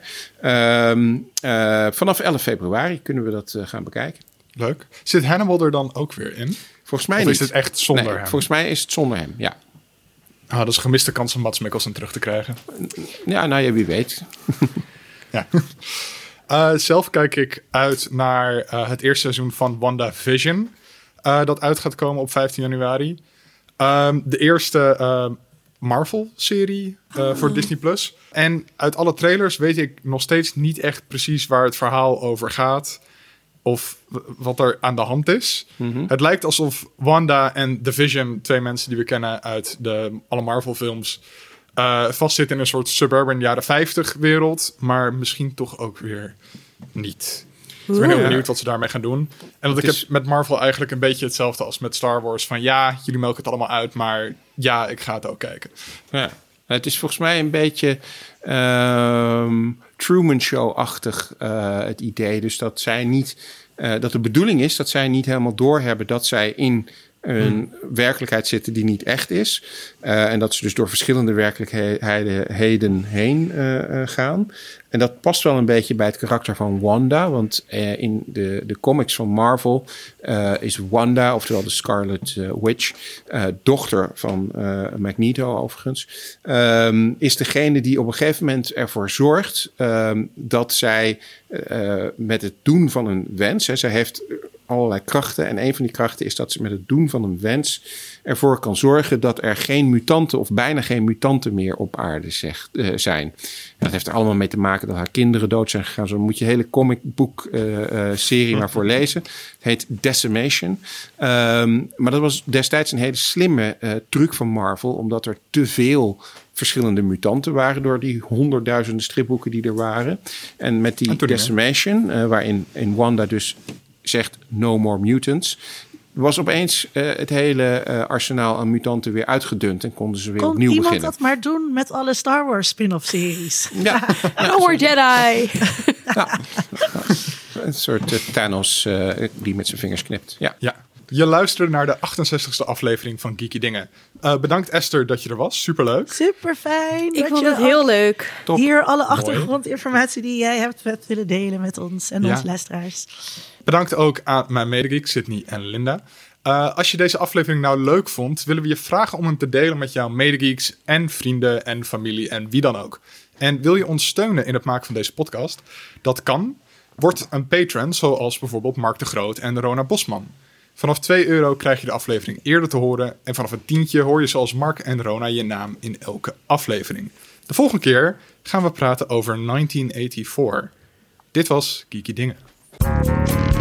Um, uh, vanaf elf februari kunnen we dat uh, gaan bekijken.
Leuk. Zit Hannibal er dan ook weer in?
Volgens mij
of
niet.
Is het echt zonder
nee,
hem?
Volgens mij is het zonder hem, ja.
Ah, dat is een gemiste kans om Mads Mikkelsen terug te krijgen.
Ja, nou ja, wie weet.
ja. Uh, zelf kijk ik uit naar uh, het eerste seizoen van WandaVision. Uh, dat uit gaat komen op vijftien januari. Um, de eerste uh, Marvel-serie uh, oh. voor Disney Plus. En uit alle trailers weet ik nog steeds niet echt precies waar het verhaal over gaat. Of wat er aan de hand is. Mm-hmm. Het lijkt alsof Wanda en The Vision, twee mensen die we kennen uit de alle Marvel-films, uh, vastzitten in een soort suburban jaren vijftig wereld. Maar misschien toch ook weer niet. Dus ik ben heel benieuwd wat ze daarmee gaan doen. En dat ik is... heb met Marvel eigenlijk een beetje hetzelfde als met Star Wars. Van ja, jullie melken het allemaal uit, maar ja, ik ga het ook kijken.
Ja. Het is volgens mij een beetje um, Truman Show-achtig uh, het idee. Dus dat zij niet, uh, dat de bedoeling is dat zij niet helemaal doorhebben dat zij in een hmm. werkelijkheid zitten die niet echt is. Uh, en dat ze dus door verschillende werkelijkheden heen uh, uh, gaan. En dat past wel een beetje bij het karakter van Wanda. Want uh, in de, de comics van Marvel uh, is Wanda, oftewel de Scarlet uh, Witch, uh, dochter van uh, Magneto overigens, um, is degene die op een gegeven moment ervoor zorgt um, dat zij uh, met het doen van een wens, hè, zij heeft allerlei krachten. En een van die krachten is dat ze met het doen van een wens ervoor kan zorgen dat er geen mutanten of bijna geen mutanten meer op aarde zegt, uh, zijn. En dat heeft er allemaal mee te maken dat haar kinderen dood zijn gegaan. Zo moet je hele comicboek uh, uh, serie maar voor lezen. Het heet Decimation. Um, maar dat was destijds een hele slimme uh, truc van Marvel, omdat er te veel verschillende mutanten waren door die honderdduizenden stripboeken die er waren. En met die Decimation, uh, waarin in Wanda dus zegt no more mutants, was opeens uh, het hele uh, arsenaal aan mutanten weer uitgedund en konden ze weer
Kon
opnieuw
iemand
beginnen.
dat maar doen met alle Star Wars spin-off series?
Ja, ja,
No more Jedi.
ja. Een soort uh, Thanos uh, die met zijn vingers knipt. Ja.
Ja. Je luisterde naar de achtenzestigste aflevering van Geeky Dingen. Uh, bedankt Esther dat je er was. Superleuk.
Super fijn.
Ik vond het heel leuk.
Top.
Hier alle achtergrondinformatie die jij hebt willen delen met ons en
Ja.
onze luisteraars.
Bedankt ook aan mijn medegeeks Sydney en Linda. Uh, als je deze aflevering nou leuk vond, willen we je vragen om hem te delen met jouw medegeeks en vrienden en familie en wie dan ook. En wil je ons steunen in het maken van deze podcast? Dat kan. Word een patron, zoals bijvoorbeeld Mark de Groot en Rona Bosman. Vanaf twee euro krijg je de aflevering eerder te horen. En vanaf een tientje hoor je zoals Mark en Rona je naam in elke aflevering. De volgende keer gaan we praten over negentien vierennegentig. Dit was Geeky Dingen.